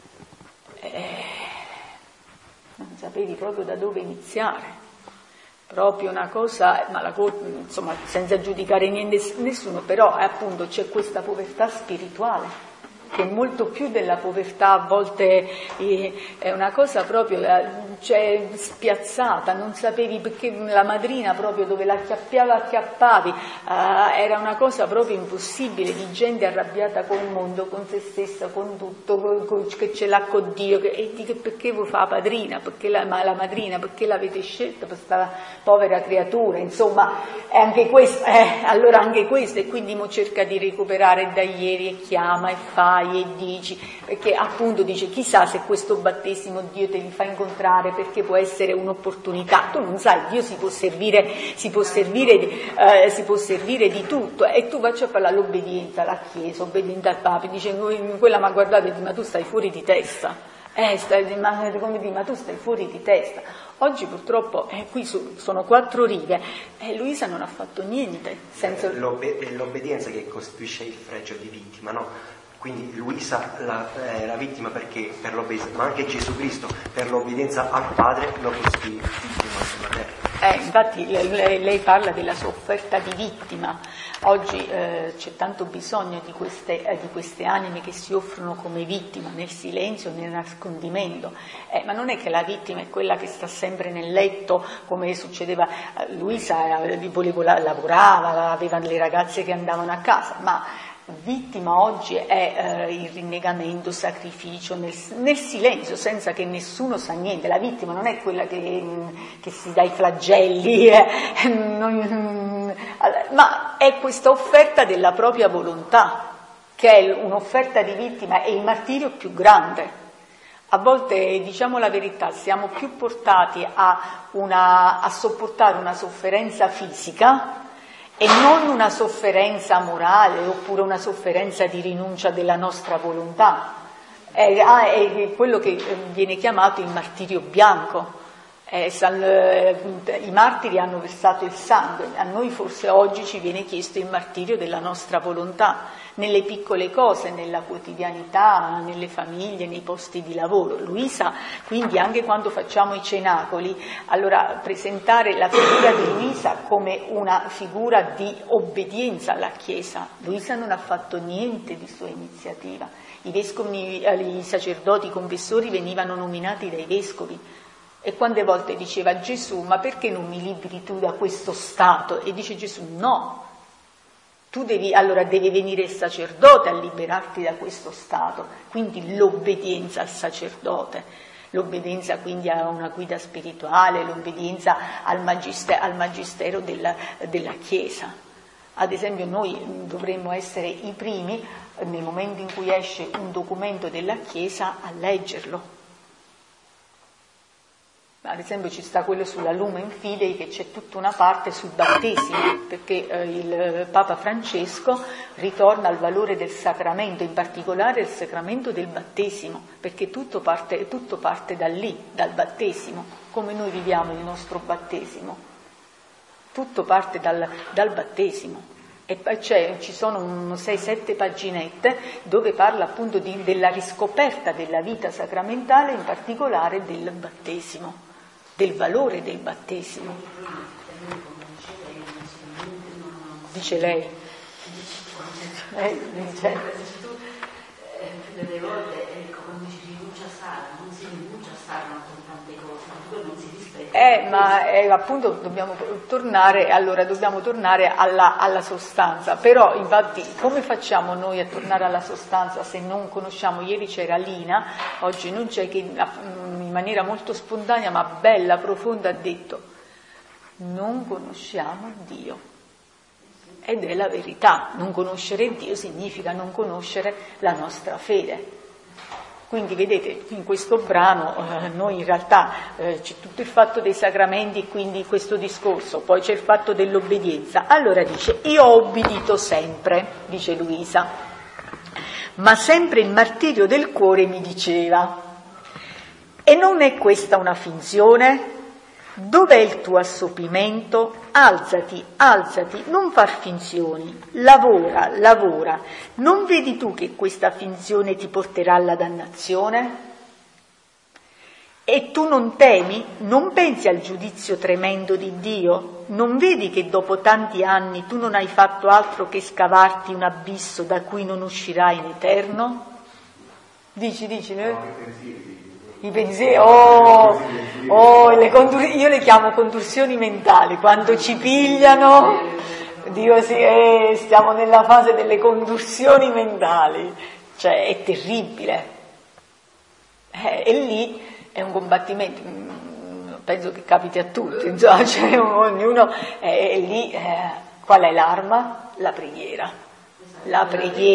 non sapevi proprio da dove iniziare. Proprio una cosa, ma insomma, senza giudicare nessuno, però appunto c'è questa povertà spirituale che è molto più della povertà, a volte è una cosa proprio cioè, spiazzata, non sapevi perché la madrina proprio dove la acchiappavi, era una cosa proprio impossibile, di gente arrabbiata con il mondo, con se stessa, con tutto, che ce l'ha con Dio, e di che perché vuoi fare la padrina, perché la madrina, perché l'avete scelta per questa povera creatura, insomma, è anche questo, allora anche questo, e quindi mo cerca di recuperare da ieri e chiama e fai e dici, perché appunto dice chissà se questo battesimo Dio te li fa incontrare, perché può essere un'opportunità, tu non sai, Dio si può servire di tutto, e tu faccia parlare l'obbedienza alla Chiesa, obbedienza al Papa, dice quella ma guardate, ma tu stai fuori di testa, ma tu stai fuori di testa. Oggi purtroppo qui sono 4 righe e Luisa non ha fatto niente senza l'obbedienza che costituisce il fregio di vittima, no? Quindi Luisa era vittima perché per l'obbedienza, ma anche Gesù Cristo per l'obbedienza al Padre lo costituì vittima sulla terra. Infatti lei parla della sua offerta di vittima. Oggi c'è tanto bisogno di queste anime che si offrono come vittima nel silenzio, nel nascondimento, ma non è che la vittima è quella che sta sempre nel letto come succedeva a Luisa, lavorava, aveva le ragazze che andavano a casa, ma vittima oggi è il rinnegamento, sacrificio, nel silenzio, senza che nessuno sa niente. La vittima non è quella che si dà i flagelli, ma è questa offerta della propria volontà, che è un'offerta di vittima, è il martirio più grande. A volte, diciamo la verità, siamo più portati a sopportare una sofferenza fisica e non una sofferenza morale oppure una sofferenza di rinuncia della nostra volontà. È quello che viene chiamato il martirio bianco. I martiri hanno versato il sangue, a noi forse oggi ci viene chiesto il martirio della nostra volontà, nelle piccole cose, nella quotidianità, nelle famiglie, nei posti di lavoro. Luisa, quindi anche quando facciamo i cenacoli, allora presentare la figura di Luisa come una figura di obbedienza alla Chiesa. Luisa non ha fatto niente di sua iniziativa, i sacerdoti, i confessori venivano nominati dai vescovi. E quante volte diceva Gesù, ma perché non mi liberi tu da questo stato? E dice Gesù, no, allora devi venire il sacerdote a liberarti da questo stato, quindi l'obbedienza al sacerdote, l'obbedienza quindi a una guida spirituale, l'obbedienza al magistero della Chiesa. Ad esempio noi dovremmo essere i primi, nel momento in cui esce un documento della Chiesa, a leggerlo. Ad esempio ci sta quello sulla Lumen Fidei, che c'è tutta una parte sul battesimo, perché il Papa Francesco ritorna al valore del sacramento, in particolare il sacramento del battesimo, perché tutto parte da lì, dal battesimo, come noi viviamo il nostro battesimo. Tutto parte dal battesimo. E ci sono 6-7 paginette dove parla appunto della riscoperta della vita sacramentale, in particolare del battesimo, del valore del battesimo. Dice lei. Dice. Delle volte, quando ci rinuncia a stare, non si rinuncia a stare con tante cose, ma non si rispetta. Appunto dobbiamo tornare alla sostanza, però infatti come facciamo noi a tornare alla sostanza se non conosciamo? Ieri c'era Lina, oggi non c'è, che in maniera molto spontanea ma bella, profonda ha detto: non conosciamo Dio. Ed è la verità, non conoscere Dio significa non conoscere la nostra fede. Quindi vedete, in questo brano noi in realtà c'è tutto il fatto dei sacramenti e quindi questo discorso, poi c'è il fatto dell'obbedienza. Allora dice: io ho obbedito sempre, dice Luisa, ma sempre il martirio del cuore mi diceva: e non è questa una finzione? Dov'è il tuo assopimento? Alzati, alzati, non far finzioni, lavora, lavora. Non vedi tu che questa finzione ti porterà alla dannazione? E tu non temi? Non pensi al giudizio tremendo di Dio? Non vedi che dopo tanti anni tu non hai fatto altro che scavarti un abisso da cui non uscirai in eterno? Dici, I pensieri, io le chiamo contorsioni mentali, quando ci pigliano, dico sì, stiamo nella fase delle contorsioni mentali, cioè è terribile, e lì è un combattimento, penso che capiti a tutti, insomma, cioè, ognuno è lì, qual è l'arma? La preghiera, la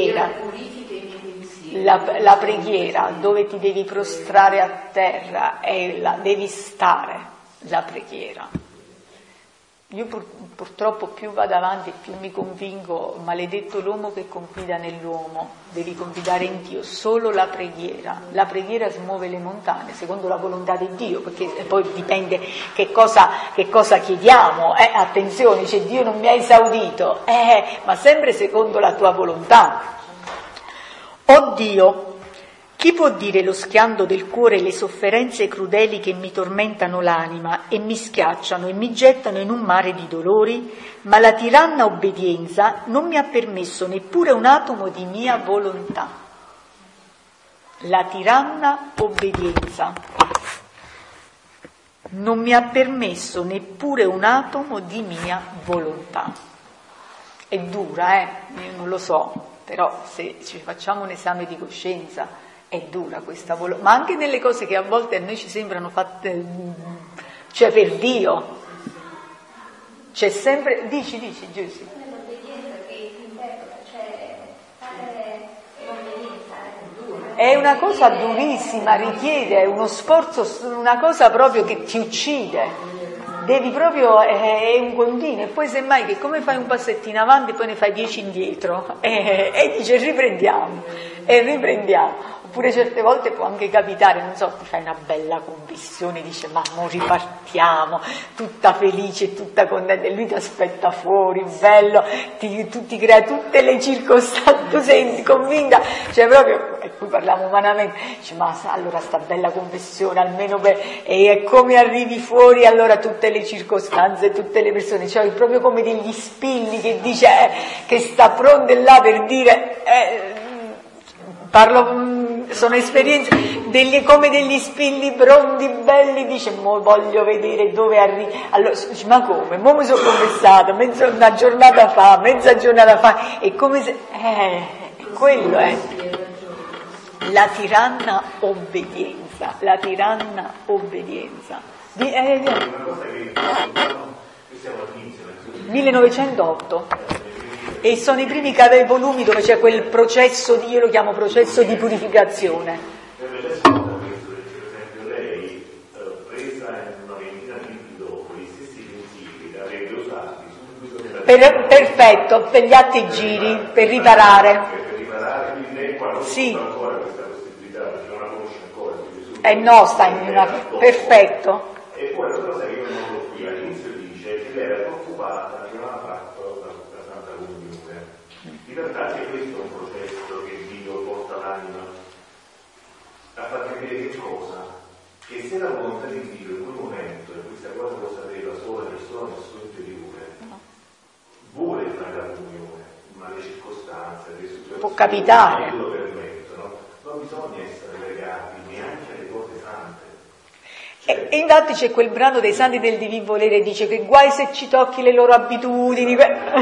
preghiera dove ti devi prostrare a terra, devi stare, la preghiera. Io purtroppo più vado avanti più mi convinco, maledetto l'uomo che confida nell'uomo, devi confidare in Dio, solo la preghiera smuove le montagne secondo la volontà di Dio, perché poi dipende che cosa chiediamo, attenzione, dice Dio non mi ha esaudito, ma sempre secondo la tua volontà. Oh Dio, chi può dire lo schiando del cuore e le sofferenze crudeli che mi tormentano l'anima e mi schiacciano e mi gettano in un mare di dolori? Ma la tiranna obbedienza non mi ha permesso neppure un atomo di mia volontà. La tiranna obbedienza non mi ha permesso neppure un atomo di mia volontà. È dura, io non lo so, però se ci facciamo un esame di coscienza è dura questa volontà, ma anche nelle cose che a volte a noi ci sembrano fatte, cioè per Dio, c'è sempre, dici Giussi. Nell'obbedienza che interpreta, cioè fare l'obbedienza è una cosa durissima, richiede uno sforzo, una cosa proprio che ti uccide. Devi proprio, è un continuo, e poi semmai che come fai un passettino avanti poi ne fai 10 indietro, e dice riprendiamo. Oppure certe volte può anche capitare, non so, ti fai una bella commissione, dice ma mo ripartiamo, tutta felice, tutta contenta, e lui ti aspetta fuori, bello, tu ti crea tutte le circostanze, tu sei convinta, cioè proprio, e qui parliamo umanamente, dice ma allora sta bella confessione, almeno e come arrivi fuori allora tutte le circostanze, tutte le persone, cioè proprio come degli spilli che dice che sta pronto là per dire... parlo sono esperienze come degli spilli brondi belli, dice voglio vedere dove arriva. Allora dice, ma come? Mo mi sono confessato una giornata fa, mezza giornata fa, è come se quello è la tiranna obbedienza, 1908. E sono i primi volumi dove c'è quel processo io lo chiamo processo di purificazione. Per esempio lei, presa in una ventina di libri dopo, gli stessi pensieri che avrebbe usati perfetto, per gli atti giri, per riparare. Per riparare, quindi lei qua non sì. ancora questa possibilità, perché non la conosce ancora. No, sta in una... perfetto. E poi la cosa che io non ho qui all'inizio dice che lei era preoccupata che non ha fatto la Santa Comunione. In realtà anche questo è un processo che Dio porta l'anima a far capire che cosa? Che se la volontà di Dio in quel momento, e questa cosa lo sapeva solo la persona nel suo interiore, vuole fare la comunione, ma le circostanze, le situazioni può capitare, non lo permettono, non bisogna essere legati neanche alle cose sante. E infatti c'è quel brano dei Santi del Divin Volere, dice che guai se ci tocchi le loro abitudini,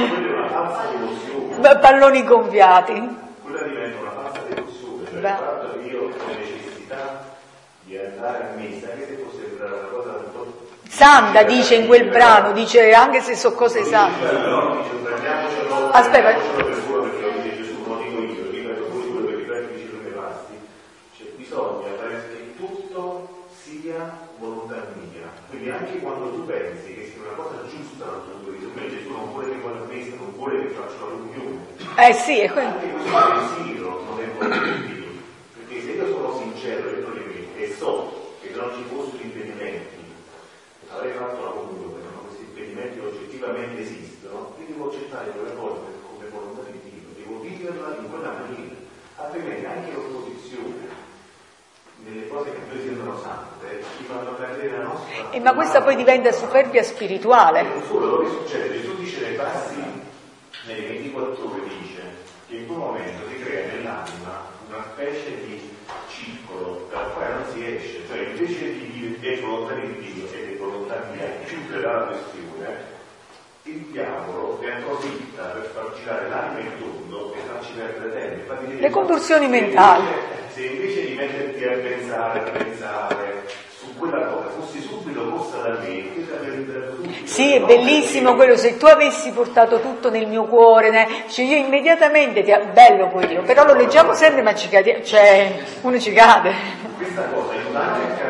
palloni gonfiati. Quella diventa una falsa devozione, cioè il fatto che io ho necessità di andare a messa, anche se può sembrare una cosa un po' santa, dice in quel brano, dice anche se so cose sante. Aspetta, per quello perché lo dice Gesù, non dico io, lo ripeto pure quello che ripete dice lui pasti, cioè bisogna fare che tutto sia volontà mia, quindi anche quando tu pensi che sia una cosa giusta la tua vita, Gesù non vuole che vada a messa, non vuole che faccia la comunione. Sì, è quello. Anche questo pensiero non è volontà di Dio, perché se io sono sincero dentro di me e so che se non ci fossero impedimenti avrei fatto la comunione, ma questi impedimenti oggettivamente esistono, io devo accettare quelle cose come volontà di Dio, devo viverla in quella maniera, altrimenti anche l'opposizione nelle cose che a noi sembrano sante ci fanno cadere la nostra. Ma questa poi diventa superbia spirituale. Non solo, quello che succede, Gesù dice nei passi, nelle 24 ore dice che in quel momento si crea nell'anima una specie di circolo dal quale non si esce, cioè invece di dire è volontà di Dio ed è volontà mia, chiudere la questione, il diavolo ne approfitta per far girare l'anima in tondo e farci perdere tempo. Le contorsioni mentali. Se invece di metterti a pensare su quella cosa, fossi subito posta da me, io ti avrei liberato subito. Sì, è bellissimo quello, se tu avessi portato tutto nel mio cuore, cioè io immediatamente bello quello, però lo leggiamo sempre ma ci cade, cioè uno ci cade. Questa cosa aiuta anche a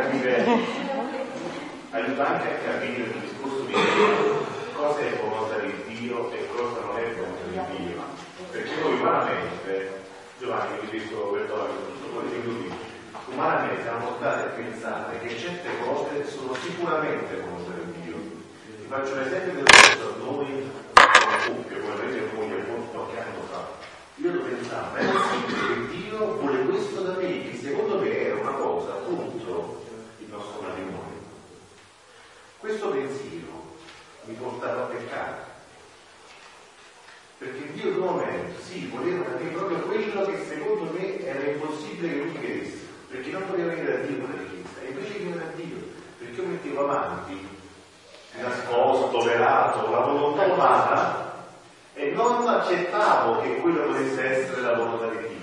capire il discorso di cosa è volontà di Dio e cosa non è volontà di Dio, perché noi umanamente, Giovanni, vi dico per tutto quello che lui umanamente siamo portati a pensare che certe cose sono sicuramente volontà di Dio. Ti faccio un esempio dello stesso, noi come coppia, come avete e moglie qualche anno fa, io lo pensavo, è possibile che Dio vuole questo da me, che secondo me era una cosa contro il nostro matrimonio. Questo pensiero mi portava a peccare. Perché Dio in un momento, sì, voleva da me proprio quello che secondo me era impossibile che lui chiedesse, perché non poteva venire da Dio quella richiesta, e invece viene da Dio, perché io mettevo avanti, nascosto, velato, la volontà umana, e non accettavo che quello potesse essere la volontà di Dio.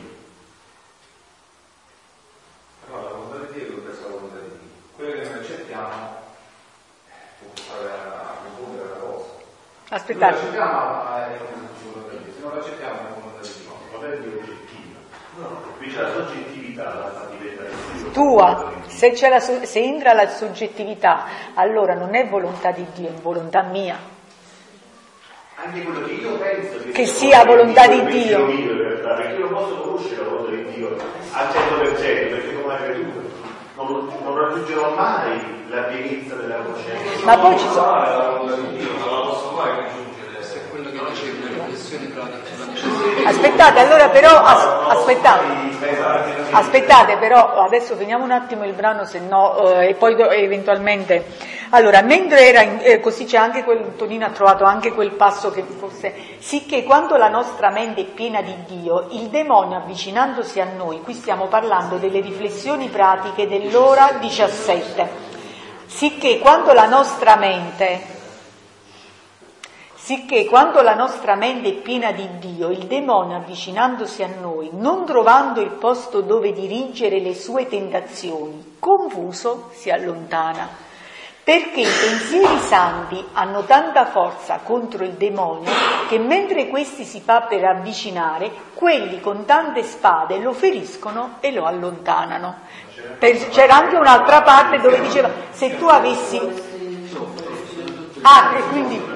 No, la volontà di Dio dovrebbe essere la volontà di Dio. Quello che noi accettiamo può fare a confondere la cosa. Aspettate. Noi accettiamo se non l'accettiamo è la volontà di Dio. Non è Dio oggettiva. No, qui c'è la soggettività, la fa diventare Dio. Tua, se entra la soggettività, allora non è volontà di Dio, è volontà mia. Anche quello che io penso che sia volontà di Dio. Mio, in realtà, perché io non posso conoscere la volontà di Dio al 100%, perché come una creatura non raggiungerò mai la pienezza della conoscenza. Ma poi ci sono. La volontà di Dio non la posso mai raggiungere. Se è quello che dicevi, una riflessione pratica. Aspettate, allora però aspettate però adesso finiamo un attimo il brano, se no e poi eventualmente Allora, mentre era così c'è anche Tonino ha trovato anche quel passo che forse, sicché quando la nostra mente è piena di Dio, il demonio avvicinandosi a noi, qui stiamo parlando delle riflessioni pratiche dell'ora 17, sicché quando la nostra mente è piena di Dio, il demonio avvicinandosi a noi, non trovando il posto dove dirigere le sue tentazioni, confuso si allontana. Perché i pensieri santi hanno tanta forza contro il demonio che mentre questi si fa per avvicinare, quelli con tante spade lo feriscono e lo allontanano. C'era anche un'altra parte dove diceva, se tu avessi... quindi...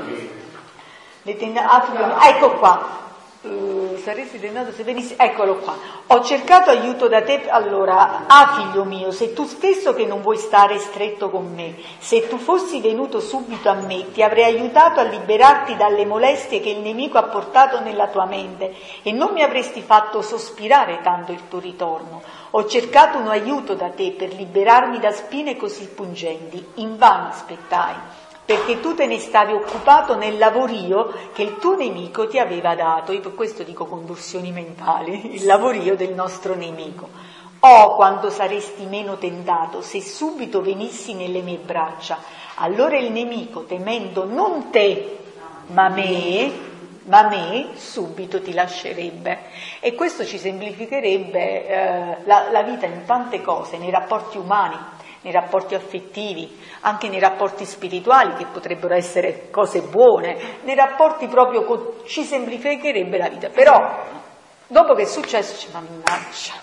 ecco qua, saresti tentato se venissi, eccolo qua, ho cercato aiuto da te, allora, figlio mio, se tu stesso che non vuoi stare stretto con me, se tu fossi venuto subito a me, ti avrei aiutato a liberarti dalle molestie che il nemico ha portato nella tua mente e non mi avresti fatto sospirare tanto il tuo ritorno. Ho cercato un aiuto da te per liberarmi da spine così pungenti, invano aspettai, perché tu te ne stavi occupato nel lavorio che il tuo nemico ti aveva dato. Io per questo dico convulsioni mentali, il lavorio del nostro nemico. Oh, quando saresti meno tentato se subito venissi nelle mie braccia. Allora il nemico, temendo non te, ma me, subito ti lascerebbe. E questo ci semplificherebbe la vita in tante cose, nei rapporti umani, nei rapporti affettivi, anche nei rapporti spirituali, che potrebbero essere cose buone, nei rapporti proprio ci semplificherebbe la vita. Però dopo che è successo ci mannaggia.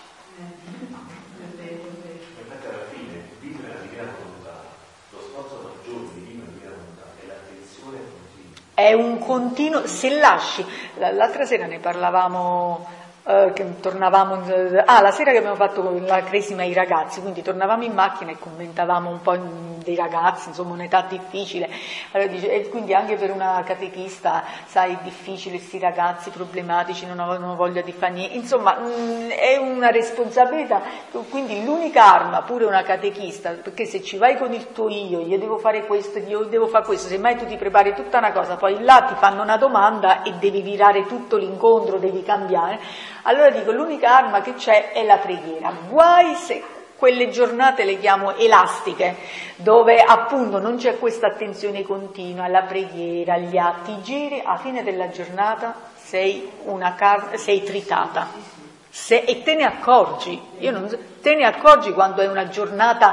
Infatti alla fine vivere la divina volontà, lo sforzo maggiore di vivere la divina volontà è l'attenzione continua. È un continuo, se lasci, l'altra sera ne parlavamo, che tornavamo, la sera che abbiamo fatto la cresima ai ragazzi, quindi tornavamo in macchina e commentavamo un po' dei ragazzi, insomma un'età difficile, allora dice, e quindi anche per una catechista, sai, è difficile, questi ragazzi problematici, non avevano voglia di fare niente, insomma è una responsabilità, quindi l'unica arma, pure una catechista, perché se ci vai con il tuo io devo fare questo, io devo fare questo, semmai tu ti prepari tutta una cosa, poi là ti fanno una domanda e devi virare tutto l'incontro, devi cambiare. Allora dico, l'unica arma che c'è è la preghiera. Guai se quelle giornate le chiamo elastiche, dove appunto non c'è questa attenzione continua, la preghiera, gli atti, giri, alla fine della giornata sei tritata. E te ne accorgi, te ne accorgi quando è una giornata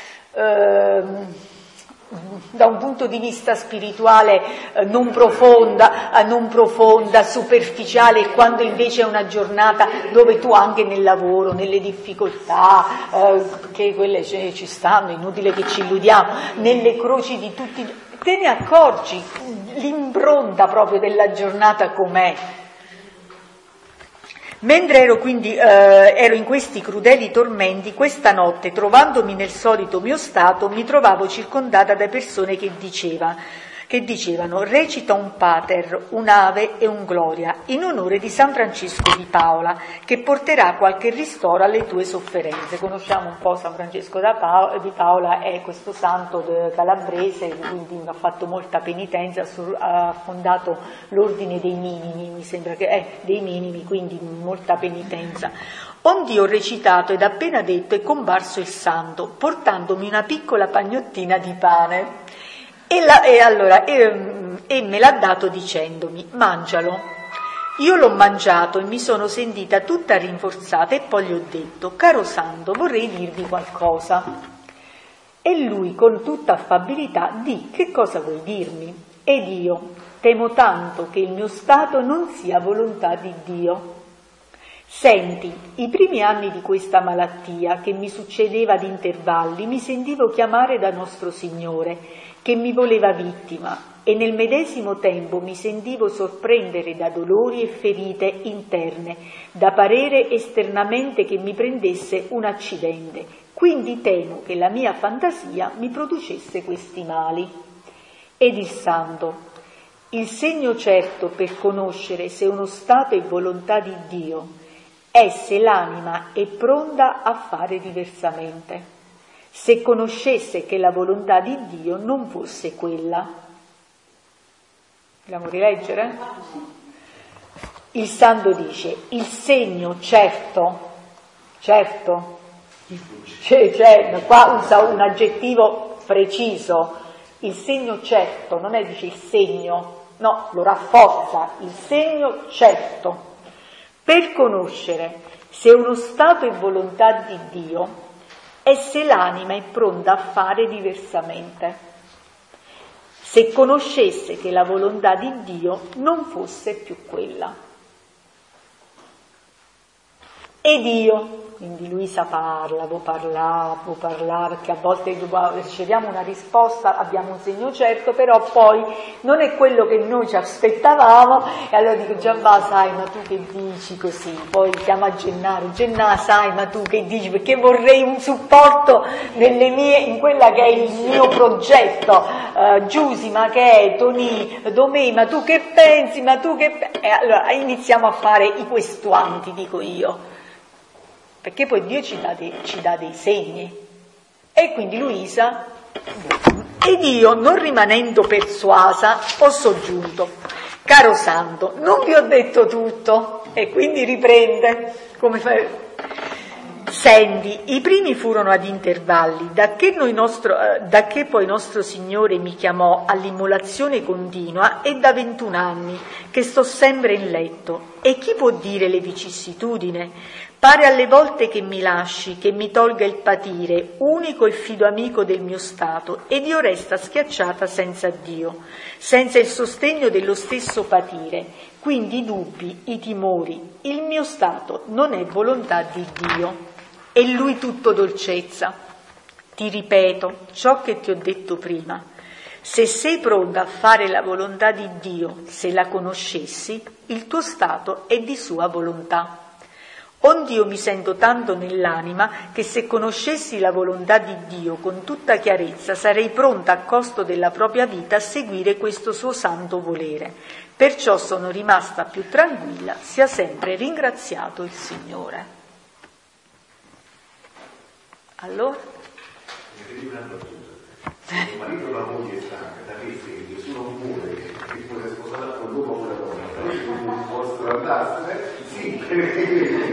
da un punto di vista spirituale non profonda, superficiale, e quando invece è una giornata dove tu anche nel lavoro, nelle difficoltà, che quelle ci stanno, è inutile che ci illudiamo, nelle croci di tutti, te ne accorgi, l'impronta proprio della giornata com'è. Mentre ero in questi crudeli tormenti, questa notte, trovandomi nel solito mio stato, mi trovavo circondata da persone che dicevano recita un pater, un ave e un gloria in onore di San Francesco di Paola, che porterà qualche ristoro alle tue sofferenze. Conosciamo un po' San Francesco di Paola, è questo santo calabrese, quindi ha fatto molta penitenza, ha fondato l'ordine dei minimi, mi sembra che è dei minimi, quindi molta penitenza. Ond'io ho recitato ed appena detto è comparso il santo, portandomi una piccola pagnottina di pane. E me l'ha dato dicendomi, mangialo. Io l'ho mangiato e mi sono sentita tutta rinforzata e poi gli ho detto, caro santo, vorrei dirvi qualcosa. E lui con tutta affabilità, di che cosa vuoi dirmi? Ed io, temo tanto che il mio stato non sia volontà di Dio. Senti, i primi anni di questa malattia, che mi succedeva ad intervalli, mi sentivo chiamare da nostro Signore, che mi voleva vittima, e nel medesimo tempo mi sentivo sorprendere da dolori e ferite interne, da parere esternamente che mi prendesse un accidente. Quindi temo che la mia fantasia mi producesse questi mali. Ed il santo, il segno certo per conoscere se uno stato è volontà di Dio è se l'anima è pronta a fare diversamente. se conoscesse che la volontà di Dio non fosse quella. Vogliamo rileggere? Il santo dice, il segno certo, qua usa un aggettivo preciso, il segno certo, non è dice il segno, no, lo rafforza, il segno certo, per conoscere se uno stato è volontà di Dio e se l'anima è pronta a fare diversamente, se conoscesse che la volontà di Dio non fosse più quella. Ed io, quindi Luisa può parlare, perché a volte riceviamo una risposta, abbiamo un segno certo, però poi non è quello che noi ci aspettavamo, e allora dico, Gianva, sai, ma tu che dici così? Poi chiama Gennaro, sai, ma tu che dici? Perché vorrei un supporto in quella che è il mio progetto, Giusy, ma che è, Toni, Domè, ma tu che pensi, E allora iniziamo a fare i questuanti, dico io. Perché poi Dio ci dà dei segni. E quindi Luisa, ed io, non rimanendo persuasa, ho soggiunto, caro santo, non vi ho detto tutto, e quindi riprende, come fa? Senti, i primi furono ad intervalli, dacché poi nostro Signore mi chiamò all'immolazione continua, è da 21 anni che sto sempre in letto, e chi può dire le vicissitudini? Pare alle volte che mi lasci, che mi tolga il patire, unico e fido amico del mio stato, ed io resta schiacciata senza Dio, senza il sostegno dello stesso patire. Quindi i dubbi, i timori, il mio stato non è volontà di Dio. E Lui tutto dolcezza. Ti ripeto ciò che ti ho detto prima. Se sei pronta a fare la volontà di Dio, se la conoscessi, il tuo stato è di sua volontà. Ond'io mi sento tanto nell'anima che se conoscessi la volontà di Dio con tutta chiarezza sarei pronta a costo della propria vita a seguire questo suo santo volere. Perciò sono rimasta più tranquilla, sia sempre ringraziato il Signore. Allora? Se il marito o la moglie è stanca, capisse che nessuno vuole che può essere sposata con l'uomo o con la donna, non possono andarsene, sì, perché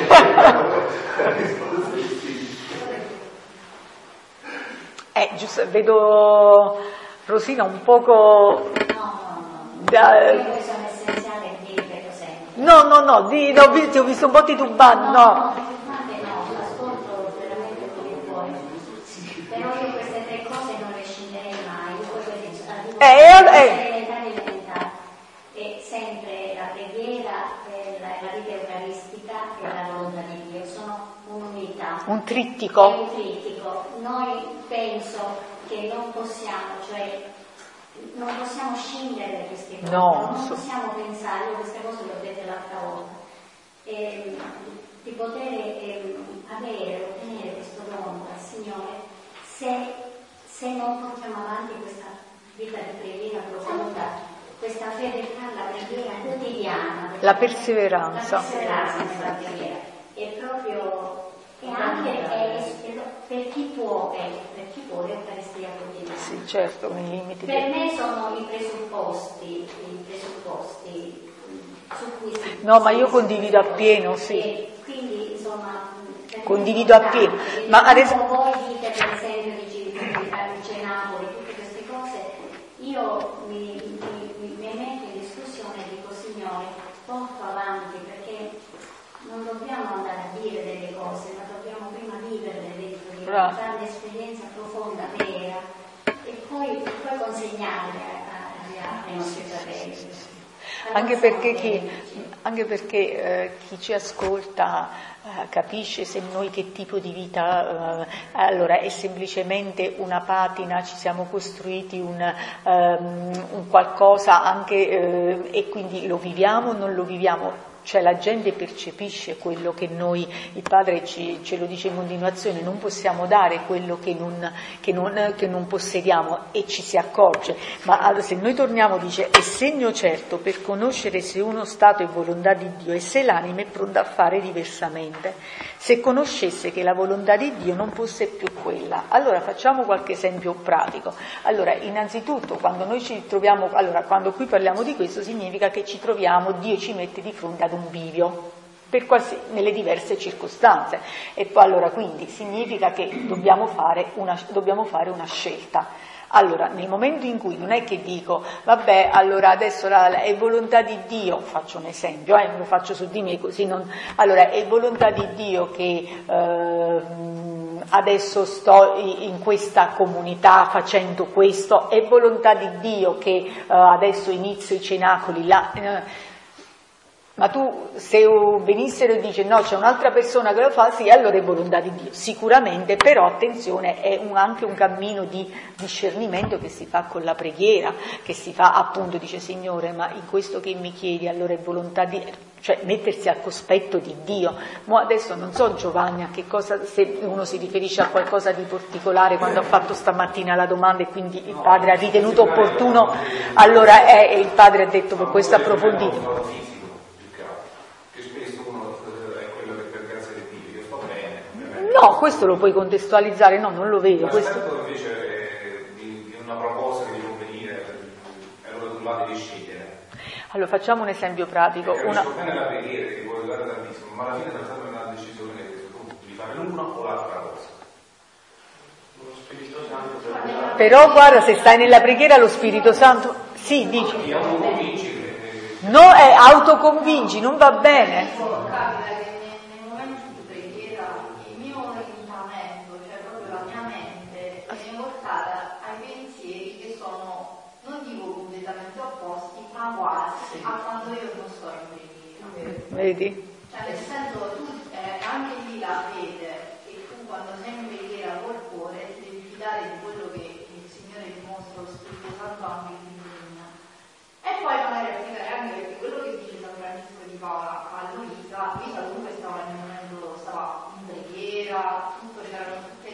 giusto, vedo Rosina un poco... Io sono essenziale che ripeto sempre. No, ti ho visto un po' titubante, no. Ascolto veramente quello che vuoi. Però io queste tre cose non le scinderei mai. E sempre la preghiera, la vita eucaristica e la volontà di Dio sono un'unità. Un trittico. È un trittico. Noi penso che non possiamo scindere da queste cose, non possiamo pensare, io queste cose le ho dette l'altra volta, di poter ottenere questo dono dal Signore se non portiamo avanti questa vita di preghiera profonda, questa fedeltà alla preghiera quotidiana, la perseveranza nella preghiera, e anche per chi può l'Eucaristia quotidiana. Sì, certo, nei limiti. Per me sono i presupposti su cui si... No, ma io condivido appieno, sì. E quindi, insomma... Condivido appieno. Ma adesso... Voi dite, per esempio, di Cenapoli, tutte queste cose, io mi metto in discussione e dico, Signore, porto avanti, perché non dobbiamo andare a dire delle cose, ma dobbiamo prima viverle dentro di noi, fare un'esperienza profonda, vera, e poi consegnarle ai nostri fratelli. Anche perché chi ci ascolta capisce se noi che tipo di vita, allora è semplicemente una patina, ci siamo costruiti un qualcosa anche e quindi lo viviamo o non lo viviamo. cioè la gente percepisce quello che noi, il Padre ce lo dice in continuazione, non possiamo dare quello che non possediamo, e ci si accorge. Ma allora, se noi torniamo, dice, è segno certo per conoscere se uno stato è volontà di Dio e se l'anima è pronta a fare diversamente. Se conoscesse che la volontà di Dio non fosse più quella. Allora facciamo qualche esempio pratico. Allora, innanzitutto, quando noi ci troviamo, allora quando qui parliamo di questo, significa che ci troviamo, Dio ci mette di fronte ad un bivio nelle diverse circostanze, e poi allora quindi significa che dobbiamo fare una scelta. Allora, nel momento in cui non è che dico, vabbè, allora adesso è volontà di Dio, faccio un esempio, lo faccio su di me così non. Allora, è volontà di Dio che adesso sto in questa comunità facendo questo, è volontà di Dio che adesso inizio i cenacoli là. Ma tu, se venissero e dice no, c'è un'altra persona che lo fa, sì, allora è volontà di Dio, sicuramente, però attenzione, è anche un cammino di discernimento che si fa con la preghiera, che si fa appunto, dice Signore, ma in questo che mi chiedi allora è volontà di, cioè mettersi al cospetto di Dio. Ma adesso non so, Giovanni, a che cosa, se uno si riferisce a qualcosa di particolare quando ha fatto stamattina la domanda e quindi il padre ha ritenuto opportuno, allora il padre ha detto per questo approfondito. No, questo lo puoi contestualizzare, no, non lo vedo. Questo invece di una proposta che di convenire, allora tu la devi scegliere. Allora facciamo un esempio pratico. Una la preghiera ti può aiutare tantissimo, ma alla fine è sempre una decisione che tu devi fare l'una o l'altra cosa. Lo Spirito Santo. Però guarda, se stai nella preghiera lo Spirito Santo, sì, dici. Ti autoconvinci. No, autoconvinci, non va bene. A quando io non sto in preghiera. Vedi? Cioè nel senso, tu anche lì la fede, che tu quando sei in preghiera col cuore ti devi fidare di quello che il Signore ti mostra, lo Spirito Santo anche ti insegna. E poi magari applicare anche, perché quello che dice San Francesco di Paola a Luisa comunque stava in preghiera, tutto, c'erano tutte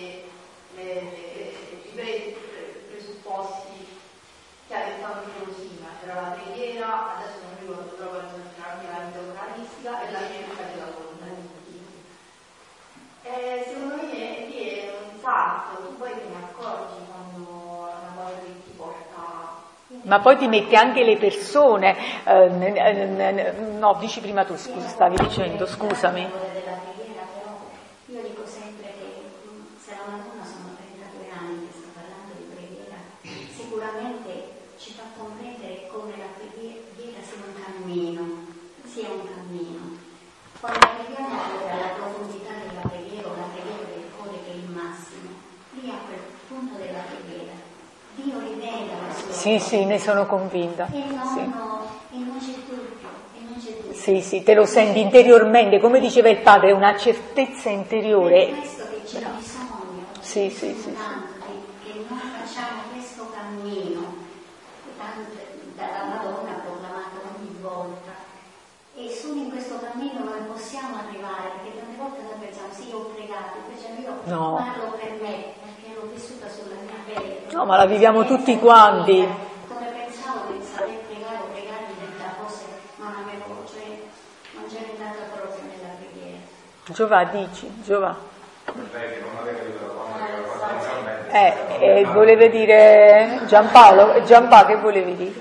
i presupposti che ha detto anche Rosina, c'era la preghiera, adesso non ricordo, però anche la vita eucaristica e la ricerca della volontà di Dio. Secondo me lì è un salto, tu poi te ne accorgi quando è una cosa che ti porta. Ma poi ti mette anche le persone, no, dici prima tu, scusa, stavi dicendo, scusami. Della preghiera, però io dico sempre che se la Madonna sono 32 anni che sto parlando di preghiera, sicuramente ci fa comprendere come la preghiera sia un cammino. Quando arriviamo alla profondità della preghiera, o la preghiera del cuore che è il massimo, lì a quel punto della preghiera, Dio rivela la sua Sì, ne sono convinta. E non c'è dubbio. Sì, te lo senti interiormente, come diceva il padre, è una certezza interiore. È questo che c'è bisogno. Sì. Che noi facciamo questo cammino dalla Madonna proclamato ogni volta, e solo in questo cammino noi possiamo arrivare, perché tante volte noi pensiamo sì, ho pregato, invece io parlo per me, perché l'ho vissuta sulla mia pelle. No, ma la viviamo tutti quanti. Come pensavo di saper pregare diventa forse non c'era entrata proprio nella preghiera. Giova. Voleva dire Giampaolo, che volevi dire?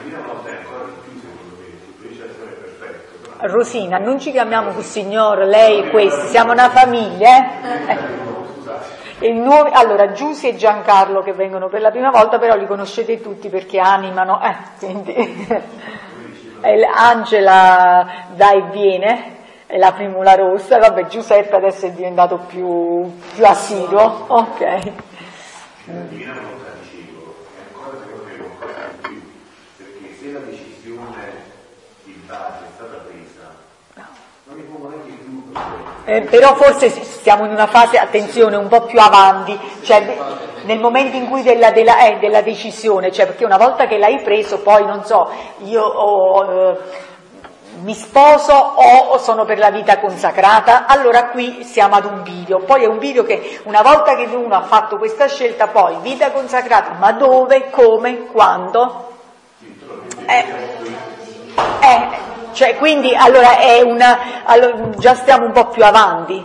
Rosina, non ci chiamiamo col Signore, lei e questi, siamo una famiglia, Allora, Giussi e Giancarlo che vengono per la prima volta, però li conoscete tutti perché animano, quindi Angela va e viene, è la primula rossa, vabbè, Giuseppe adesso è diventato più assiduo, ok. Divina volontà, dicevo, è ancora secondo me ancora di più, perché se la decisione di base è stata presa, non mi pongo neanche il dubbio. Però forse siamo in una fase, attenzione, un po' più avanti, cioè nel momento in cui della decisione, cioè perché una volta che l'hai preso, poi non so, io mi sposo o sono per la vita consacrata, allora qui siamo ad un bivio. Poi è un bivio che una volta che uno ha fatto questa scelta, poi vita consacrata, ma dove, come, quando? Cioè, quindi allora allora, già stiamo un po' più avanti.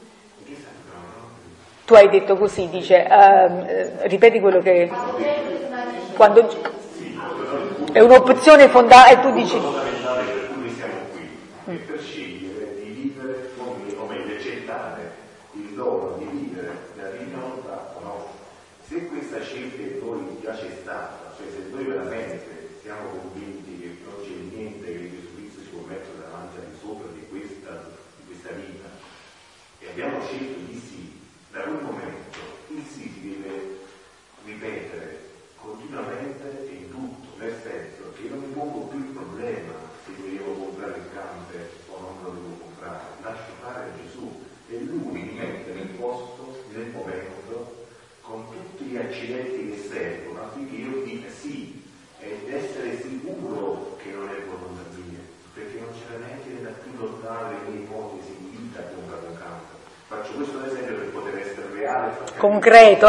Tu hai detto così, dice, ripeti quello che... Quando è un'opzione fondamentale, e tu dici... fondamentale per cui noi siamo qui, è per scegliere di vivere, o meglio, accettare il dono di vivere la divina volontà o no. Se questa scelta in noi già c'è stata, cioè se noi veramente siamo convinti che non c'è niente che Gesù Cristo ci può mettere davanti al di sopra di questa vita, e abbiamo scelto di sì, da quel momento il sì si deve ripetere continuamente e in tutto, nel senso che io non mi pongo più il problema se devo comprare il camper o non lo devo comprare, lascio fare a Gesù e lui mi mette nel posto, nel momento, con tutti gli accidenti che servono affinché io dica sì ed essere sicuro che non è volontà mia, perché non c'era neanche nella più lontana delle mie ipotesi di vita comprare un camper. Faccio questo ad esempio per poter essere reale, concreto,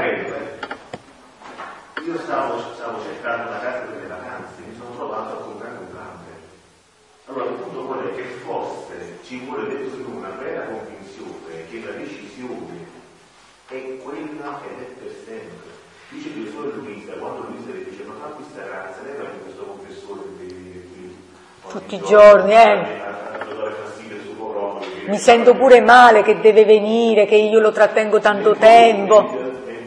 Io stavo cercando una casa per le vacanze, mi sono trovato a comprare un camper. Allora il punto qual è? Che forse ci vuole dentro una vera convinzione che la decisione è quella ed è per sempre. Dice che solo Luisa, quando Luisa le dice ma fa questa ragazza, lei va in questo confessore che viene qui tutti i giorni, mi sento pure male che deve venire, che io lo trattengo tanto tempo.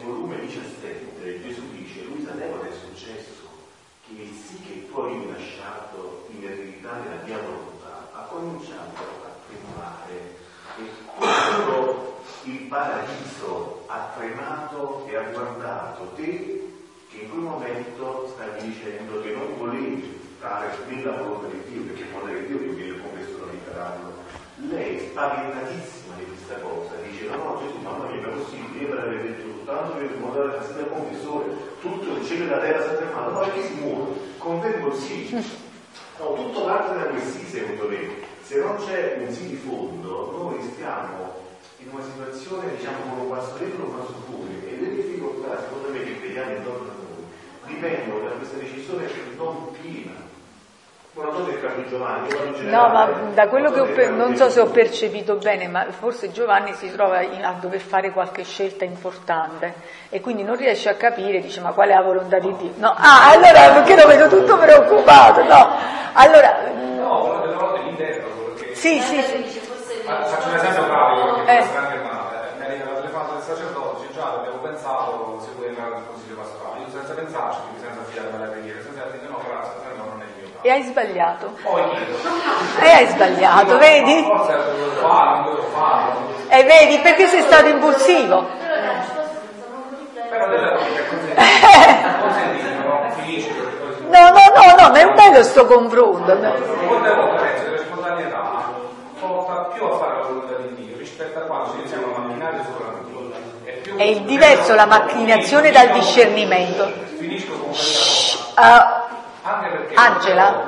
Il paradiso ha tremato e ha guardato te che in quel momento stavi dicendo che non volevi stare nella volontà di Dio, perché vuole che Dio ti viene come sono liberarlo. Lei spaventatissima di questa cosa dice no Gesù, mamma mia, è possibile, io me l'avevo detto soltanto per montare la sede del confessore, tutto il cielo e la terra si è tremato, ma perché si muore? Confermo il sì. No, tutto parte da quel sì, secondo me. Se non c'è un sì di fondo, noi stiamo in una situazione, diciamo, come un passo dentro e un passo fuori, e le difficoltà, secondo me, che vediamo intorno a noi, dipendono da questa decisione non piena. Non so se è caso Giovanni, no, ma da quello che non so se ho percepito bene, ma forse Giovanni si trova a dover fare qualche scelta importante e quindi non riesce a capire, dice ma qual è la volontà di Dio? No, allora perché lo vedo tutto preoccupato, no, allora... No, delle volte l'interno, perché... Sì. Faccio un esempio pratico, perché questo è anche male. Mi arriva la telefonata del sacerdote, dice già avevo pensato se vuoi entrare nel consiglio pastorale, io senza pensarci, quindi senza affidarmi alla preghiera, senza dire no grazie, no, non è il mio caso. E hai sbagliato. Poi chiedo. E hai sbagliato, vedi? Forse dovevo farlo. E vedi, perché sei stato impulsivo? Però della vita è consentito, no? Finisce. No, ma è un bello sto confronto. Molte volte penso che la spontaneità porta più a fare la volontà di Dio rispetto a quando ci iniziamo a macchinare sopra la vita. È il diverso la macchinazione dal discernimento. Finisco con questa cosa. Anche perché Angela?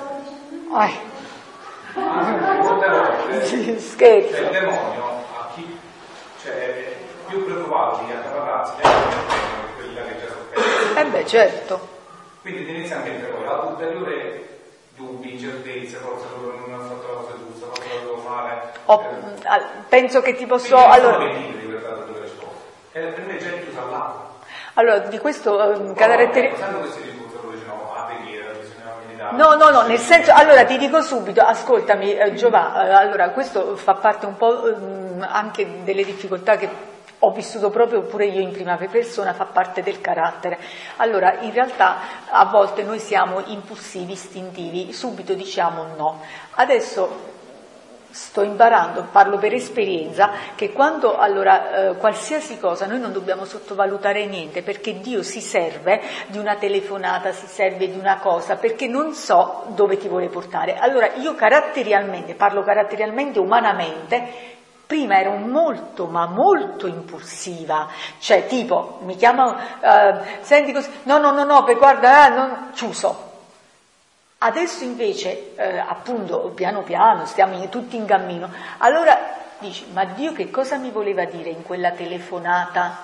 molte volte scherzo. il demonio a chi è più preoccupato di accaparrarsi che quella che già soffre. Certo. Quindi ti inizia anche poi ad ulteriore dubbi, incertezze, forse non ho fatto la cosa giusta, cosa la devo fare. Penso che ti posso... Quindi allora... E per me già è chiusa all'altro. Allora, di questo Pensando questi discorsi dove dicevano a preghiera, bisognava meditare. No, nel senso, allora ti dico subito, ascoltami Giovanni, allora questo fa parte un po' anche delle difficoltà che ho vissuto proprio pure io in prima persona, fa parte del carattere. Allora, in realtà a volte noi siamo impulsivi, istintivi, subito diciamo no. Adesso sto imparando, parlo per esperienza, che quando qualsiasi cosa noi non dobbiamo sottovalutare niente, perché Dio si serve di una telefonata, si serve di una cosa, perché non so dove ti vuole portare. Allora io parlo caratterialmente, umanamente, prima ero molto, ma molto impulsiva, cioè tipo mi chiamano, senti così, no, guarda, chiuso. Adesso invece, appunto, piano piano, stiamo tutti in cammino. Allora dici, ma Dio che cosa mi voleva dire in quella telefonata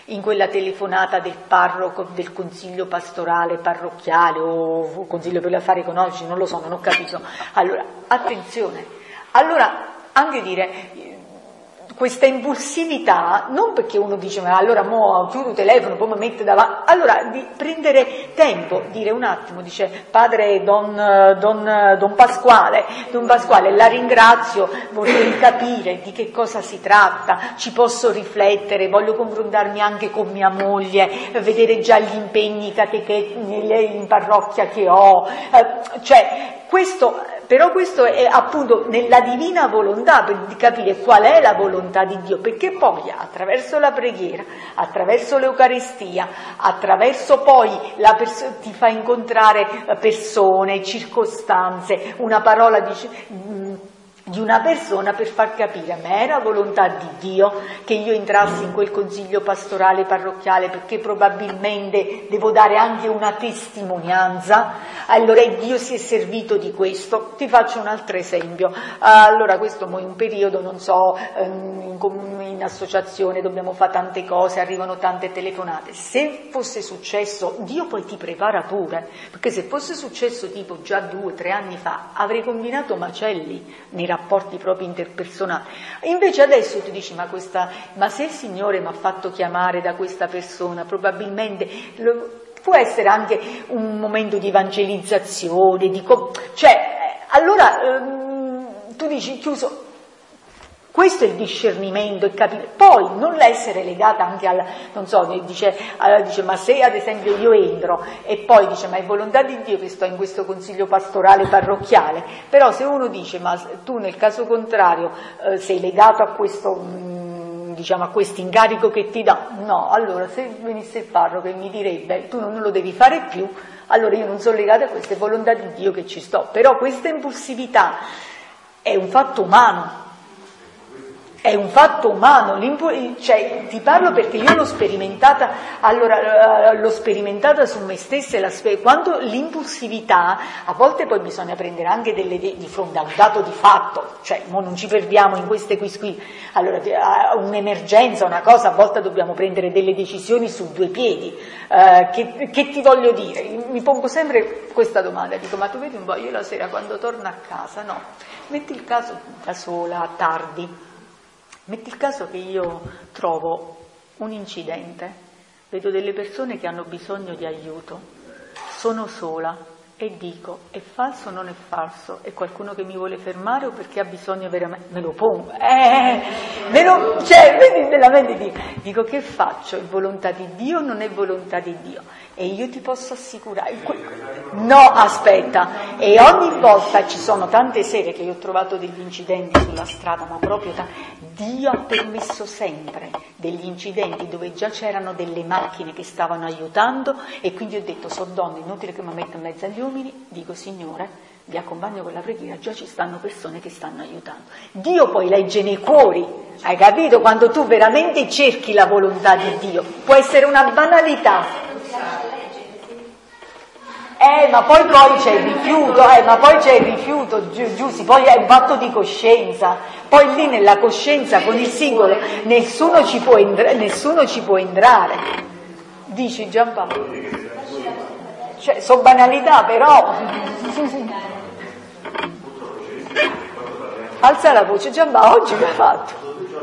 del parroco, del consiglio pastorale parrocchiale o consiglio per gli affari economici, non lo so, non ho capito. Allora, attenzione, allora anche dire questa impulsività, non perché uno dice ma allora mo chiudo il telefono, poi mi mette davanti, allora di prendere tempo, dire un attimo, dice padre Don Pasquale, la ringrazio, vorrei capire di che cosa si tratta, ci posso riflettere, voglio confrontarmi anche con mia moglie, vedere già gli impegni in parrocchia che ho, cioè questo è appunto nella divina volontà, per capire qual è la volontà di Dio, perché poi attraverso la preghiera, attraverso l'Eucaristia, attraverso poi ti fa incontrare persone, circostanze, una parola di una persona per far capire a me era volontà di Dio che io entrassi in quel consiglio pastorale parrocchiale perché probabilmente devo dare anche una testimonianza, allora Dio si è servito di questo. Ti faccio un altro esempio, allora questo è un periodo, non so, in associazione dobbiamo fare tante cose, arrivano tante telefonate, se fosse successo, Dio poi ti prepara pure, perché se fosse successo tipo già 2 o 3 anni fa avrei combinato macelli nei rapporti proprio interpersonali. Invece adesso tu dici ma se il Signore mi ha fatto chiamare da questa persona, probabilmente può essere anche un momento di evangelizzazione, allora tu dici chiuso. Questo è il discernimento e capire. Poi non essere legata anche dice ma se ad esempio io entro e poi dice ma è volontà di Dio che sto in questo consiglio pastorale parrocchiale, però se uno dice ma tu nel caso contrario sei legato a questo a questo incarico che ti dà, no, allora se venisse il parroco e mi direbbe tu non lo devi fare più, allora io non sono legata a questa, è volontà di Dio che ci sto. Però questa impulsività è un fatto umano. È un fatto umano, cioè ti parlo perché io l'ho sperimentata su me stessa, quando l'impulsività, a volte poi bisogna prendere anche di fronte a un dato di fatto, cioè non ci perdiamo in queste qui, allora un'emergenza, una cosa, a volte dobbiamo prendere delle decisioni su 2 piedi, che ti voglio dire, mi pongo sempre questa domanda, dico ma tu vedi un po', io la sera quando torno a casa, no, metti il caso da sola, tardi, metti il caso che io trovo un incidente, vedo delle persone che hanno bisogno di aiuto, sono sola e dico è falso o non è falso? È qualcuno che mi vuole fermare o perché ha bisogno veramente? Me lo pongo, vedi nella mente dico che faccio? È volontà di Dio o non è volontà di Dio? E io ti posso assicurare, no aspetta, e ogni volta ci sono tante sere che io ho trovato degli incidenti sulla strada, ma proprio Dio ha permesso sempre degli incidenti dove già c'erano delle macchine che stavano aiutando e quindi ho detto sono donne, inutile che mi metto in mezzo agli uomini, dico Signore vi accompagno con la preghiera, già ci stanno persone che stanno aiutando. Dio poi legge nei cuori, hai capito? Quando tu veramente cerchi la volontà di Dio, può essere una banalità. Ma poi c'è il rifiuto, Giussi, poi è un fatto di coscienza, poi lì nella coscienza con il singolo nessuno ci può entrare, dici Giampaolo, cioè sono banalità però, alza la voce Giampaolo, oggi che ha fatto?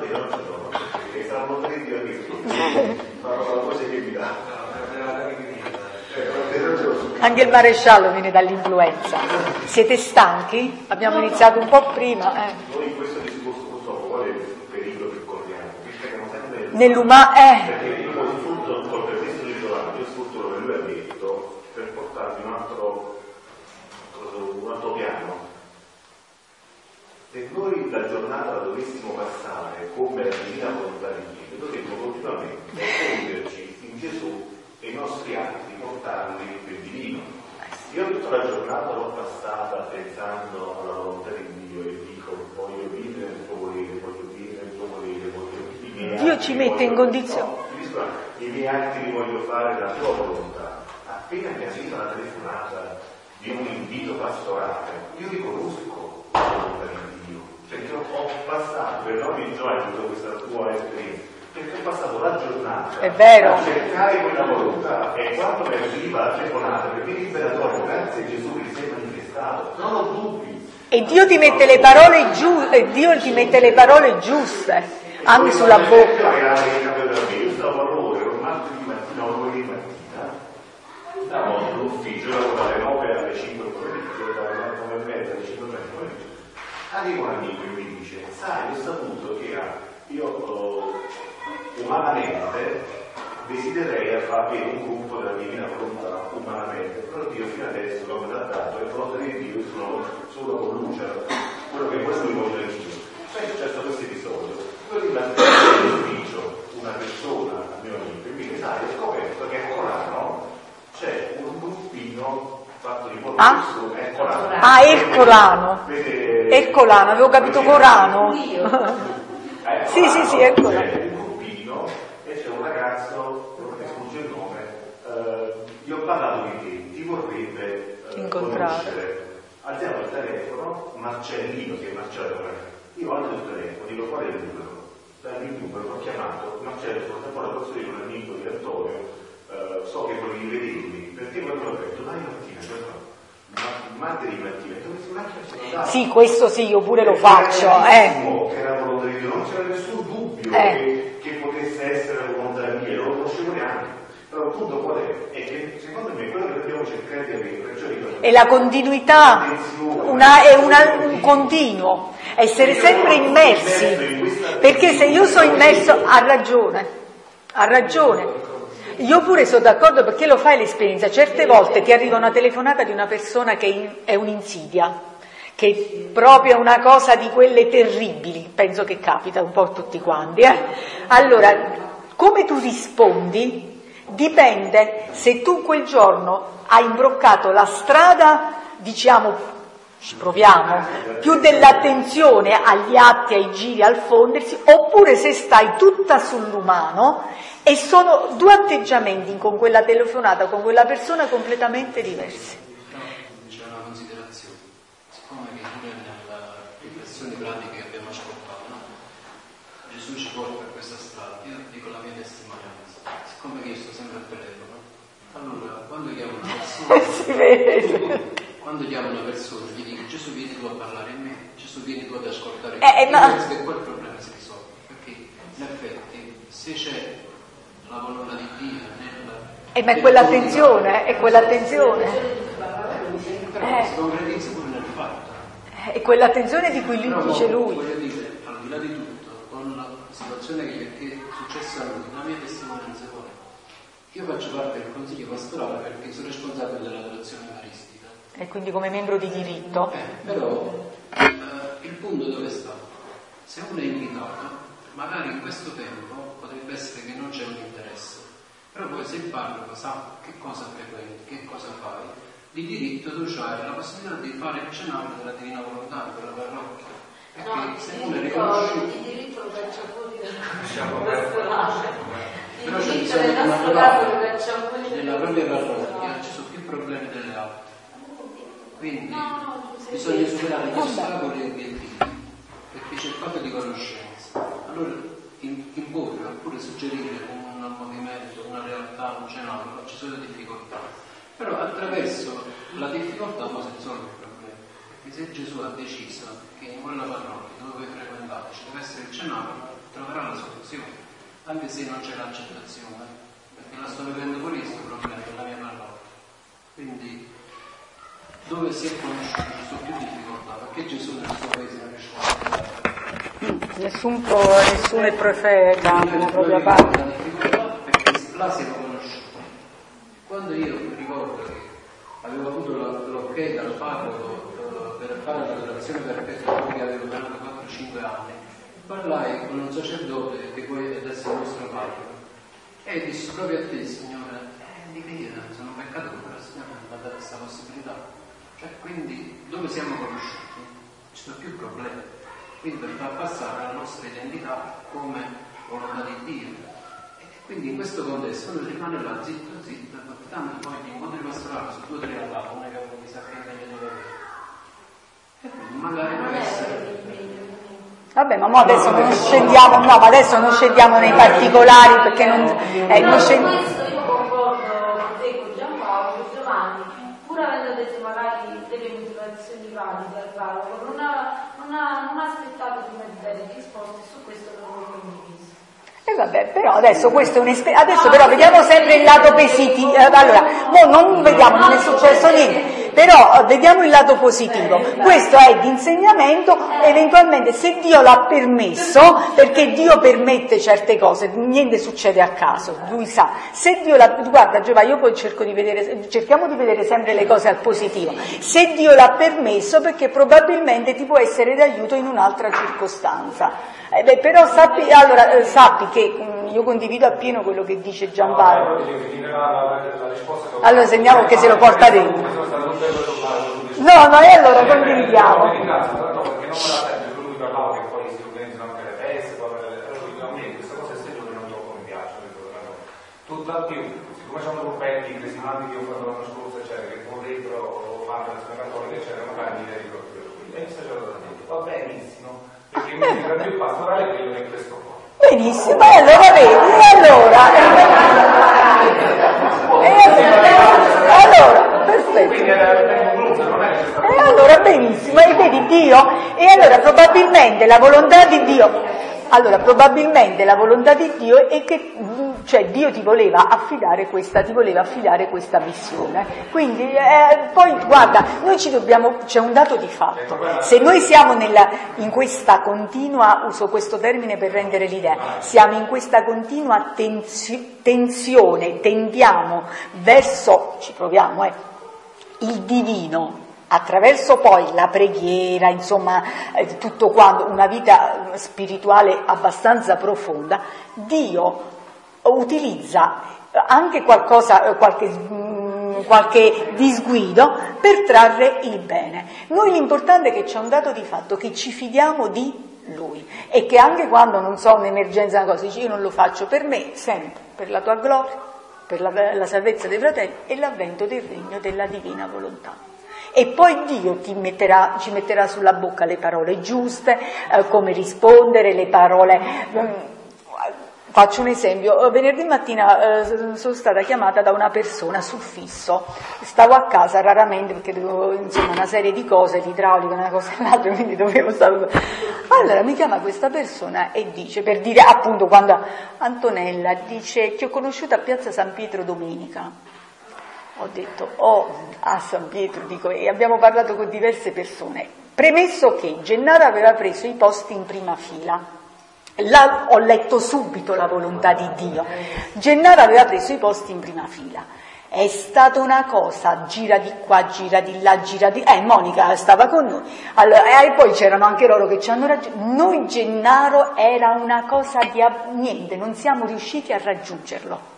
Anche il maresciallo viene dall'influenza. Siete stanchi? Abbiamo iniziato un po' prima. Noi in questo discorso purtroppo qual è il pericolo che corriamo? Nell'umano. Perché io sfrutto col permesso di Giovanni, io sfrutto quello che lui ha detto per portarvi un altro piano. Se noi la giornata la dovessimo passare come la divina volontà di Dio, dovremmo continuamente fonderci in Gesù e i nostri atti portarli per divino. Io tutta la giornata l'ho passata pensando alla volontà di Dio e dico voglio vivere nel tuo volere, voglio vivere nel tuo volere, Dio ci mette in condizione. I miei atti li voglio fare la tua volontà. Appena mi arriva la telefonata di un invito pastorale, io riconosco la volontà di Dio, perché ho passato, perdonami Giovanni tutta questa tua esperienza, perché ho passato la giornata a cercare quella volontà, e quando mi arriva la telefonata per il liberatorio, grazie a Gesù che si è manifestato, non ho dubbi. E Dio ti mette le parole giuste anche sulla bocca. Io stavo all'ora, un martedì di mattina, stavo all'ufficio, ero dalle 9 alle 5 del pomeriggio, dalle 9 e mezza alle 5 del pomeriggio. Arriva un amico e mi dice, sai, ho saputo che io umanamente desiderei avere un gruppo della divina volontà umanamente, però Dio fino adesso non me l'ha dato, e volontà di Dio solo con luce, quello che poi lui vuole Dio. Poi è successo questo episodio. Io ringrazio all'ufficio una persona, mio amico, e mi dice, sai, ho scoperto che a Corano c'è un gruppino fatto di Corano. Ercolano. Ercolano, avevo capito Corano. Sì, Ercolano. C'è un gruppino e c'è un ragazzo, non mi sfugge il nome, gli ho parlato di te, ti vorrebbe conoscere. Alziamo il telefono, Marcellino, che è Marcello, io alzo il telefono, dico qual è il numero? Dal numero l'ho chiamato, Marcello, sono sempre posso dire un amico di Antonio, so che volevi vedermi, perché poi l'ho detto, dai martedì mattina, dove si macchina? Sì, questo sì, io pure lo faccio. Che era volontà di Dio, non c'era nessun dubbio che potesse essere la volontà di Dio, non lo conoscevo neanche. Però il punto qual è? È che secondo me quello che dobbiamo cercare di avere, cioè è la continuità, un continuo, essere sempre immersi, perché se io sono immerso, ha ragione. Io pure sono d'accordo, perché lo fai l'esperienza. Certe volte ti arriva una telefonata di una persona che è un'insidia, che è proprio una cosa di quelle terribili, penso che capita un po' a tutti quanti. Allora, come tu rispondi dipende se tu quel giorno hai imbroccato la strada, diciamo, ci proviamo, più dell'attenzione agli atti, ai giri, al fondersi, oppure se stai tutta sull'umano. E sono due atteggiamenti con quella telefonata, con quella persona completamente diversi. C'è una considerazione, siccome che pure nelle riflessioni pratiche che abbiamo ascoltato, no? Gesù ci porta per questa strada, io dico la mia testimonianza, siccome che io sto sempre al telefono, allora quando chiamo una persona gli dico Gesù vieni tu a parlare a me, Gesù vieni tu ad ascoltare me, penso che quel problema si risolve, perché in effetti se c'è la volontà di Dio ma è quell'attenzione, si concretizza pure nel fatto. È quell'attenzione di cui dice lui. Voglio dire, al di là di tutto, con la situazione che è successa a lui, la mia testimonianza qual è? Io faccio parte del consiglio pastorale perché sono responsabile dell'adorazione eucaristica. E quindi come membro di diritto. Però il punto dove sta? Se uno è invitato, magari in questo tempo potrebbe essere che non c'è un interesse, però poi se il parroco sa che cosa frequenti, che cosa fai, di diritto tu hai la possibilità di fare il cenacolo della Divina Volontà in quella parrocchia, perché se uno è riconosciuto di diritto lo faccio fuori però c'è bisogno nella propria parrocchia ci sono più problemi delle altre, quindi bisogna superare gli ostacoli e obiettivi, perché c'è il fatto di conoscenza. Allora imporre oppure suggerire un movimento, una realtà, un cenacolo, ci sono difficoltà, però attraverso la difficoltà poi si risolve il problema, perché se Gesù ha deciso che in quella parrocchia dove voi frequentate ci deve essere il cenacolo, troverà la soluzione, anche se non c'è l'accettazione, perché la sto vivendo pure questo problema della mia parrocchia. Quindi dove si è conosciuto ci sono più difficoltà, perché Gesù nel suo paese non riesce a fare. Nessun è profeta nella propria parte. Perché là siamo conosciuti. Quando io ricordo che avevo avuto l'ok dal parroco per fare la relazione perpetua, che avevo venuto 4-5 anni, parlai con un sacerdote che poi adesso è il nostro parroco e dissi proprio a te, Signore, di che io sono un peccatore, però il Signore mi ha dato questa possibilità. Cioè, quindi dove siamo conosciuti ci sono più problemi. Quindi per far passare la nostra identità come volontà di Dio. E Quindi in questo contesto uno rimane là zitto, tanto poi ti incontri il pastorale su 2 o 3 all'anno, non è che mi sa che è meglio di vedere. E quindi magari può essere. Vabbè, ma adesso non scendiamo, no, ma adesso non scendiamo nei particolari perché non scendiamo. Questo io concordo con te, con Giampaolo, Giovanni, pur avendo detto magari delle motivazioni valide al Paolo, non ha aspettato prima di dare risposte, su questo non l'ho condiviso. E vabbè, però adesso questo è adesso però vediamo sempre il lato positivo. Allora, non vediamo, non è successo niente. Però vediamo il lato positivo, questo è di insegnamento, eventualmente se Dio l'ha permesso, perché Dio permette certe cose, niente succede a caso, lui sa, se Dio l'ha, guarda Giovanni, io poi cerchiamo di vedere sempre le cose al positivo, se Dio l'ha permesso perché probabilmente ti può essere d'aiuto in un'altra circostanza, però sappi che io condivido appieno quello che dice Giampaolo. Allora segniamo che se lo porta dentro. No, e allora condividiamo. Perché non me la sento, lui parlava che poi si organizzano anche le feste, a me questa cosa esteriore non troppo mi piace, tutt'al più, siccome sono gruppetti, questi mandi che io ho fatto l'anno scorso, eccetera, che vorrebbero fare la scuola cattolica, eccetera, magari mi dedico a quello qui. E il sacerdote va benissimo, perché mi sembra più pastorale quello che questo qua. Benissimo, e allora vedi, allora, perfetto. E allora benissimo, e vedi Dio? E allora probabilmente la volontà di Dio è che Dio ti voleva affidare questa missione. Quindi poi guarda, noi c'è un dato di fatto. Se noi siamo in questa continua, uso questo termine per rendere l'idea, siamo in questa continua tensione, tendiamo verso, ci proviamo, il divino, attraverso poi la preghiera, insomma tutto quanto, una vita spirituale abbastanza profonda, Dio utilizza anche qualche disguido per trarre il bene. Noi l'importante è che c'è un dato di fatto, che ci fidiamo di Lui e che anche quando non so un'emergenza, una cosa, dici io non lo faccio per me, sempre per la tua gloria, per la salvezza dei fratelli e l'avvento del regno della divina volontà. E poi Dio ci metterà sulla bocca le parole giuste, come rispondere, le parole. Faccio un esempio, venerdì mattina sono stata chiamata da una persona sul fisso, stavo a casa raramente perché dovevo, insomma, una serie di cose, l'idraulica, una cosa e l'altra, quindi dovevo stare. Allora mi chiama questa persona e dice, per dire appunto quando Antonella dice ti ho conosciuta a Piazza San Pietro domenica. Ho detto, a San Pietro, dico, e abbiamo parlato con diverse persone. Premesso che Gennaro aveva preso i posti in prima fila. Là ho letto subito la volontà di Dio. Gennaro aveva preso i posti in prima fila. È stata una cosa, gira di qua, gira di là, gira di... Monica stava con noi. Allora, e poi c'erano anche loro che ci hanno raggiunto. Noi Gennaro era una cosa di... niente, non siamo riusciti a raggiungerlo.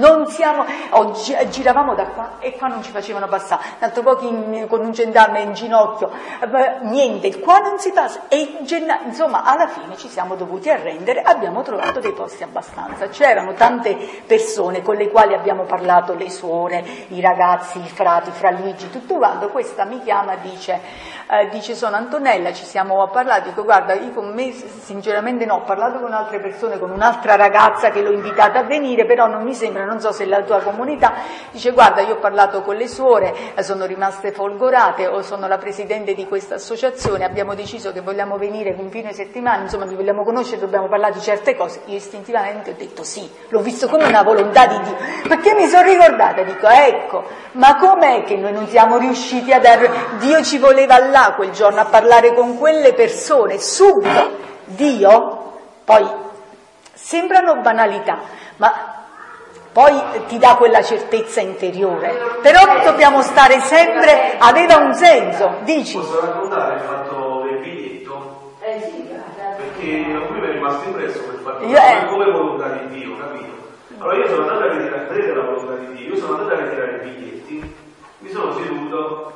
Giravamo da qua e qua non ci facevano passare, tanto pochi con un gendarme in ginocchio, niente, qua non si passa, insomma alla fine ci siamo dovuti arrendere, abbiamo trovato dei posti abbastanza, c'erano tante persone con le quali abbiamo parlato, le suore, i ragazzi, i frati, fra Luigi, tutto quanto. Questa mi chiama, dice sono Antonella, ci siamo parlati, dico guarda, io con me sinceramente no, ho parlato con altre persone, con un'altra ragazza che l'ho invitata a venire, però non mi sembra, non so se è la tua comunità, dice guarda io ho parlato con le suore, sono rimaste folgorate, o sono la presidente di questa associazione, abbiamo deciso che vogliamo venire un fine settimana, insomma vi vogliamo conoscere, dobbiamo parlare di certe cose. Io istintivamente ho detto sì, l'ho visto come una volontà di Dio, perché mi sono ricordata, dico ecco, ma com'è che noi non siamo riusciti a Dio ci voleva là quel giorno a parlare con quelle persone, subito, Dio, poi sembrano banalità, ma poi ti dà quella certezza interiore, però dobbiamo stare sempre, aveva un senso, dici? Posso raccontare il fatto del biglietto? Sì, perché a me mi è rimasto impresso quel fatto come volontà di Dio, capito? Allora io sono andato a ritirare, vedete la volontà di Dio, io sono andato a ritirare i biglietti, mi sono seduto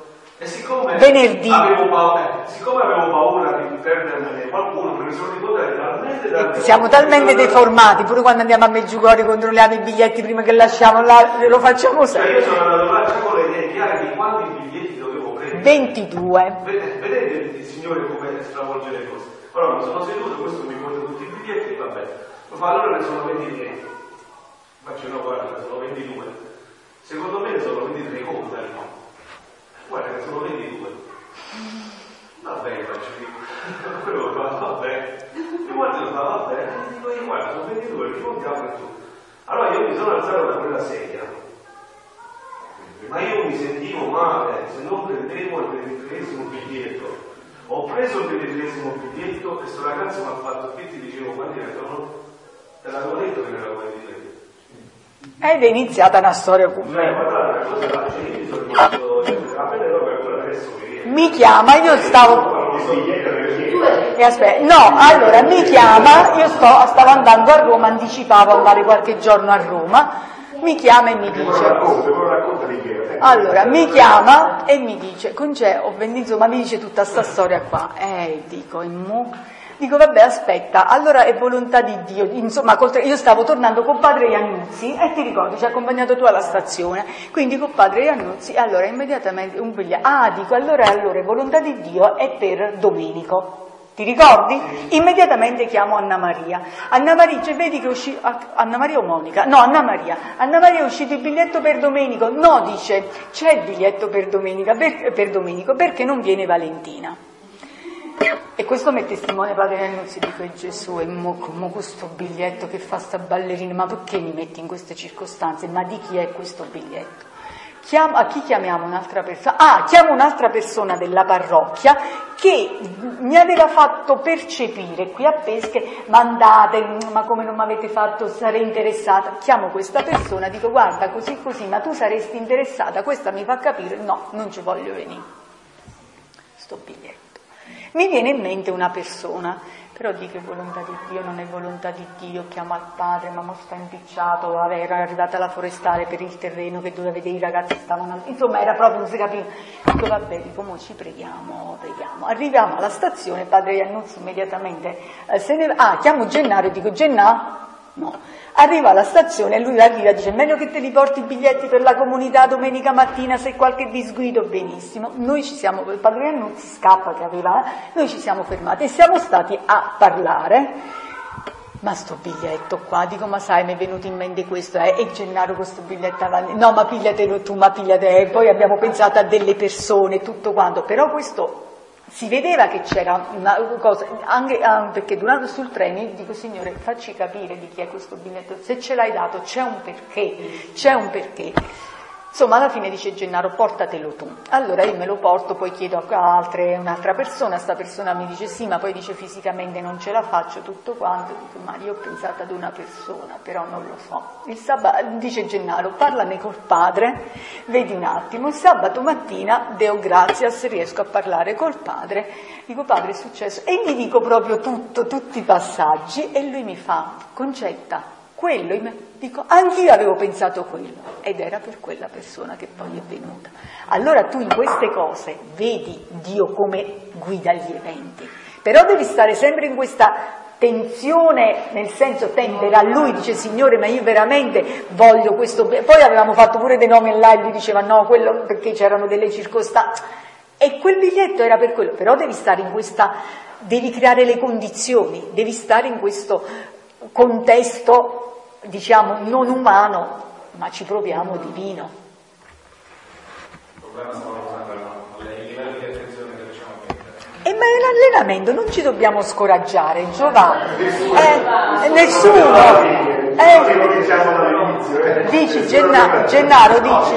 E siccome venerdì avevo paura di perderne qualcuno, me ne sono ricordato talmente siamo talmente deformati, pure quando andiamo a Meggiugorio controlliamo i biglietti prima che lasciamo là, lo facciamo sempre. Io sono andato là già con le idee chiare di quanti biglietti dovevo prendere. 22. Vedete il Signore come stravolge le cose. Allora mi sono seduto, questo mi porta tutti i biglietti, vabbè. Allora ne sono 23. Faccio no, guarda, sono 22. Secondo me ne sono 23 conta. Guarda, ne sono 22. Vabbè, faccio io. Quello fa, vabbè. E guarda, lo fa, vabbè. Dico io, guarda, sono 22, perché non ti apri tu? Allora io mi sono alzato da quella sedia. Ma io mi sentivo male, se non prendevo il 23esimo biglietto. Ho preso il 23esimo biglietto e questo ragazzo mi ha fatto qui, ti dicevo, quanti ne sono? Te l'avevo detto che ne erano 23. Ed è iniziata una storia comune. Guardate, cosa faccio? Io sono rimasto a vedere ancora adesso che mi chiama, io stavo... E aspetta, no, allora mi chiama, io stavo andando a Roma, anticipavo andare qualche giorno a Roma, mi chiama e mi dice... Allora, mi chiama e mi dice, ho venduto, ma mi dice tutta sta storia qua. Dico, vabbè, aspetta, allora è volontà di Dio. Insomma, io stavo tornando con padre Iannuzzi e ti ricordi, ci ha accompagnato tu alla stazione, quindi con padre Iannuzzi, allora immediatamente un biglietto. Dico, allora è volontà di Dio, è per Domenico. Ti ricordi? Immediatamente chiamo Anna Maria. Anna Maria dice, vedi che è uscito... Anna Maria o Monica? No, Anna Maria. Anna Maria è uscito il biglietto per Domenico. No, dice, c'è il biglietto per Domenico, perché non viene Valentina? E questo mi testimone padre Iannuzzi, dico, Gesù, e mo questo biglietto che fa sta ballerina, ma perché mi metti in queste circostanze? Ma di chi è questo biglietto? A chi chiamiamo un'altra persona? Chiamo un'altra persona della parrocchia che mi aveva fatto percepire qui a Pesche, ma andate, ma come non mi avete fatto, sarei interessata. Chiamo questa persona, dico, guarda, così, ma tu saresti interessata? Questa mi fa capire, no, non ci voglio venire. Sto biglietto. Mi viene in mente una persona, però dico, è volontà di Dio, non è volontà di Dio, chiamo al padre, ma mo sta impicciato, era arrivata la forestale per il terreno che doveva vedere i ragazzi stavano, insomma era proprio, non si capiva. Dico, vabbè, mo ci preghiamo. Arriviamo alla stazione, padre Iannuzzi immediatamente chiamo Gennaro e dico, Gennaro? No. Arriva alla stazione e lui arriva e dice, meglio che te li porti i biglietti per la comunità domenica mattina, se qualche disguido, benissimo. Il padre Iannuzzi scappa che aveva, noi ci siamo fermati e siamo stati a parlare. Ma sto biglietto qua, dico, ma sai, mi è venuto in mente questo, e Gennaro questo biglietto avanti, no, ma pigliatelo tu, e poi abbiamo pensato a delle persone, tutto quanto, però questo... Si vedeva che c'era una cosa, anche perché durante sul treno dico, Signore, facci capire di chi è questo biglietto, se ce l'hai dato c'è un perché. Insomma, alla fine dice Gennaro, portatelo tu. Allora io me lo porto, poi chiedo a un'altra persona, sta persona mi dice sì, ma poi dice fisicamente non ce la faccio, tutto quanto. Dico, ma io ho pensato ad una persona, però non lo so. Il sabato, dice Gennaro, parlane col padre, vedi un attimo. Il sabato mattina, Deo gratias, riesco a parlare col padre, dico, padre, è successo, e gli dico proprio tutti i passaggi, e lui mi fa, Concetta, quello, dico, anch'io avevo pensato quello, ed era per quella persona che poi è venuta. Allora tu in queste cose vedi Dio come guida gli eventi, però devi stare sempre in questa tensione, nel senso tendere a lui, dice Signore, ma io veramente voglio questo, poi avevamo fatto pure dei nomi là e lui diceva no, quello perché c'erano delle circostanze, e quel biglietto era per quello, però devi stare in questa, devi creare le condizioni, devi stare in questo contesto, diciamo, non umano, ma ci proviamo divino. Il problema stava usando il livello di attenzione che facciamo mettere. Ma nell'allenamento non ci dobbiamo scoraggiare, Giovanni. Nessuno. Dici, Gennaro, dici.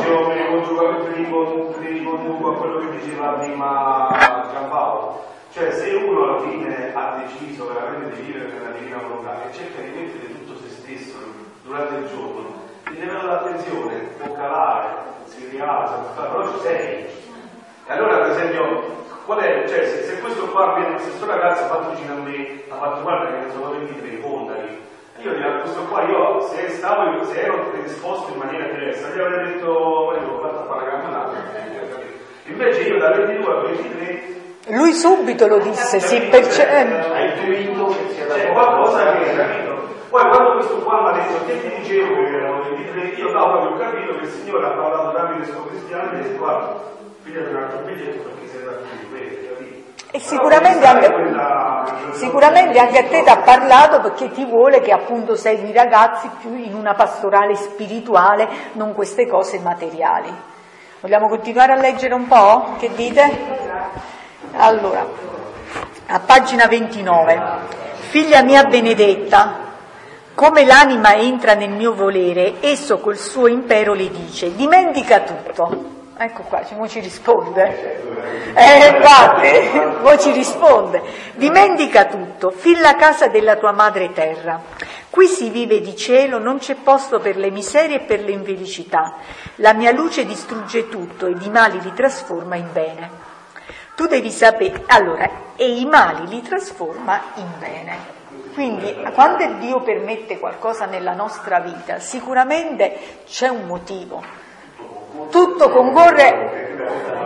A quello che diceva prima Giampaolo. Cioè, se uno alla fine ha deciso veramente di vivere nella divina volontà e cerca di mettere tutto se stesso durante il giorno, il livello dell'attenzione può calare, si rialza, però ci sei. E allora, per esempio, qual è? Cioè, se questo qua, se questo ragazzo ha fatto vicino a me, ha fatto guarda che ne sono 23, contali. Io direi, questo qua, se ero predisposto in maniera diversa, gli avrei detto, ho fatto fare la camminata. Invece io da 22 a 23 lui subito lo disse, sì, ha intuito che sia da qualcosa che hai capito. Poi quando questo qua mi ha detto che ti dicevo che erano 23, io da proprio ho capito che il Signore ha parlato tramite il suo cristiano e ha detto guarda, figliati un altro biglietto perché sei da qui, vedi, capito? E sicuramente anche a te ti ha parlato perché ti vuole che appunto segui i ragazzi più in una pastorale spirituale, non queste cose materiali. Vogliamo continuare a leggere un po'? Che dite? Allora, a pagina 29, figlia mia benedetta, come l'anima entra nel mio volere, esso col suo impero le dice, dimentica tutto. Ecco qua, mo ci risponde. Infatti, mo ci risponde. Dimentica tutto, fin la casa della tua madre terra. Qui si vive di cielo, non c'è posto per le miserie e per le infelicità. La mia luce distrugge tutto ed i mali li trasforma in bene. Tu devi sapere, allora, e i mali li trasforma in bene. Quindi, quando Dio permette qualcosa nella nostra vita, sicuramente c'è un motivo. Tutto concorre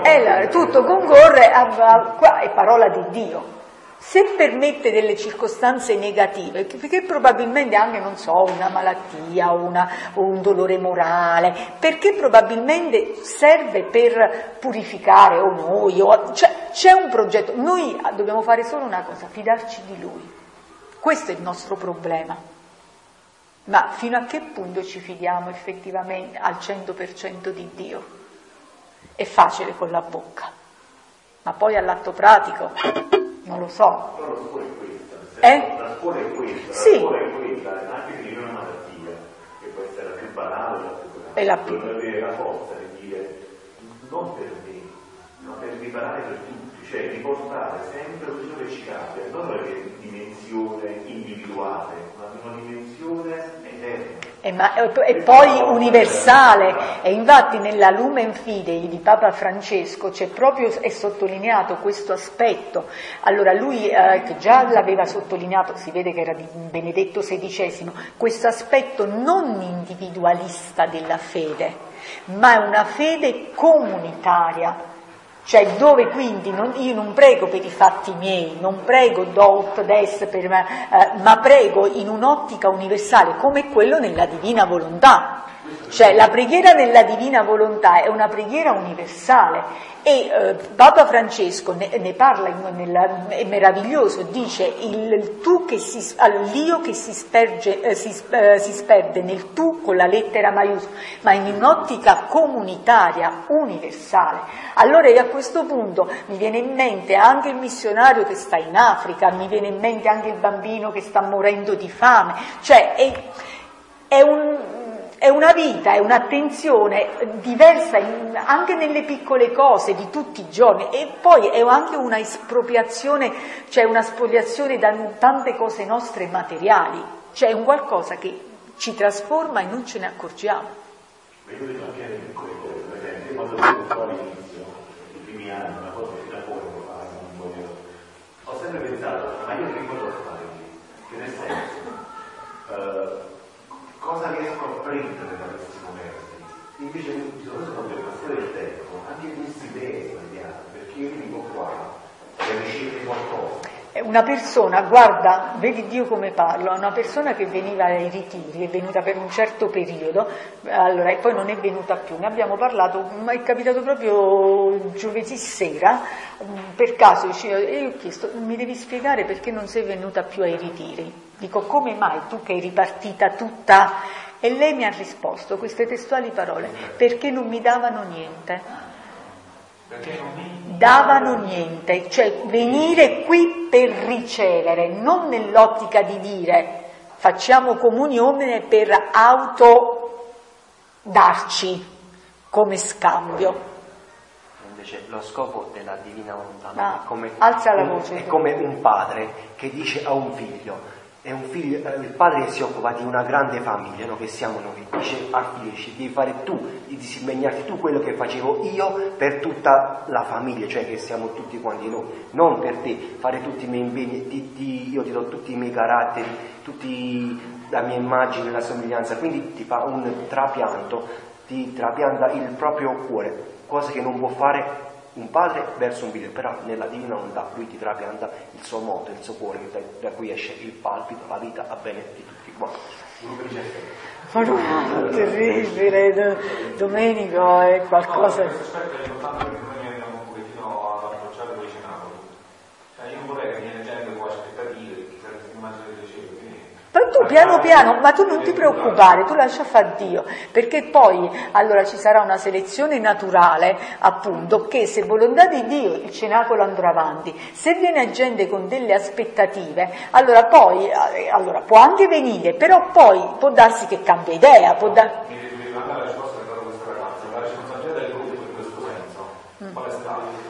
qua è parola di Dio. Se permette delle circostanze negative, perché probabilmente anche, non so, una malattia o un dolore morale, perché probabilmente serve per purificare o noi, cioè c'è un progetto. Noi dobbiamo fare solo una cosa, fidarci di Lui. Questo è il nostro problema. Ma fino a che punto ci fidiamo effettivamente al 100% di Dio? È facile con la bocca, ma poi all'atto pratico non lo so. Però la scuola è questa, la scuola è questa, sì. La scuola è questa, anche di una malattia, che può essere la più banale, la più grande, avere la forza di dire non per me, ma per riparare per tutti, cioè di portare sempre quello che ci cambia, non una dimensione individuale, ma una dimensione eterna. E poi universale, e infatti nella Lumen Fidei di Papa Francesco c'è proprio, è sottolineato questo aspetto. Allora lui che già l'aveva sottolineato, si vede che era di Benedetto XVI, questo aspetto non individualista della fede, ma è una fede comunitaria. Cioè dove quindi io non prego per i fatti miei, non prego dot des per me, ma prego in un'ottica universale come quello nella divina volontà. Cioè la preghiera nella divina volontà è una preghiera universale e Papa Francesco ne parla, è meraviglioso, dice l'io che si sperde nel tu con la lettera maiuscola, ma in un'ottica comunitaria, universale. Allora io a questo punto mi viene in mente anche il missionario che sta in Africa, mi viene in mente anche il bambino che sta morendo di fame, cioè è una vita, è un'attenzione diversa anche nelle piccole cose di tutti i giorni e poi è anche una espropriazione, cioè una spoliazione da tante cose nostre materiali, cioè è un qualcosa che ci trasforma e non ce ne accorgiamo. Ma io vedo anche nelle piccole cose, per esempio, quando sono fuori all'inizio, i primi anni, una cosa che da poco non voglio, ho sempre pensato, ma io che cosa devo fare lì? Che nel senso, cosa riesco a prendere da questi momenti? Invece soprattutto quando è passato il tempo, anche queste idee sbagliate, perché io vengo qua per ricevere qualcosa. Una persona, guarda, vedi Dio come parlo, una persona che veniva ai ritiri, è venuta per un certo periodo, allora, e poi non è venuta più, ne abbiamo parlato, ma è capitato proprio giovedì sera, per caso, io ho chiesto, mi devi spiegare perché non sei venuta più ai ritiri? Dico, come mai tu che eri ripartita tutta? E lei mi ha risposto queste testuali parole, perché non mi davano niente. Davano niente, cioè venire qui per ricevere, non nell'ottica di dire facciamo comunione per darci come scambio. Invece lo scopo della divina volontà alza la voce. È come un padre che dice a un figlio, è un figlio, il padre che si occupa di una grande famiglia, no, che siamo noi, dice al figlio, devi fare tu, di disimpegnarti tu quello che facevo io per tutta la famiglia, cioè che siamo tutti quanti noi, non per te, fare tutti i miei impegni, io ti do tutti i miei caratteri, la mia immagine, la somiglianza, quindi ti fa un trapianto, ti trapianta il proprio cuore, cosa che non può fare un padre verso un figlio, però nella divina volontà lui ti trapianta il suo moto, il suo cuore, da cui esce il palpito, la vita a bene di tutti quanti. Ma no, terribile, Domenico, è qualcosa. Questo aspetto è importante perché noi andiamo un pochettino ad approcciare quei cenacoli. Io non vorrei che viene gente con aspettative, chissà che immagine del cielo. Poi tu piano piano, ma tu non ti preoccupare, tu lascia far Dio, perché poi allora ci sarà una selezione naturale, appunto, che se volontà di Dio il cenacolo andrà avanti, se viene gente con delle aspettative, allora poi, allora può anche venire, però poi può darsi che cambia idea, può dar... Mi rimanda la risposta che ha dato questa ragazza, la responsabilità del gruppo in questo senso, qual è stata?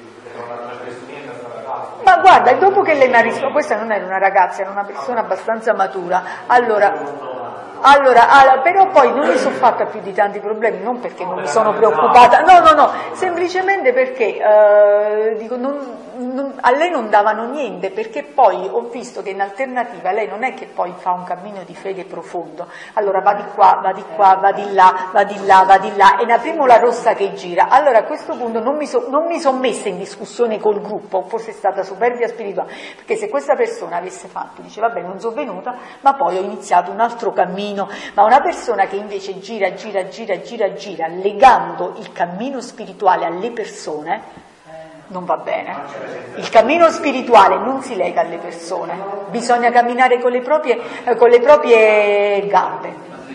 Ma guarda, dopo che lei mi ha risposto, questa non era una ragazza, era una persona abbastanza matura, allora, però poi non mi sono fatta più di tanti problemi, non perché non mi sono preoccupata, no, semplicemente perché dico, a lei non davano niente, perché poi ho visto che in alternativa lei non è che poi fa un cammino di fede profondo, allora va di qua, va di là, e una primola rossa che gira, allora a questo punto non mi sono messa in discussione col gruppo, forse è stata superbia spirituale, perché se questa persona avesse fatto, dice vabbè non sono venuta, ma poi ho iniziato un altro cammino, ma una persona che invece gira, legando il cammino spirituale alle persone, non va bene. Il cammino spirituale non si lega alle persone, bisogna camminare con le proprie gambe.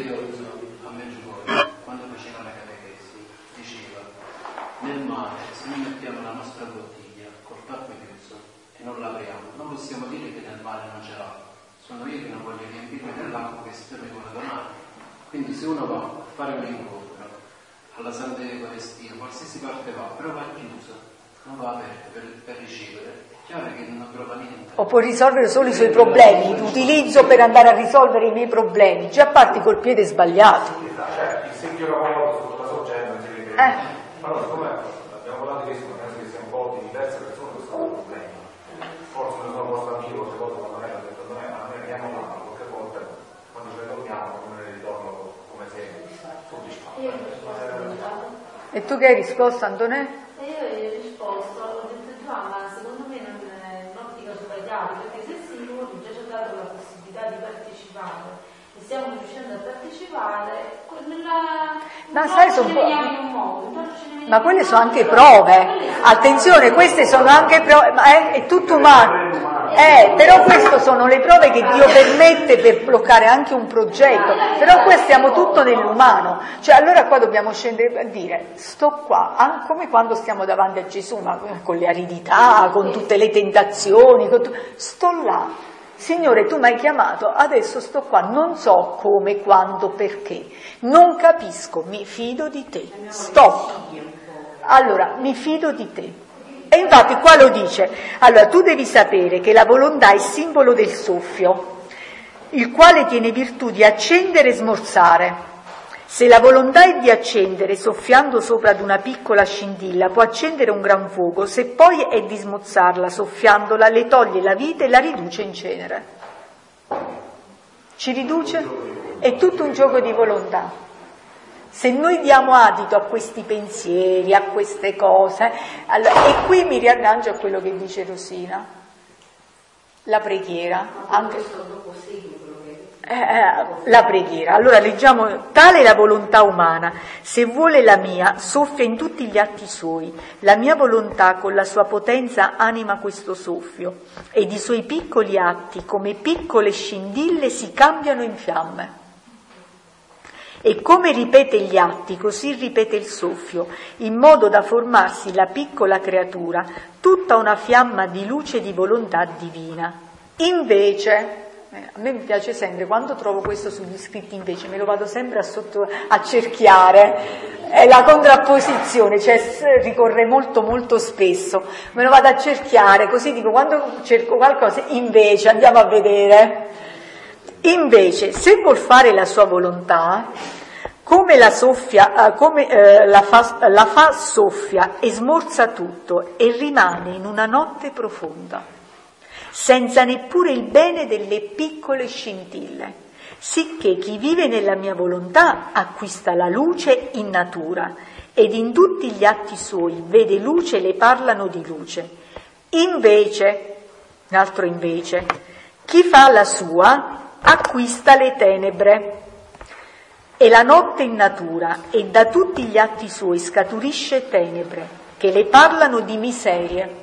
Quando faceva la catechesi diceva: nel mare, se noi mettiamo la nostra bottiglia col tappo chiuso e non l'apriamo, non possiamo dire che nel mare non c'è l'acqua. Sono io che non voglio riempirmi dell'acqua che Signore mi vuole donare. Quindi se uno va a fare un incontro alla Santa Eucaristia, qualsiasi parte va, però va chiusa, non va aperta per ricevere, è chiaro che non trova niente. O può risolvere solo i suoi problemi, l'utilizzo per andare a risolvere i miei problemi, già parti col piede sbagliato. Il secchio lavoro sotto la sorgente non si vede. Ma no, siccome abbiamo parlato di questo, penso che sia un po' di diverse persone questo è un problema. Forse non sono posto anch'io queste cose quando lei ha detto a me, ma noi abbiamo fatto qualche volta, quando ce le torniamo, come ne ritorno come se soddisfatto. E tu che hai risposto, Antonè? Io ho risposto, ho detto già, ma secondo me non è un'ottica sbagliata, perché se il Signore già ci ha dato la possibilità di partecipare e stiamo riuscendo a partecipare, ma sai, ma quelle sono anche prove, attenzione, queste sono anche prove, ma è tutto umano. Però queste sono le prove che Dio permette per bloccare anche un progetto, però qua stiamo tutto nell'umano, cioè allora qua dobbiamo scendere a dire sto qua, come quando stiamo davanti a Gesù, ma con le aridità, con tutte le tentazioni, sto là, Signore tu mi hai chiamato, adesso sto qua, non so come, quando, perché, non capisco, mi fido di te, stop, allora mi fido di te. E infatti qua lo dice, allora tu devi sapere che la volontà è simbolo del soffio, il quale tiene virtù di accendere e smorzare. Se la volontà è di accendere, soffiando sopra ad una piccola scintilla, può accendere un gran fuoco, se poi è di smozzarla, soffiandola, le toglie la vita e la riduce in cenere. Ci riduce? È tutto un gioco di volontà. Se noi diamo adito a questi pensieri, a queste cose, allora, e qui mi riaggancio a quello che dice Rosina, la preghiera, anche la preghiera. Allora leggiamo: tale è la volontà umana, se vuole la mia, soffia in tutti gli atti suoi, la mia volontà con la sua potenza anima questo soffio, ed i suoi piccoli atti, come piccole scintille, si cambiano in fiamme. E come ripete gli atti, così ripete il soffio, in modo da formarsi la piccola creatura, tutta una fiamma di luce e di volontà divina. Invece, a me mi piace sempre, quando trovo questo sugli scritti invece, me lo vado sempre a cerchiare, è la contrapposizione, cioè ricorre molto molto spesso, me lo vado a cerchiare, così dico, quando cerco qualcosa, invece, andiamo a vedere. Invece, se vuol fare la sua volontà, come la fa soffia e smorza tutto e rimane in una notte profonda, senza neppure il bene delle piccole scintille, sicché chi vive nella mia volontà acquista la luce in natura ed in tutti gli atti suoi vede luce e le parlano di luce. Invece, un altro invece, chi fa la sua acquista le tenebre e la notte in natura, e da tutti gli atti suoi scaturisce tenebre che le parlano di miserie,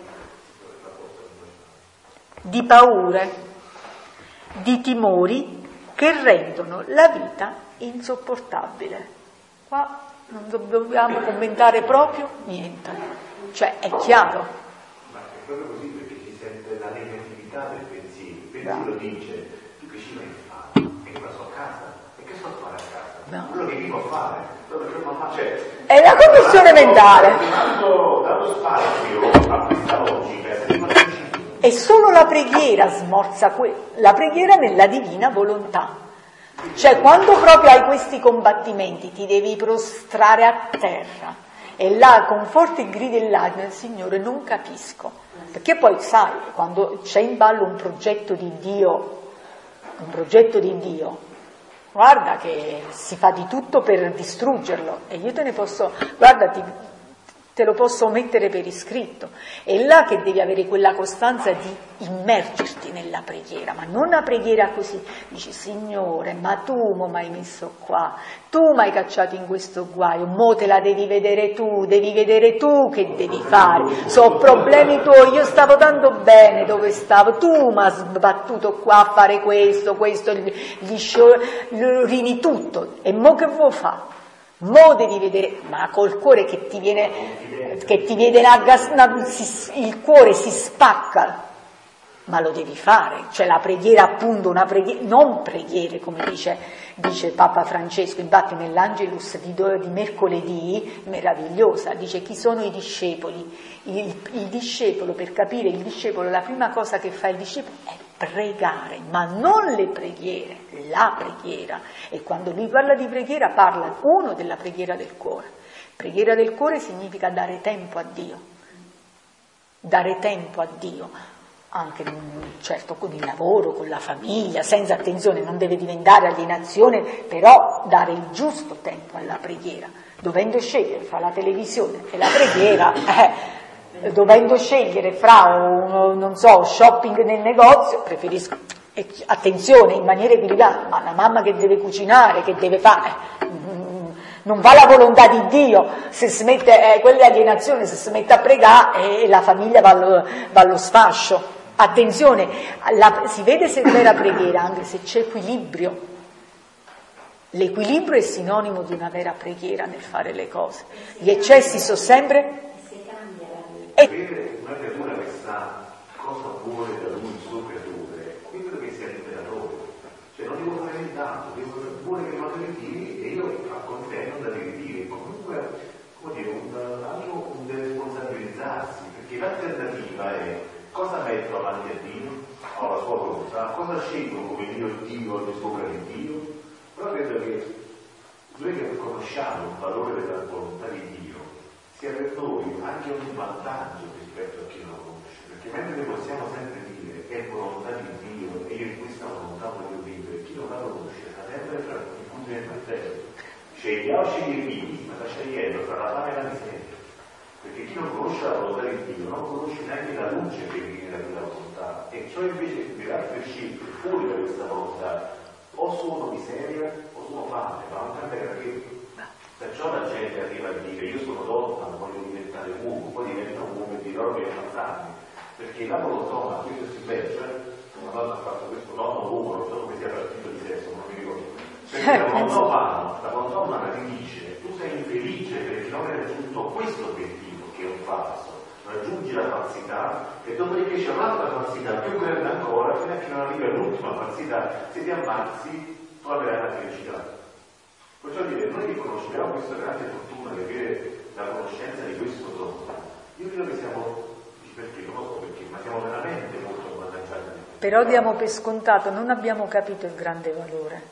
di paure, di timori che rendono la vita insopportabile. Qua non dobbiamo commentare proprio niente, cioè è chiaro. Ma è proprio così, perché si sente la negatività del pensiero. Il pensiero dice: tu che ci vai a fare? E qua sto a casa? E che sto a fare a casa? No. Quello che vivo a fare, quello che non fa, cioè, è la commissione mentale. Dando spazio a questa logica, e solo la preghiera smorza la preghiera nella divina volontà. Cioè, quando proprio hai questi combattimenti ti devi prostrare a terra e là con forti gridi del Signore, non capisco, perché poi sai, quando c'è in ballo un progetto di Dio, guarda che si fa di tutto per distruggerlo, e io te lo posso mettere per iscritto. È là che devi avere quella costanza di immergerti nella preghiera, ma non una preghiera così. Dici: Signore, ma tu mi hai messo qua, tu mi hai cacciato in questo guaio, mo te la devi vedere tu che devi fare, sono problemi tuoi, io stavo tanto bene dove stavo, tu mi hai sbattuto qua a fare questo, gli sciorini tutto, e mo che vuoi fare? Mo devi vedere, ma col cuore che ti viene il cuore si spacca, ma lo devi fare. Cioè la preghiera, appunto, una preghiera, non preghiere come dice Papa Francesco, infatti nell'Angelus di mercoledì, meravigliosa, dice: chi sono i discepoli? Il discepolo, per capire il discepolo, la prima cosa che fa il discepolo è pregare, ma non le preghiere, la preghiera. E quando lui parla di preghiera parla della preghiera del cuore. Preghiera del cuore significa dare tempo a Dio, anche certo con il lavoro, con la famiglia, senza attenzione, non deve diventare alienazione, però dare il giusto tempo alla preghiera, dovendo scegliere fra la televisione e la preghiera, dovendo scegliere fra shopping nel negozio, preferisco, attenzione, in maniera equilibrata, ma la mamma che deve cucinare, che deve fare, non va la volontà di Dio, se si mette, quella è alienazione, se si mette a pregare, la famiglia va allo sfascio. Attenzione, si vede se è vera preghiera anche se c'è equilibrio. L'equilibrio è sinonimo di una vera preghiera nel fare le cose. Gli eccessi sono sempre... Avere una creatura che sa cosa vuole da lui, il suo creatore, quello che sia l'imperatore. Cioè non devo fare nient'altro, vuole che lo devi e io accontento da dire. Comunque, come dire, un deve responsabilizzarsi, perché l'alternativa è: cosa metto avanti a Dio? Ho la sua volontà, cosa scelgo come mio Dio e sopra di Dio? Però credo che noi che conosciamo il valore della volontà di Dio sia per noi anche un vantaggio rispetto a chi non lo conosce, perché mentre possiamo sempre dire è volontà di Dio e io in questa volontà voglio vivere, chi non la conosce sta sempre fra il punto del martello, scegliamo il Dio, ma sta scegliendo tra la fame e la miseria. Perché chi non conosce la volontà di Dio non conosce neanche la luce che viene da quella volontà, e ciò invece delle altre scelte fuori da questa volontà o sono miseria o sono fame, ma non cambia gradevole. Perciò la gente arriva a dire: io sono donna, ma voglio diventare uomo, poi diventa un uomo e dirò che è ammazzarmi, perché la volontà, questo si pensa, una donna ha fatto questo, donna o uomo, non so come sia partito di sesso, non mi ricordo, perché la volontà umana ti dice: tu sei infelice perché non hai raggiunto questo obiettivo che è un falso, raggiungi la falsità e dopodiché c'è un'altra falsità più grande ancora, fino a che non arrivi all'ultima falsità, se ti ammazzi tu avrai la felicità. Perciò dire, noi riconosciamo questa grande fortuna di avere la conoscenza di questo dono. Io credo che siamo, perché non lo so perché, ma siamo veramente molto avvantaggiati. Però diamo per scontato, non abbiamo capito il grande valore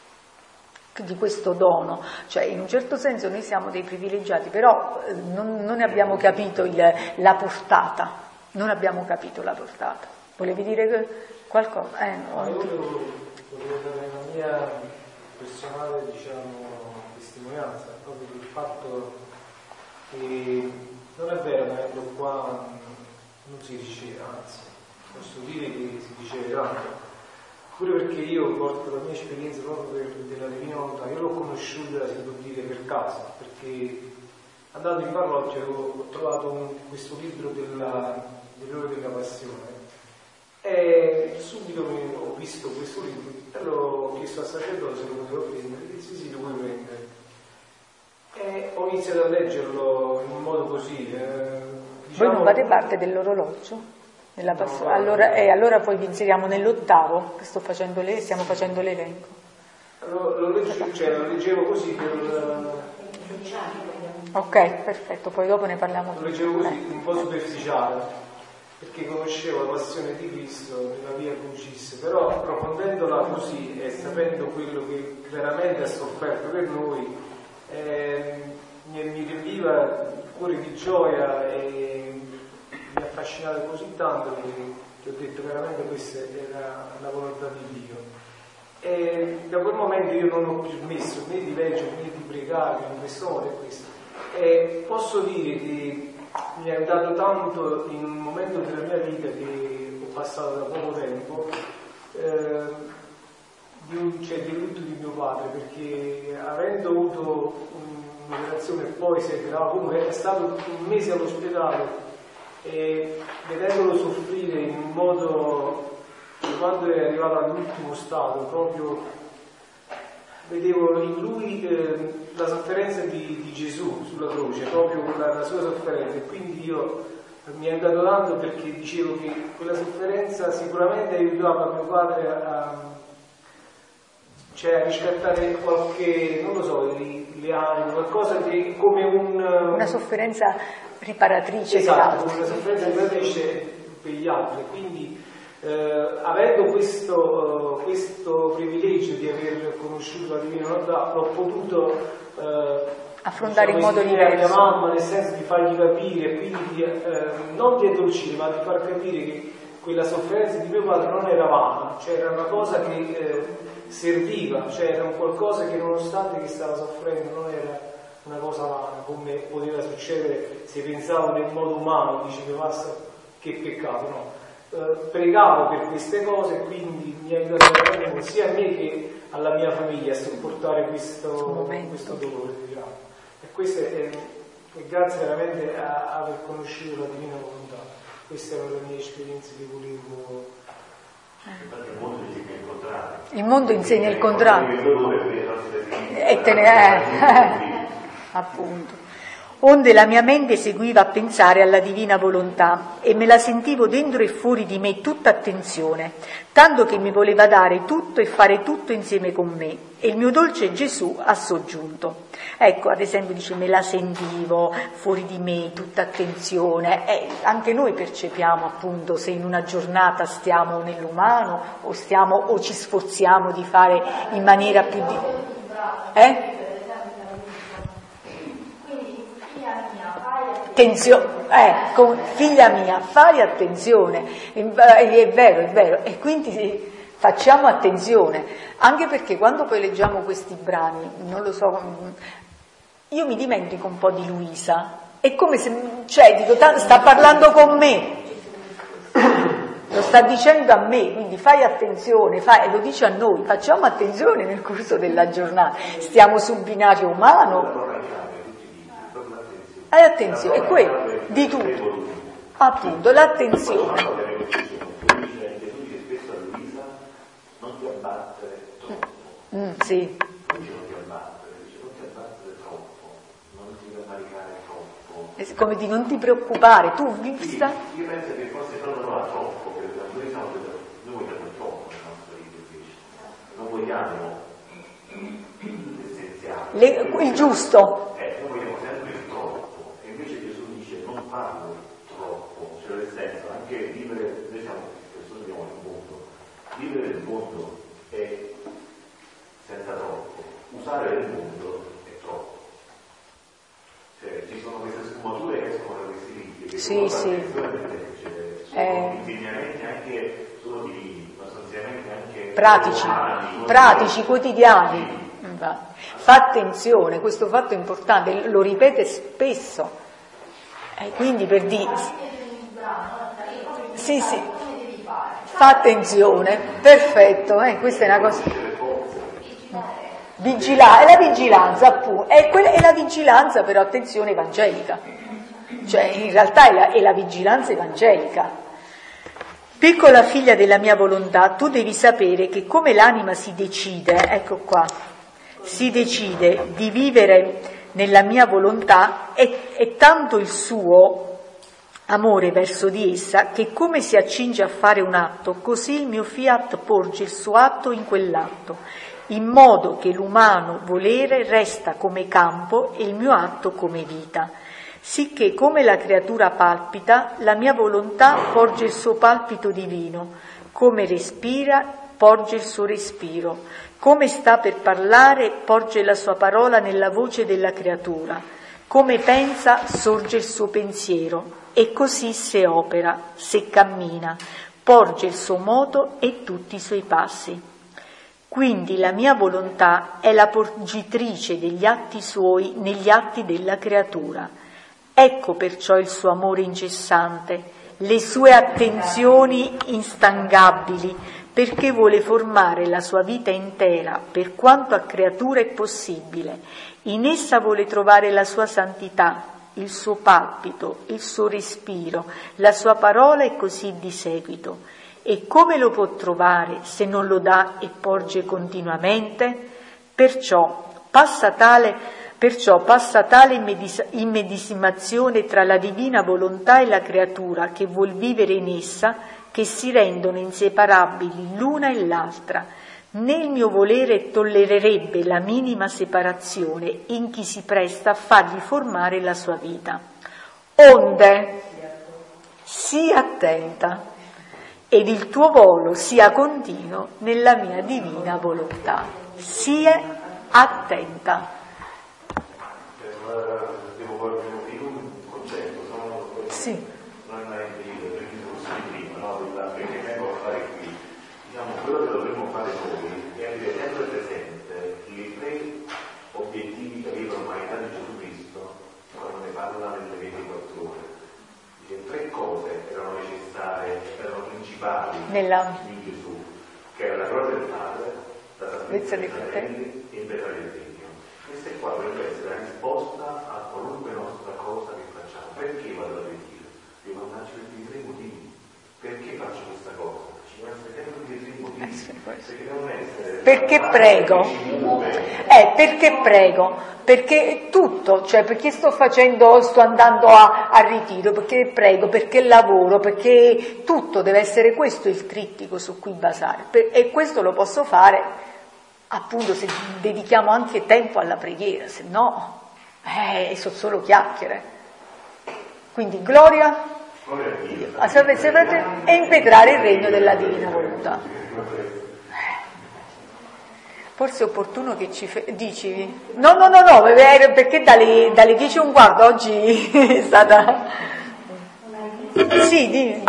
di questo dono, cioè in un certo senso noi siamo dei privilegiati, però non ne abbiamo capito la portata, non abbiamo capito la portata. Volevi dire qualcosa? No. Io volevo dare la mia personale, testimonianza proprio del fatto E non è vero, venendo qua non si riceve, anzi, posso dire che si riceve tanto. Pure perché io porto la mia esperienza proprio della Divina Volontà, io l'ho conosciuta, si può dire, per caso, perché andando in parrocchia ho trovato questo libro dell'ora della passione e subito ho visto questo libro e l'ho chiesto al sacerdote se lo potevo prendere, e disse sì, lo puoi prendere. E ho iniziato a leggerlo in un modo così. Voi non fate parte dell'orologio? Nella passione? Allora poi vi inseriamo nell'8º, che stiamo facendo l'elenco. Lo leggevo così per... Ok, perfetto, poi dopo ne parliamo. Lo leggevo così, un po' superficiale, perché conoscevo la passione di Cristo nella via Crucis, però approfondendola così e sapendo quello che veramente ha sofferto per noi, mi riempiva il cuore di gioia e mi affascinava così tanto che ho detto veramente questa era la volontà di Dio. E da quel momento io non ho più smesso né di leggere né di pregare in questo modo e questo. E posso dire che mi ha aiutato tanto in un momento della mia vita che ho passato da poco tempo, di lutto di mio padre, perché avendo avuto un'operazione e poi si è grave, comunque è stato un mese all'ospedale e vedendolo soffrire in un modo che quando è arrivato all'ultimo stato proprio vedevo in lui la sofferenza di Gesù sulla croce, proprio la sua sofferenza, e quindi io mi è andato tanto perché dicevo che quella sofferenza sicuramente aiutava mio padre a riscattare qualche, non lo so, le anime, qualcosa che come una sofferenza riparatrice. Esatto, una sofferenza riparatrice per gli altri. Quindi avendo questo privilegio di aver conosciuto la Divina Volontà, l'ho potuto affrontare in modo diverso. Mia mamma, nel senso di fargli capire, quindi non di addolcire, ma di far capire che quella sofferenza di mio padre non era vana, cioè era una cosa che serviva, cioè era un qualcosa che nonostante che stava soffrendo non era una cosa vana, come poteva succedere se pensavo nel modo umano, dice che peccato, no? Pregavo per queste cose e quindi mi ha aiutato sia a me che alla mia famiglia a sopportare questo dolore. E questo è grazie veramente a aver conosciuto la Divina Volontà. Queste erano le mie esperienze che volevo. Il mondo insegna il contrario. Appunto. Onde la mia mente seguiva a pensare alla divina volontà e me la sentivo dentro e fuori di me tutta attenzione, tanto che mi voleva dare tutto e fare tutto insieme con me, e il mio dolce Gesù ha soggiunto. Ecco, ad esempio dice me la sentivo fuori di me tutta attenzione, anche noi percepiamo appunto se in una giornata stiamo nell'umano o ci sforziamo di fare in maniera più figlia mia, fai attenzione, è vero, e quindi facciamo attenzione, anche perché quando poi leggiamo questi brani, non lo so, io mi dimentico un po' di Luisa, è come se, dico, sta parlando con me, lo sta dicendo a me, quindi fai attenzione, lo dice a noi, facciamo attenzione nel corso della giornata, stiamo sul binario umano. Hai attenzione, è quello, di tutto, appunto, l'attenzione. Non ti abbattere troppo. Sì. Non ti abbattere troppo, non ti rammaricare troppo. È come di non ti preoccupare, tu Io penso che forse proprio non va troppo, perché noi vogliamo troppo nella nostra vita invece. Non vogliamo l'essenziale. Il giusto. Noi vogliamo sempre il troppo. E invece Gesù dice non farlo troppo, cioè nel senso anche vivere, noi siamo persone che vivono nel mondo, vivere nel mondo è senza troppo, usare il mondo è troppo. Cioè ci sono queste sfumature che escono da questi libri che sono insegnamenti anche solo divini, ma sono insegnamenti anche pratici, quotidiani. Fa attenzione, questo fatto è importante, lo ripete spesso. Quindi per dire... Sì, fa attenzione, perfetto, questa è una cosa... È la vigilanza, appunto, è la vigilanza, però attenzione, evangelica, cioè in realtà è la vigilanza evangelica. Piccola figlia della mia volontà, tu devi sapere che come l'anima si decide, ecco qua, si decide di vivere nella mia volontà, è tanto il suo amore verso di essa che come si accinge a fare un atto, così il mio fiat porge il suo atto in quell'atto, in modo che l'umano volere resta come campo e il mio atto come vita. Sicché come la creatura palpita, la mia volontà porge il suo palpito divino, come respira porge il suo respiro, come sta per parlare porge la sua parola nella voce della creatura, come pensa sorge il suo pensiero, e così se opera, se cammina, porge il suo moto e tutti i suoi passi. Quindi la mia volontà è la porgitrice degli atti suoi negli atti della creatura. Ecco perciò il suo amore incessante, le sue attenzioni instancabili, perché vuole formare la sua vita intera, per quanto a creatura è possibile. In essa vuole trovare la sua santità, il suo palpito, il suo respiro, la sua parola e così di seguito. E come lo può trovare se non lo dà e porge continuamente? Perciò passa tale immedesimazione tra la divina volontà e la creatura che vuol vivere in essa, che si rendono inseparabili l'una e l'altra. Né il mio volere tollererebbe la minima separazione in chi si presta a fargli formare la sua vita. Onde, sii attenta, ed il tuo volo sia continuo nella mia divina volontà. Sii attenta. Devo porre un concetto, sì. Non è per i discorsi di prima, no? Perché vengo a fare qui. Diciamo, quello che dovremmo fare noi è avere sempre presente i tre obiettivi che aveva l'umanità di Gesù Cristo quando ne parla nelle 24 ore. Dice, tre cose erano necessarie, erano principali in Gesù, che era la gloria del Padre, la salvezza dei fratelli e il beneficio del Regno. Questa qua dovrebbe essere la risposta a qualunque nostra cosa che facciamo. Perché vado a ritiro? Devo andarci per i tre motivi. Perché faccio questa cosa? Ci devono essere sempre dei tre motivi. Perché devono essere... Perché prego? Perché prego? Perché tutto, cioè perché sto andando a ritiro, perché prego, perché lavoro, perché tutto deve essere questo il trittico su cui basare. E questo lo posso fare appunto se dedichiamo anche tempo alla preghiera, se no sono solo chiacchiere. Quindi gloria a salvezza e impetrare il regno della divina volontà. Forse è opportuno che dici no, perché dalle 10:15 oggi è stata... Sì, dimmi.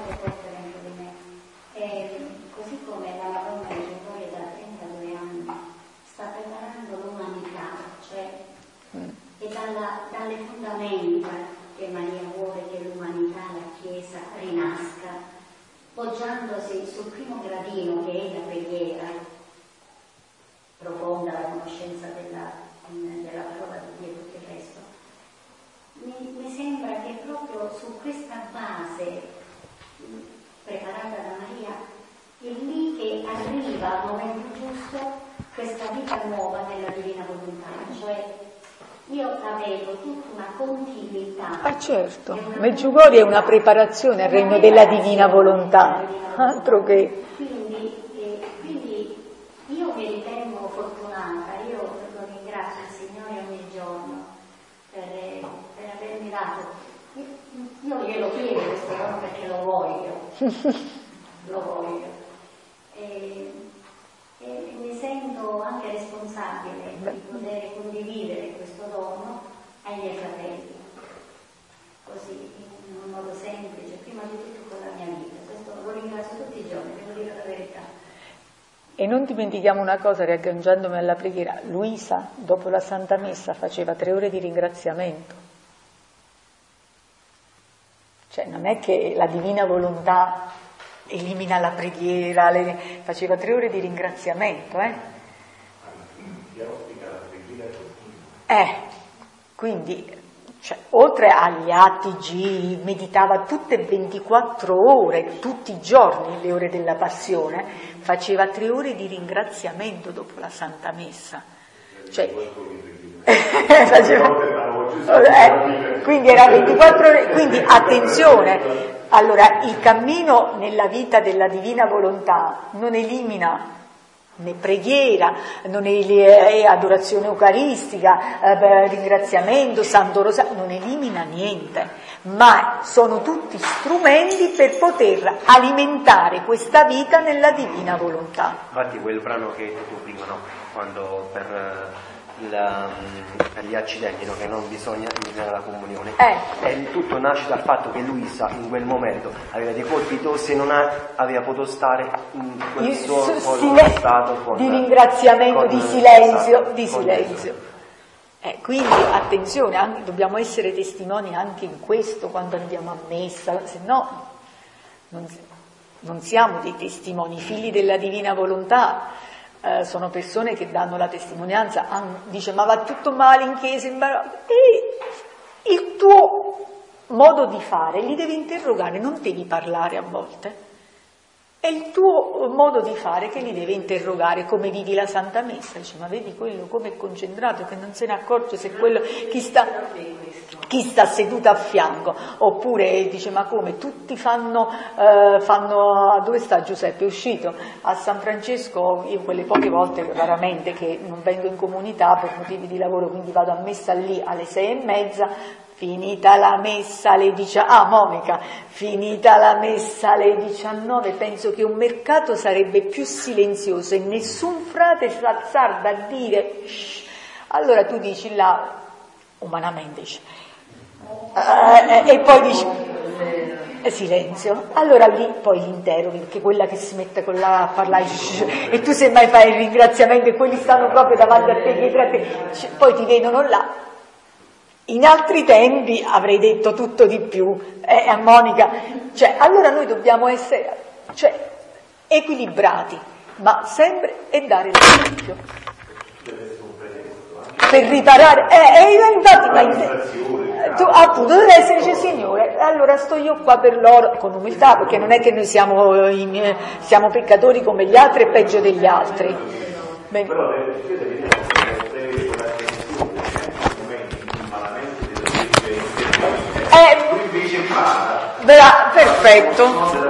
Così come la Madonna di Vittoria da 32 anni sta preparando l'umanità, cioè è dalle fondamenta che Maria vuole che l'umanità, la Chiesa, rinasca, poggiandosi sul primo gradino che è la preghiera profonda, la conoscenza della parola di Dio e tutto il resto. Mi sembra che proprio su questa base preparata da Maria è lì che arriva al momento giusto questa vita nuova nella divina volontà, cioè io la vedo tutta una continuità. Certo, Medjugorje è una preparazione al regno della divina volontà, altro che... Quindi io mi ritengo fortunata, io lo ringrazio il Signore ogni giorno per avermi dato. Io glielo chiedo questo giorno perché lo voglio. E mi sento anche responsabile di poter condividere questo dono ai miei fratelli, così in un modo semplice, prima di tutto con la mia vita. Questo lo ringrazio tutti i giorni, devo dire la verità. E non dimentichiamo una cosa, riagganciandomi alla preghiera, Luisa dopo la Santa Messa faceva 3 ore di ringraziamento. Cioè non è che la divina volontà elimina la preghiera, faceva 3 ore di ringraziamento, quindi cioè, oltre agli ATG, meditava tutte 24 ore, tutti i giorni, le ore della Passione, faceva 3 ore di ringraziamento dopo la Santa Messa. Cioè, quindi era 24 ore, quindi attenzione, allora il cammino nella vita della divina volontà non elimina né preghiera, non è adorazione eucaristica, ringraziamento, Santo Rosario, non elimina niente, ma sono tutti strumenti per poter alimentare questa vita nella divina volontà. Infatti quel brano che hai detto prima, no? Quando per gli accidenti, no? Che non bisogna eliminare la comunione, e tutto nasce dal fatto che Luisa in quel momento aveva dei colpi tosse e non aveva potuto stare in quel suo stato di ringraziamento, di silenzio. Quindi attenzione, dobbiamo essere testimoni anche in questo quando andiamo a messa, se no non siamo dei testimoni. I figli della divina volontà sono persone che danno la testimonianza, dice ma va tutto male in chiesa, e il tuo modo di fare li devi interrogare, non devi parlare a volte. È il tuo modo di fare che li deve interrogare, come vivi la Santa Messa, dice ma vedi quello come è concentrato che non se ne accorge se quello chi sta seduto a fianco, oppure dice ma come tutti fanno dove sta Giuseppe? È uscito a San Francesco, io quelle poche volte raramente che non vengo in comunità per motivi di lavoro, quindi vado a messa lì alle 6:30, finita la messa alle 19, Monica, finita la messa alle 19, penso che un mercato sarebbe più silenzioso e nessun frate si alzarda a dire shh. Allora tu dici là, umanamente dici, e poi dici silenzio, allora lì poi li interroghi, perché quella che si mette con là a parlare e tu semmai fai il ringraziamento e quelli stanno proprio davanti a te dietro a te, poi ti vedono là. In altri tempi avrei detto tutto di più, a Monica, cioè, allora noi dobbiamo essere equilibrati, ma sempre e dare l'esempio. Per riparare, infatti, tu appunto deve essere, dice Signore, allora sto io qua per loro, con umiltà, perché non è che noi siamo peccatori come gli altri e peggio degli altri. Perfetto.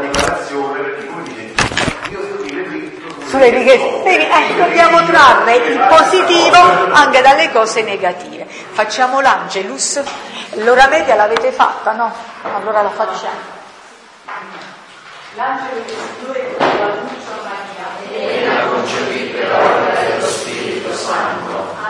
Dobbiamo trarre il positivo anche dalle cose negative. Facciamo l'Angelus. L'ora media l'avete fatta, no? Allora la facciamo. L'angelo del Signore con la luce Maria, e la concepita l'opera dello Spirito Santo.